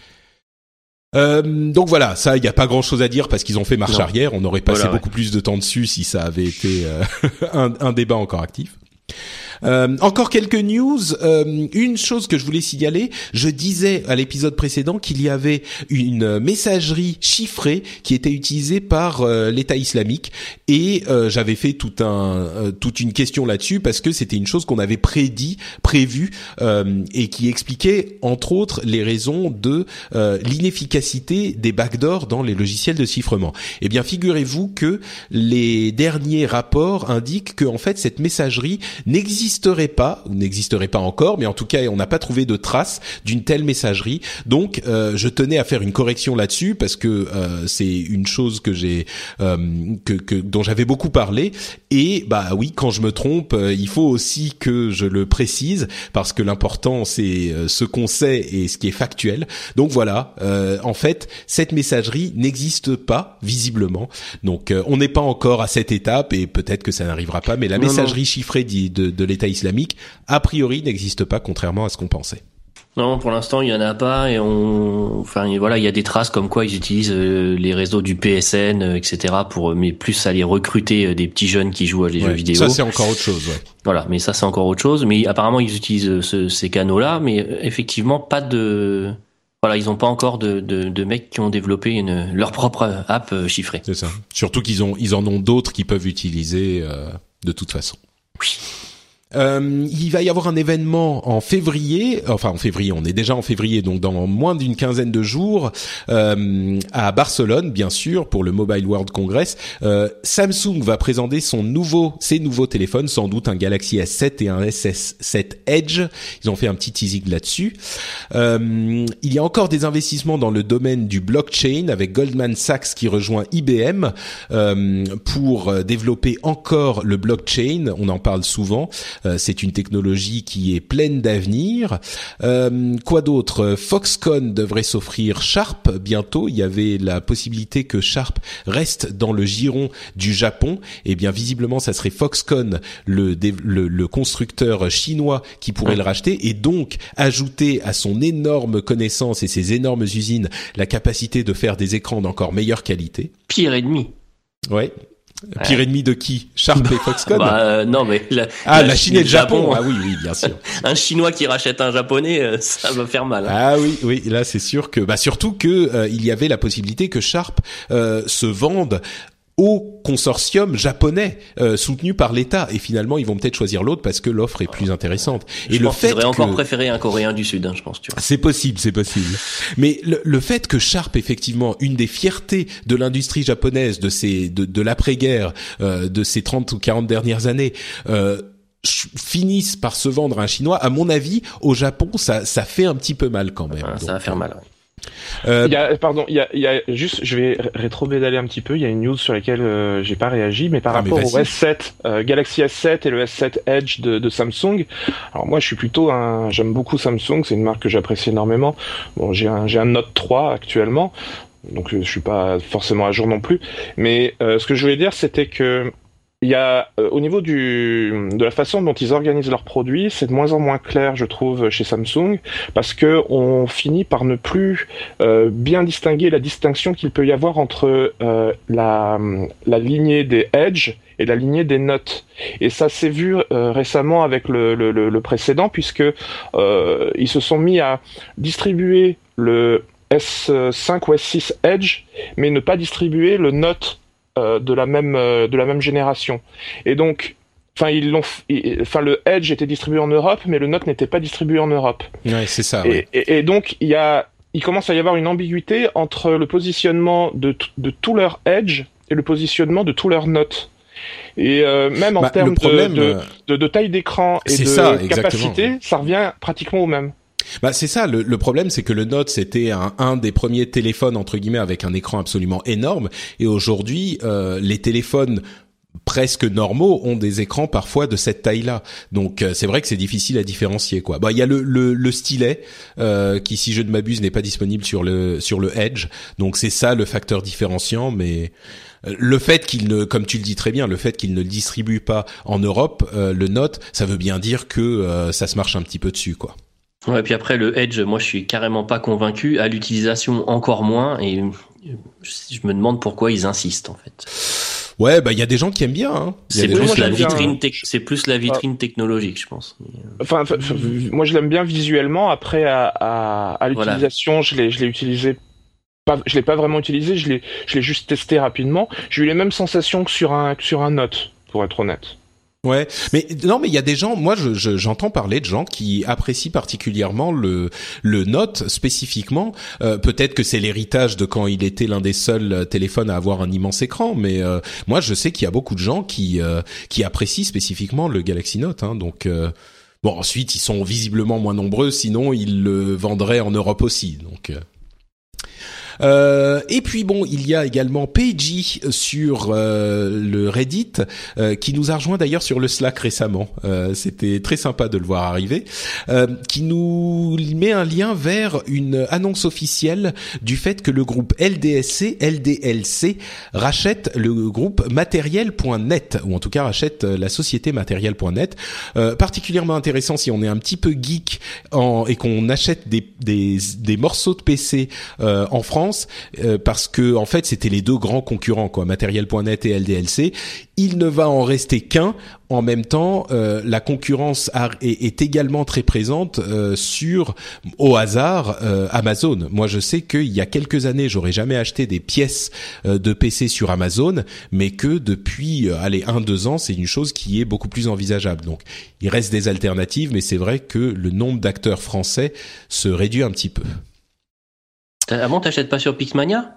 Euh, donc voilà, ça, il y a pas grand chose à dire parce qu'ils ont fait marche Non. arrière, on aurait passé Voilà, ouais. beaucoup plus de temps dessus si ça avait été euh, un, un débat encore actif. Euh, encore quelques news. Euh, une chose que je voulais signaler, je disais à l'épisode précédent qu'il y avait une messagerie chiffrée qui était utilisée par euh, l'État islamique, et euh, j'avais fait tout un euh, toute une question là-dessus parce que c'était une chose qu'on avait prédit, prévu euh, et qui expliquait entre autres les raisons de euh, l'inefficacité des backdoors dans les logiciels de chiffrement. Eh bien, figurez-vous que les derniers rapports indiquent que en fait cette messagerie n'existerait pas, ou n'existerait pas encore, mais en tout cas on n'a pas trouvé de traces d'une telle messagerie. Donc euh, je tenais à faire une correction là-dessus parce que euh, c'est une chose que j'ai euh, que, que dont j'avais beaucoup parlé, et bah oui, quand je me trompe euh, il faut aussi que je le précise parce que l'important c'est euh, ce qu'on sait et ce qui est factuel. Donc voilà, euh, en fait cette messagerie n'existe pas visiblement, donc euh, on n'est pas encore à cette étape et peut-être que ça n'arrivera pas, mais la Non, messagerie non. chiffrée de, de l'État islamique a priori n'existe pas, contrairement à ce qu'on pensait. Non, pour l'instant, il y en a pas et on, enfin, voilà, il y a des traces comme quoi ils utilisent euh, les réseaux du P S N, euh, et cetera pour, mais plus aller recruter euh, des petits jeunes qui jouent à des ouais, jeux vidéo. Ça, c'est encore autre chose, ouais. Voilà, mais ça, c'est encore autre chose. Mais apparemment, ils utilisent euh, ce, ces canaux-là, mais euh, effectivement, pas de, voilà, ils ont pas encore de, de, de mecs qui ont développé une, leur propre app euh, chiffrée. C'est ça. Surtout qu'ils ont, ils en ont d'autres qui peuvent utiliser euh, de toute façon. Oui. Euh, il va y avoir un événement en février, enfin en février, on est déjà en février, donc dans moins d'une quinzaine de jours, euh, à Barcelone, bien sûr, pour le Mobile World Congress. Euh, Samsung va présenter son nouveau, ses nouveaux téléphones, sans doute un Galaxy S sept et un S S sept Edge. Ils ont fait un petit teasing là-dessus. Euh, il y a encore des investissements dans le domaine du blockchain, avec Goldman Sachs qui rejoint I B M euh, pour développer encore le blockchain. On en parle souvent. Euh, c'est une technologie qui est pleine d'avenir. Euh, quoi d'autre ? Foxconn devrait s'offrir Sharp bientôt. Il y avait la possibilité que Sharp reste dans le giron du Japon. Et bien visiblement, ça serait Foxconn, le, le, le constructeur chinois, qui pourrait le racheter et donc ajouter à son énorme connaissance et ses énormes usines la capacité de faire des écrans d'encore meilleure qualité. Pire ennemi. Ouais. Pire ouais. ennemi de qui ? Sharp et Foxconn ? Bah euh, non mais la, ah la, la Chine, Chine et le Japon. Japon. Ah oui oui bien sûr. Un Chinois qui rachète un Japonais, euh, ça va faire mal. Hein. Ah oui oui là c'est sûr que bah surtout que euh, il y avait la possibilité que Sharp euh, se vende au consortium japonais euh, soutenu par l'État, et finalement ils vont peut-être choisir l'autre parce que l'offre est plus intéressante. Je et pense le fait qu'ils auraient que... encore préféré un Coréen du Sud, hein, je pense. Tu vois. C'est possible, c'est possible. Mais le, le fait que Sharp, effectivement, une des fiertés de l'industrie japonaise de ces de, de l'après-guerre, euh, de ces trente ou quarante dernières années, euh, finissent par se vendre à un Chinois, à mon avis, au Japon, ça ça fait un petit peu mal quand même. Ah, Donc, ça va faire mal. Ouais. Euh, il y a, pardon, il y a, il y a juste, je vais rétro-pédaler un petit peu. Il y a une news sur laquelle euh, j'ai pas réagi, mais par ah, rapport mais au S sept, euh, Galaxy S sept et le S sept Edge de, de Samsung. Alors moi, je suis plutôt un, j'aime beaucoup Samsung. C'est une marque que j'apprécie énormément. Bon, j'ai un, j'ai un Note trois actuellement, donc je suis pas forcément à jour non plus. Mais euh, ce que je voulais dire, c'était que il y a euh, au niveau du de la façon dont ils organisent leurs produits, c'est de moins en moins clair, je trouve, chez Samsung, parce que on finit par ne plus euh, bien distinguer la distinction qu'il peut y avoir entre euh, la la lignée des Edge et la lignée des Note. Et ça s'est vu euh, récemment avec le, le le précédent, puisque euh, ils se sont mis à distribuer le S cinq ou S six Edge, mais ne pas distribuer le Note Euh, de la même euh, de la même génération. Et donc enfin ils l'ont enfin le Edge était distribué en Europe, mais le Note n'était pas distribué en Europe. Ouais, c'est ça. Et, ouais. et, et donc il y a il commence à y avoir une ambiguïté entre le positionnement de de tout leur Edge et le positionnement de tout leur Note. Et euh, même en bah, termes problème, de, de, de de taille d'écran et de ça, capacité, exactement. Ça revient pratiquement au même. Bah c'est ça, le, le problème c'est que le Note c'était un, un des premiers téléphones entre guillemets avec un écran absolument énorme, et aujourd'hui euh, les téléphones presque normaux ont des écrans parfois de cette taille-là. Donc euh, c'est vrai que c'est difficile à différencier quoi. Bah il y a le le, le stylet euh, qui, si je ne m'abuse, n'est pas disponible sur le sur le Edge. Donc c'est ça le facteur différenciant, mais le fait qu'il ne, comme tu le dis très bien, le fait qu'il ne le distribue pas en Europe, euh, le Note, ça veut bien dire que euh, ça se marche un petit peu dessus quoi. Ouais, puis après le Edge, moi je suis carrément pas convaincu, à l'utilisation encore moins, et je me demande pourquoi ils insistent en fait. Ouais, bah il y a des gens qui aiment bien. Hein. C'est plus la vitrine, te- c'est plus la vitrine technologique, je pense. Enfin, enfin moi je l'aime bien visuellement. Après, à, à, à l'utilisation, voilà. je l'ai, je l'ai utilisé. Pas, je l'ai pas vraiment utilisé. Je l'ai, je l'ai juste testé rapidement. J'ai eu les mêmes sensations que sur un, que sur un Note, pour être honnête. Ouais, mais non, mais il y a des gens. Moi, je, je, j'entends parler de gens qui apprécient particulièrement le le Note spécifiquement. Euh, peut-être que c'est l'héritage de quand il était l'un des seuls téléphones à avoir un immense écran. Mais euh, moi, je sais qu'il y a beaucoup de gens qui euh, qui apprécient spécifiquement le Galaxy Note. Hein, donc euh, bon, ensuite, ils sont visiblement moins nombreux. Sinon, ils le vendraient en Europe aussi. Donc. Euh Euh, et puis bon, il y a également Peiji sur euh, le Reddit euh, qui nous a rejoint d'ailleurs sur le Slack récemment. Euh, c'était très sympa de le voir arriver. Euh, qui nous met un lien vers une annonce officielle du fait que le groupe L D S C, L D L C rachète le groupe Matériel point net, ou en tout cas rachète la société Matériel point net. Euh, particulièrement intéressant si on est un petit peu geek en, et qu'on achète des, des, des morceaux de P C euh, en France, euh, parce que en fait c'était les deux grands concurrents, quoi, Matériel point net et L D L C. Il ne va en rester qu'un. En même temps, euh, la concurrence a, est, est également très présente euh, sur, au hasard, euh, Amazon. Moi, je sais qu'il y a quelques années, j'aurais jamais acheté des pièces euh, de P C sur Amazon, mais que depuis, euh, allez, un, deux ans, c'est une chose qui est beaucoup plus envisageable. Donc, il reste des alternatives, mais c'est vrai que le nombre d'acteurs français se réduit un petit peu. Ah bon, t'achètes pas sur Pixmania?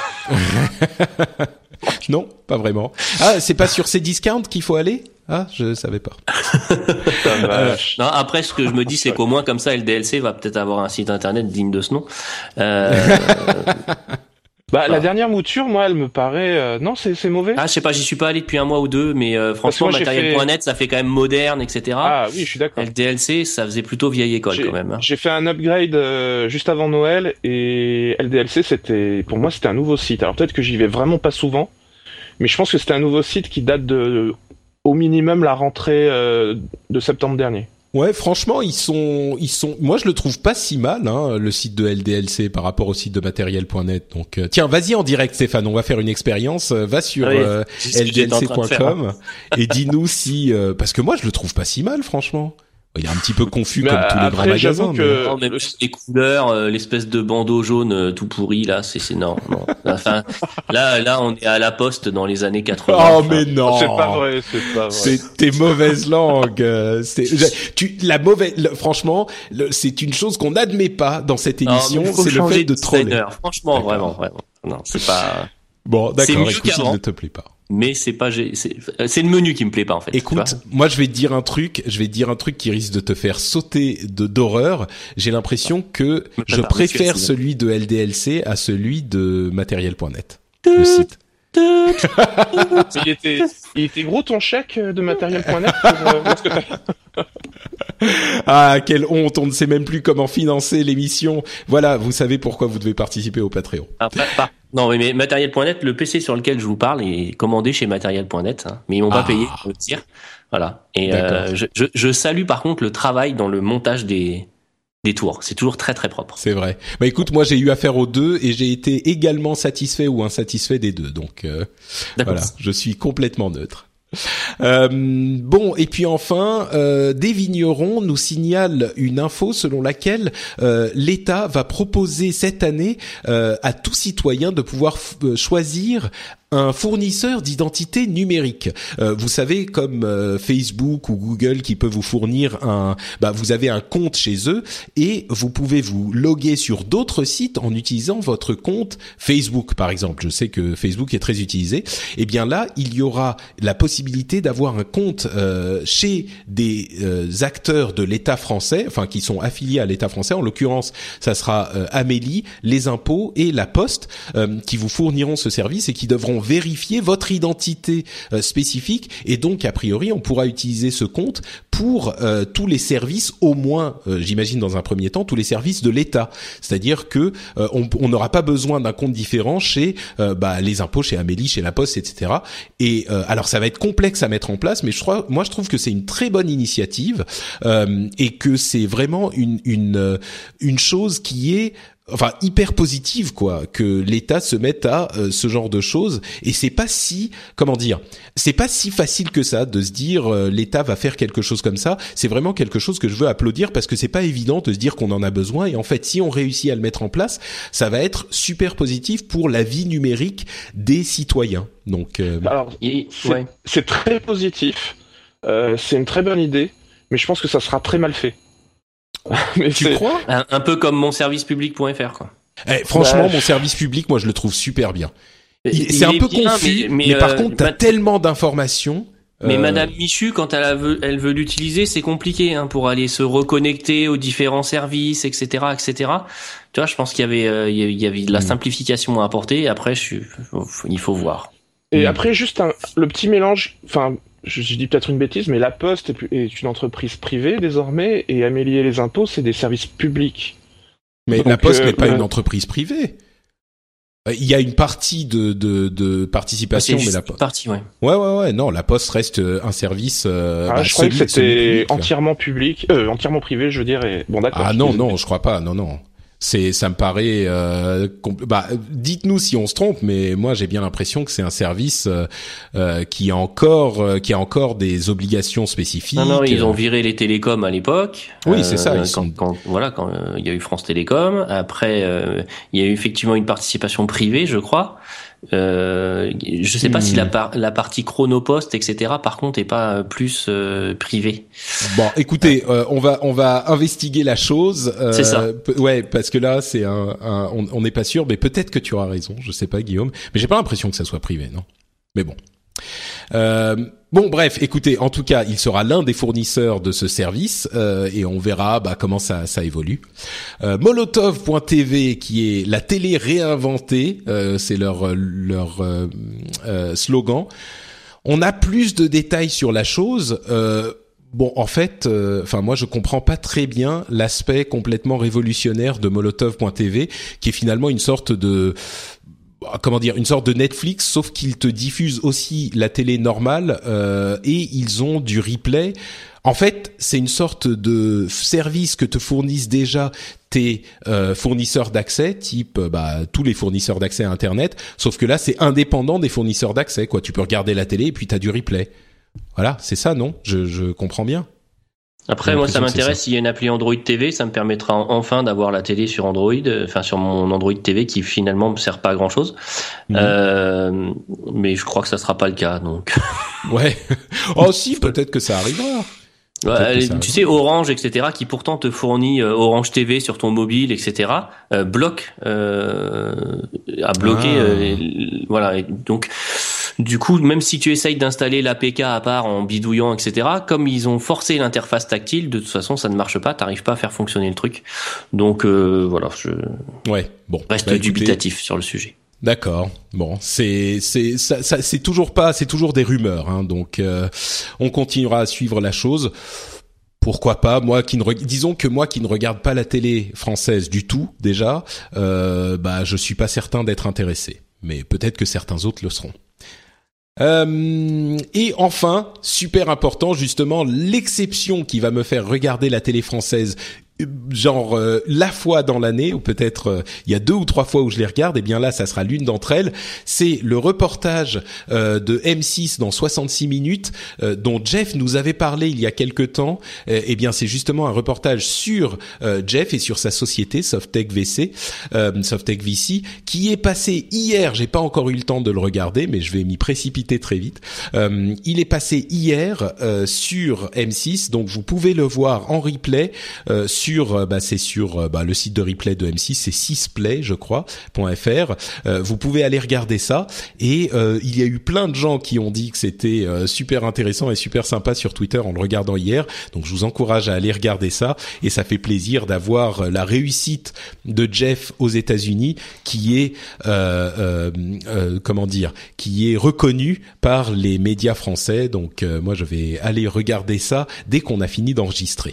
Non, pas vraiment. Ah, c'est pas sur ces discounts qu'il faut aller? Ah, je savais pas. euh, non, après, ce que je me dis, c'est qu'au moins, comme ça, L D L C va peut-être avoir un site internet digne de ce nom. Euh... Bah, ah. La dernière mouture, moi, elle me paraît... Euh... Non, c'est, c'est mauvais. Ah, je sais pas, j'y suis pas allé depuis un mois ou deux, mais euh, franchement, Matériel point net, fait... ça fait quand même moderne, et cetera. Ah oui, je suis d'accord. L D L C, ça faisait plutôt vieille école j'ai, quand même. Hein. J'ai fait un upgrade euh, juste avant Noël, et L D L C, c'était, pour moi, c'était un nouveau site. Alors peut-être que j'y vais vraiment pas souvent, mais je pense que c'était un nouveau site qui date de, au minimum, la rentrée euh, de septembre dernier. Ouais, franchement, ils sont, ils sont. Moi, je le trouve pas si mal, hein, le site de L D L C par rapport au site de Matériel point net. Donc, euh, tiens, vas-y en direct, Stéphane. On va faire une expérience. Va sur oui, euh, L D L C point com et dis-nous si, euh, parce que moi, je le trouve pas si mal, franchement. Il est un petit peu confus bah, comme tous les grands magasins. Que... Mais... Non, mais les couleurs, euh, l'espèce de bandeau jaune euh, tout pourri là, c'est c'est non, non. Enfin, là là on est à la Poste dans les années quatre-vingts. Oh enfin. mais non. C'est pas vrai, c'est pas vrai. C'est tes mauvaises langues. C'est tu la mauvaise le, franchement, le, c'est une chose qu'on n'admet pas dans cette émission, non, c'est le fait de troller. Franchement, d'accord. vraiment vraiment. Non, c'est pas Bon, d'accord, écoute, il ne te plaît pas. Mais c'est pas, c'est, c'est le menu qui me plaît pas en fait. Écoute, moi je vais te dire un truc, je vais te dire un truc qui risque de te faire sauter de d'horreur. J'ai l'impression que je préfère celui de L D L C à celui de Matériel point net, le site. il était, il était gros ton chèque de Matériel point net pour euh, voir ce que t'as. Ah, quelle honte, on ne sait même plus comment financer l'émission. Voilà, vous savez pourquoi vous devez participer au Patreon. Ah, pas, pas. Non, mais Matériel point net, le P C sur lequel je vous parle est commandé chez Matériel point net, hein, mais ils m'ont ah. pas payé, pour le dire. Voilà. Et euh, je, je, je salue par contre le travail dans le montage des des tours. C'est toujours très très propre. C'est vrai. Bah écoute, moi j'ai eu affaire aux deux et j'ai été également satisfait ou insatisfait des deux. Donc euh, voilà, je suis complètement neutre. Euh, bon, et puis enfin, euh, des vignerons nous signalent une info selon laquelle euh, l'État va proposer cette année euh, à tout citoyen de pouvoir f- choisir un fournisseur d'identité numérique. Euh, vous savez, comme euh, Facebook ou Google qui peut vous fournir un... Bah, vous avez un compte chez eux et vous pouvez vous loguer sur d'autres sites en utilisant votre compte Facebook, par exemple. Je sais que Facebook est très utilisé. Eh bien là, il y aura la possibilité d'avoir un compte euh, chez des euh, acteurs de l'État français, enfin qui sont affiliés à l'État français. En l'occurrence, ça sera euh, Amélie, les impôts et la Poste euh, qui vous fourniront ce service et qui devront vérifier votre identité euh, spécifique et donc a priori on pourra utiliser ce compte pour euh, tous les services, au moins euh, j'imagine dans un premier temps tous les services de l'État, c'est-à-dire que euh, on n'aura pas besoin d'un compte différent chez euh, bah, les impôts, chez Amélie, chez la Poste, et cetera. Et euh, alors ça va être complexe à mettre en place, mais je crois, moi je trouve que c'est une très bonne initiative euh, et que c'est vraiment une une une chose qui est enfin hyper positive, quoi, que l'État se mette à euh, ce genre de choses. Et c'est pas si, comment dire, c'est pas si facile que ça de se dire euh, l'État va faire quelque chose comme ça. C'est vraiment quelque chose que je veux applaudir parce que c'est pas évident de se dire qu'on en a besoin. Et en fait, si on réussit à le mettre en place, ça va être super positif pour la vie numérique des citoyens. Donc, euh... alors, c'est, ouais. c'est très positif. Euh, c'est une très bonne idée, mais je pense que ça sera très mal fait. Mais tu c'est... crois un, un peu comme mon service public point f r, quoi. Eh, franchement, bah, mon service public, moi, je le trouve super bien. Il, il c'est un peu bien, confus, mais, mais, mais euh, par contre, t'as bah, tellement d'informations Mais euh... Madame Michu, quand elle veut, elle veut l'utiliser, c'est compliqué hein, pour aller se reconnecter aux différents services, et cetera, et cetera. Tu vois, je pense qu'il y avait, euh, il y avait de la simplification à apporter. Après, je suis, il faut voir. Et mmh. après, juste un, le petit mélange. Enfin, je, je dis peut-être une bêtise, mais La Poste est, est une entreprise privée désormais, et Amélie et les impôts, c'est des services publics. Mais Donc, La Poste euh, n'est pas euh, une entreprise privée. Il y a une partie de de, de participation, c'est mais la une partie, ouais. Ouais, ouais, ouais. Non, La Poste reste un service. Euh, ah, bah, je croyais celui, que c'était public, entièrement public, euh, entièrement privé, je veux dire. Et... Bon, d'accord. Ah non, non, je crois pas. Non, non. C'est, ça me paraît. Euh, compl- bah, dites-nous si on se trompe, mais moi j'ai bien l'impression que c'est un service euh, euh, qui a encore, euh, qui a encore des obligations spécifiques. Non, non, ils ont viré les télécoms à l'époque. Oui, euh, c'est ça. Ils quand, sont... quand, voilà, quand euh, il y a eu France Télécom. Après, euh, il y a eu effectivement une participation privée, je crois. Euh, je sais pas mmh. si la, par, la partie Chronopost, et cetera. Par contre, est pas plus euh, privée. Bon, écoutez, euh, on va on va investiguer la chose. Euh, c'est ça. P- ouais, parce que là, c'est un, un on n'est pas sûr, mais peut-être que tu auras raison. Je sais pas, Guillaume, mais j'ai pas l'impression que ça soit privé, non. Mais bon. Euh, bon, bref, écoutez, en tout cas, il sera l'un des fournisseurs de ce service euh, et on verra bah, comment ça, ça évolue. Euh, Molotov point T V, qui est la télé réinventée, euh, c'est leur leur euh, euh, slogan. On a plus de détails sur la chose. Euh, Bon, en fait, enfin euh, moi je comprends pas très bien l'aspect complètement révolutionnaire de Molotov point T V, qui est finalement une sorte de comment dire, une sorte de Netflix, sauf qu'ils te diffusent aussi la télé normale euh, et ils ont du replay. En fait, c'est une sorte de service que te fournissent déjà tes euh, fournisseurs d'accès, type bah tous les fournisseurs d'accès à Internet, sauf que là c'est indépendant des fournisseurs d'accès, quoi. Tu peux regarder la télé et puis t'as du replay. Voilà, c'est ça, non ? Je, je comprends bien. Après, moi, ça m'intéresse. S'il y a une appli Android T V, ça me permettra enfin d'avoir la télé sur Android, enfin sur mon Android T V, qui finalement me sert pas à grand chose. Mmh. Euh, mais je crois que ça sera pas le cas, donc. Ouais. Oh si, peut-être que ça arrivera. Ouais, tu arrive. sais, Orange, et cetera, qui pourtant te fournit euh, Orange T V sur ton mobile, et cetera, euh, bloque, euh, à bloquer, ah. euh, voilà. Et donc, du coup, même si tu essayes d'installer l'A P K à part en bidouillant, et cetera, comme ils ont forcé l'interface tactile, de toute façon, ça ne marche pas, t'arrives pas à faire fonctionner le truc. Donc, euh, voilà, je ouais, bon, reste bah, dubitatif écoutez... sur le sujet. D'accord. Bon, c'est c'est ça, ça c'est toujours pas, c'est toujours des rumeurs, hein. Donc, euh, on continuera à suivre la chose. Pourquoi pas, moi qui ne re... disons que moi qui ne regarde pas la télé française du tout déjà, euh, bah je suis pas certain d'être intéressé. Mais peut-être que certains autres le seront. Euh, et enfin, super important justement, l'exception qui va me faire regarder la télé française genre euh, la fois dans l'année, ou peut-être euh, il y a deux ou trois fois où je les regarde, et bien là ça sera l'une d'entre elles, c'est le reportage euh, de M six dans soixante-six minutes euh, dont Jeff nous avait parlé il y a quelque temps. Euh, et bien c'est justement un reportage sur euh, Jeff et sur sa société Softech V C, euh, Softech V C, qui est passé hier. J'ai pas encore eu le temps de le regarder, mais je vais m'y précipiter très vite. Euh, il est passé hier euh, sur M six, donc vous pouvez le voir en replay euh, sur Sur, bah, c'est sur bah, le site de replay de M six, c'est six play je crois .fr. Euh, vous pouvez aller regarder ça, et euh, il y a eu plein de gens qui ont dit que c'était euh, super intéressant et super sympa sur Twitter en le regardant hier. Donc je vous encourage à aller regarder ça, et ça fait plaisir d'avoir la réussite de Jeff aux États-Unis, qui est euh, euh, euh, comment dire, qui est reconnu par les médias français. Donc euh, moi je vais aller regarder ça dès qu'on a fini d'enregistrer.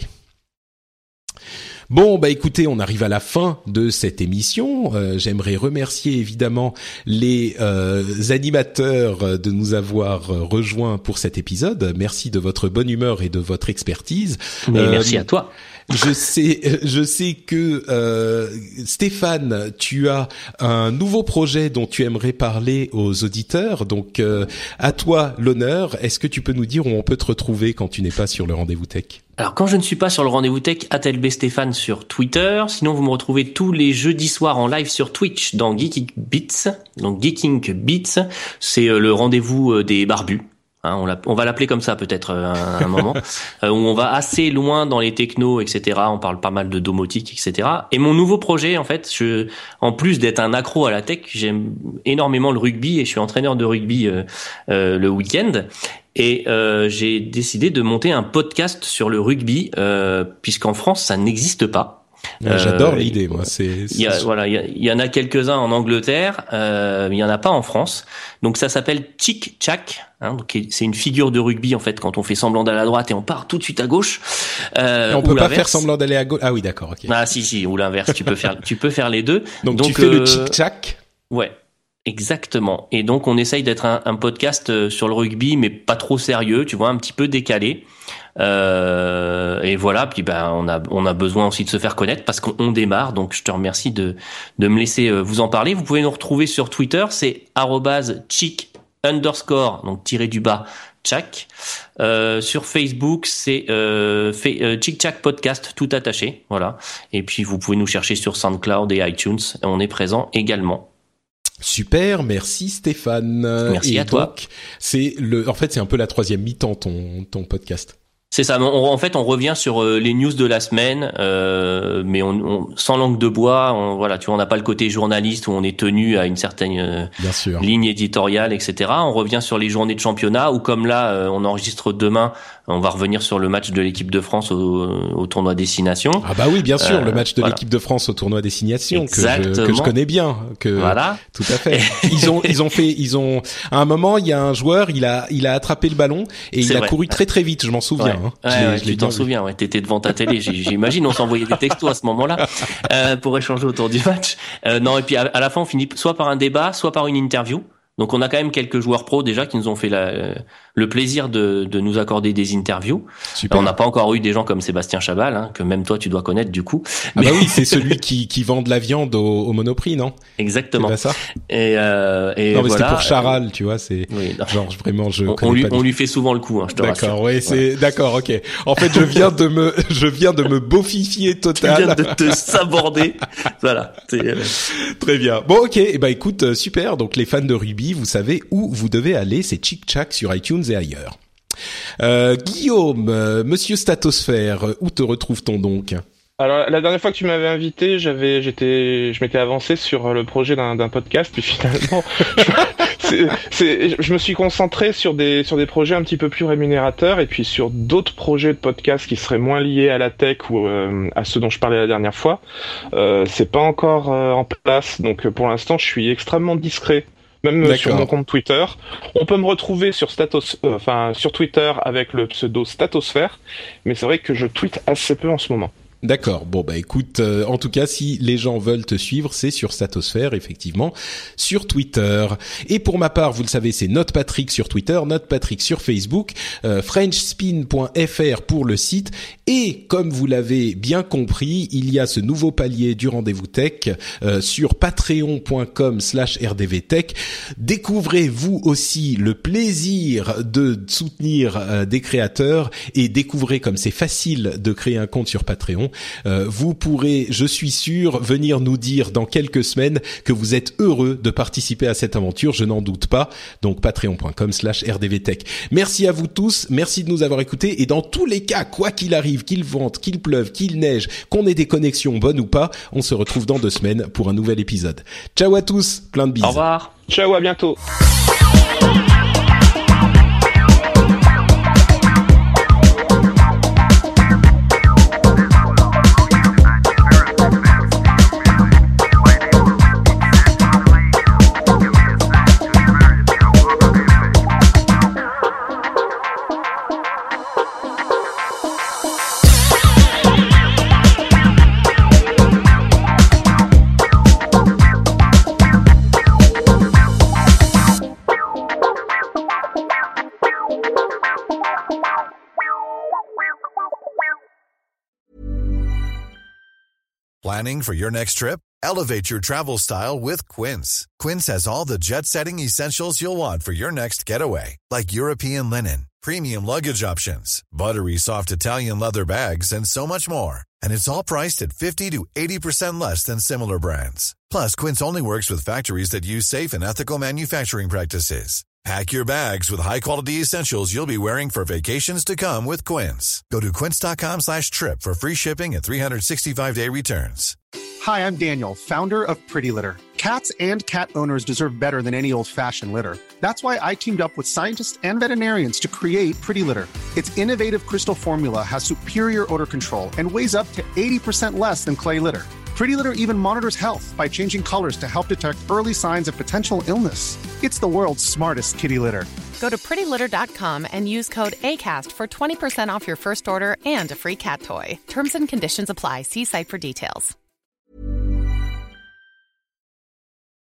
Bon, bah écoutez, on arrive à la fin de cette émission. Euh, j'aimerais remercier évidemment les euh, animateurs de nous avoir rejoints pour cet épisode. Merci de votre bonne humeur et de votre expertise. Mais euh, merci à toi. Je sais, je sais que euh, Stéphane, tu as un nouveau projet dont tu aimerais parler aux auditeurs. Donc, euh, à toi l'honneur. Est-ce que tu peux nous dire où on peut te retrouver quand tu n'es pas sur le Rendez-vous Tech ? Alors, quand je ne suis pas sur le Rendez-vous Tech, Atelb Stéphane sur Twitter. Sinon, vous me retrouvez tous les jeudis soirs en live sur Twitch dans Geeking Beats. Donc, Geeking Beats, c'est le rendez-vous des barbus. Hein, on, on va l'appeler comme ça peut-être un, un moment, euh, où on va assez loin dans les technos, et cetera. On parle pas mal de domotique, et cetera. Et mon nouveau projet, en fait, je, en plus d'être un accro à la tech, j'aime énormément le rugby et je suis entraîneur de rugby euh, euh, le week-end. et euh, j'ai décidé de monter un podcast sur le rugby, euh, puisqu'en France ça n'existe pas. Ouais, j'adore euh, l'idée, moi. C'est, c'est... Il y a, voilà, il y, a, il y en a quelques-uns en Angleterre, euh, mais il y en a pas en France. Donc ça s'appelle Chick Chack. Hein, donc c'est une figure de rugby en fait quand on fait semblant d'aller à droite et on part tout de suite à gauche. Euh, et on peut pas faire semblant d'aller à gauche. Ah oui, d'accord. Ok. Ah si si, ou l'inverse. Tu peux faire, tu peux faire les deux. Donc, donc tu fais euh, le Chick Chack. Ouais. Exactement. Et donc on essaye d'être un, un podcast sur le rugby, mais pas trop sérieux, tu vois, un petit peu décalé. Euh, et voilà. Puis ben on a on a besoin aussi de se faire connaître parce qu'on démarre. Donc je te remercie de de me laisser vous en parler. Vous pouvez nous retrouver sur Twitter, c'est arobase chick underscore donc tiré du bas Chack. Euh, sur Facebook, c'est euh, fait, euh, Chick Chack Podcast tout attaché. Voilà. Et puis vous pouvez nous chercher sur SoundCloud et iTunes. On est présent également. Super, merci Stéphane. Merci et à toi. Donc, c'est le, en fait, c'est un peu la troisième mi-temps ton ton podcast. C'est ça. On, en fait, on revient sur euh, les news de la semaine, euh, mais on, on, sans langue de bois. On, voilà, tu vois, on n'a pas le côté journaliste où on est tenu à une certaine euh, Bien sûr. ligne éditoriale, et cetera. On revient sur les journées de championnat où, comme là, euh, on enregistre demain. On va revenir sur le match de l'équipe de France au, au tournoi Destination. Ah bah oui, bien sûr, euh, le match de voilà. l'équipe de France au tournoi Destination que je, que je connais bien. Que, voilà. Tout à fait. Ils ont, ils ont fait, ils ont. À un moment, il y a un joueur, il a, il a attrapé le ballon et C'est il vrai. a couru très très vite. Je m'en souviens. Ouais. Hein. Ouais, je l'ai, ouais, je l'ai tu t'en vu. souviens. Ouais, t'étais devant ta télé. J'imagine, on s'envoyait des textos à ce moment-là euh, pour échanger autour du match. Euh, non, et puis à, à la fin, on finit soit par un débat, soit par une interview. Donc on a quand même quelques joueurs pros déjà qui nous ont fait la, le plaisir de, de nous accorder des interviews. Super. On n'a pas encore eu des gens comme Sébastien Chabal, hein, que même toi tu dois connaître du coup. Ah Mais... bah oui, c'est celui qui, qui vend de la viande au, au Monoprix, non? Exactement. C'est pas ça? Et, euh, et non mais voilà. c'était pour Charal, tu vois, c'est oui, genre vraiment je on, connais on lui, pas on du... lui fait souvent le coup, hein, je te rassure. D'accord, ouais, c'est d'accord, ok. En fait, je viens de me, je viens de me beaufifier total. Tu viens de te saborder. Voilà. C'est, euh... Très bien. Bon, ok. Eh ben, écoute, super. Donc, les fans de rugby, vous savez où vous devez aller. C'est Chick Chack sur iTunes et ailleurs. Euh, Guillaume, euh, Monsieur Statosphère, où te retrouve-t-on donc? Alors la dernière fois que tu m'avais invité, j'avais, j'étais, je m'étais avancé sur le projet d'un, d'un podcast, puis finalement, c'est, c'est, je me suis concentré sur des sur des projets un petit peu plus rémunérateurs, et puis sur d'autres projets de podcast qui seraient moins liés à la tech ou euh, à ceux dont je parlais la dernière fois. Euh, c'est pas encore euh, en place, donc pour l'instant, je suis extrêmement discret. Même D'accord. sur mon compte Twitter. On peut me retrouver sur Statos, euh, enfin sur Twitter avec le pseudo Statosphère, mais c'est vrai que je tweete assez peu en ce moment. D'accord. Bon bah écoute, euh, en tout cas, si les gens veulent te suivre, c'est sur Statosphère, effectivement, sur Twitter. Et pour ma part, vous le savez, c'est Note Patrick sur Twitter, Note Patrick sur Facebook, euh, Frenchspin point f r pour le site. Et comme vous l'avez bien compris, il y a ce nouveau palier du rendez-vous tech euh, sur patreon point com slash r d v tech. Découvrez vous aussi le plaisir de soutenir euh, des créateurs et découvrez comme c'est facile de créer un compte sur Patreon. Euh, vous pourrez, je suis sûr, venir nous dire dans quelques semaines que vous êtes heureux de participer à cette aventure, je n'en doute pas. Donc patreon point com slash r d v tech. Merci à vous tous, merci de nous avoir écoutés et dans tous les cas, quoi qu'il arrive, qu'il vente, qu'il pleuve, qu'il neige, qu'on ait des connexions bonnes ou pas, on se retrouve dans deux semaines pour un nouvel épisode. Ciao à tous, plein de bises. Au revoir. Ciao, à bientôt. Planning for your next trip? Elevate your travel style with Quince. Quince has all the jet-setting essentials you'll want for your next getaway, like European linen, premium luggage options, buttery soft Italian leather bags, and so much more. And it's all priced at fifty to eighty percent less than similar brands. Plus, Quince only works with factories that use safe and ethical manufacturing practices. Pack your bags with high-quality essentials you'll be wearing for vacations to come with Quince. Go to quince dot com slash trip for free shipping and three sixty-five day returns. Hi, I'm Daniel, founder of Pretty Litter. Cats and cat owners deserve better than any old-fashioned litter. That's why I teamed up with scientists and veterinarians to create Pretty Litter. Its innovative crystal formula has superior odor control and weighs up to eighty percent less than clay litter. Pretty Litter even monitors health by changing colors to help detect early signs of potential illness. It's the world's smartest kitty litter. Go to pretty litter dot com and use code ACAST for twenty percent off your first order and a free cat toy. Terms and conditions apply. See site for details.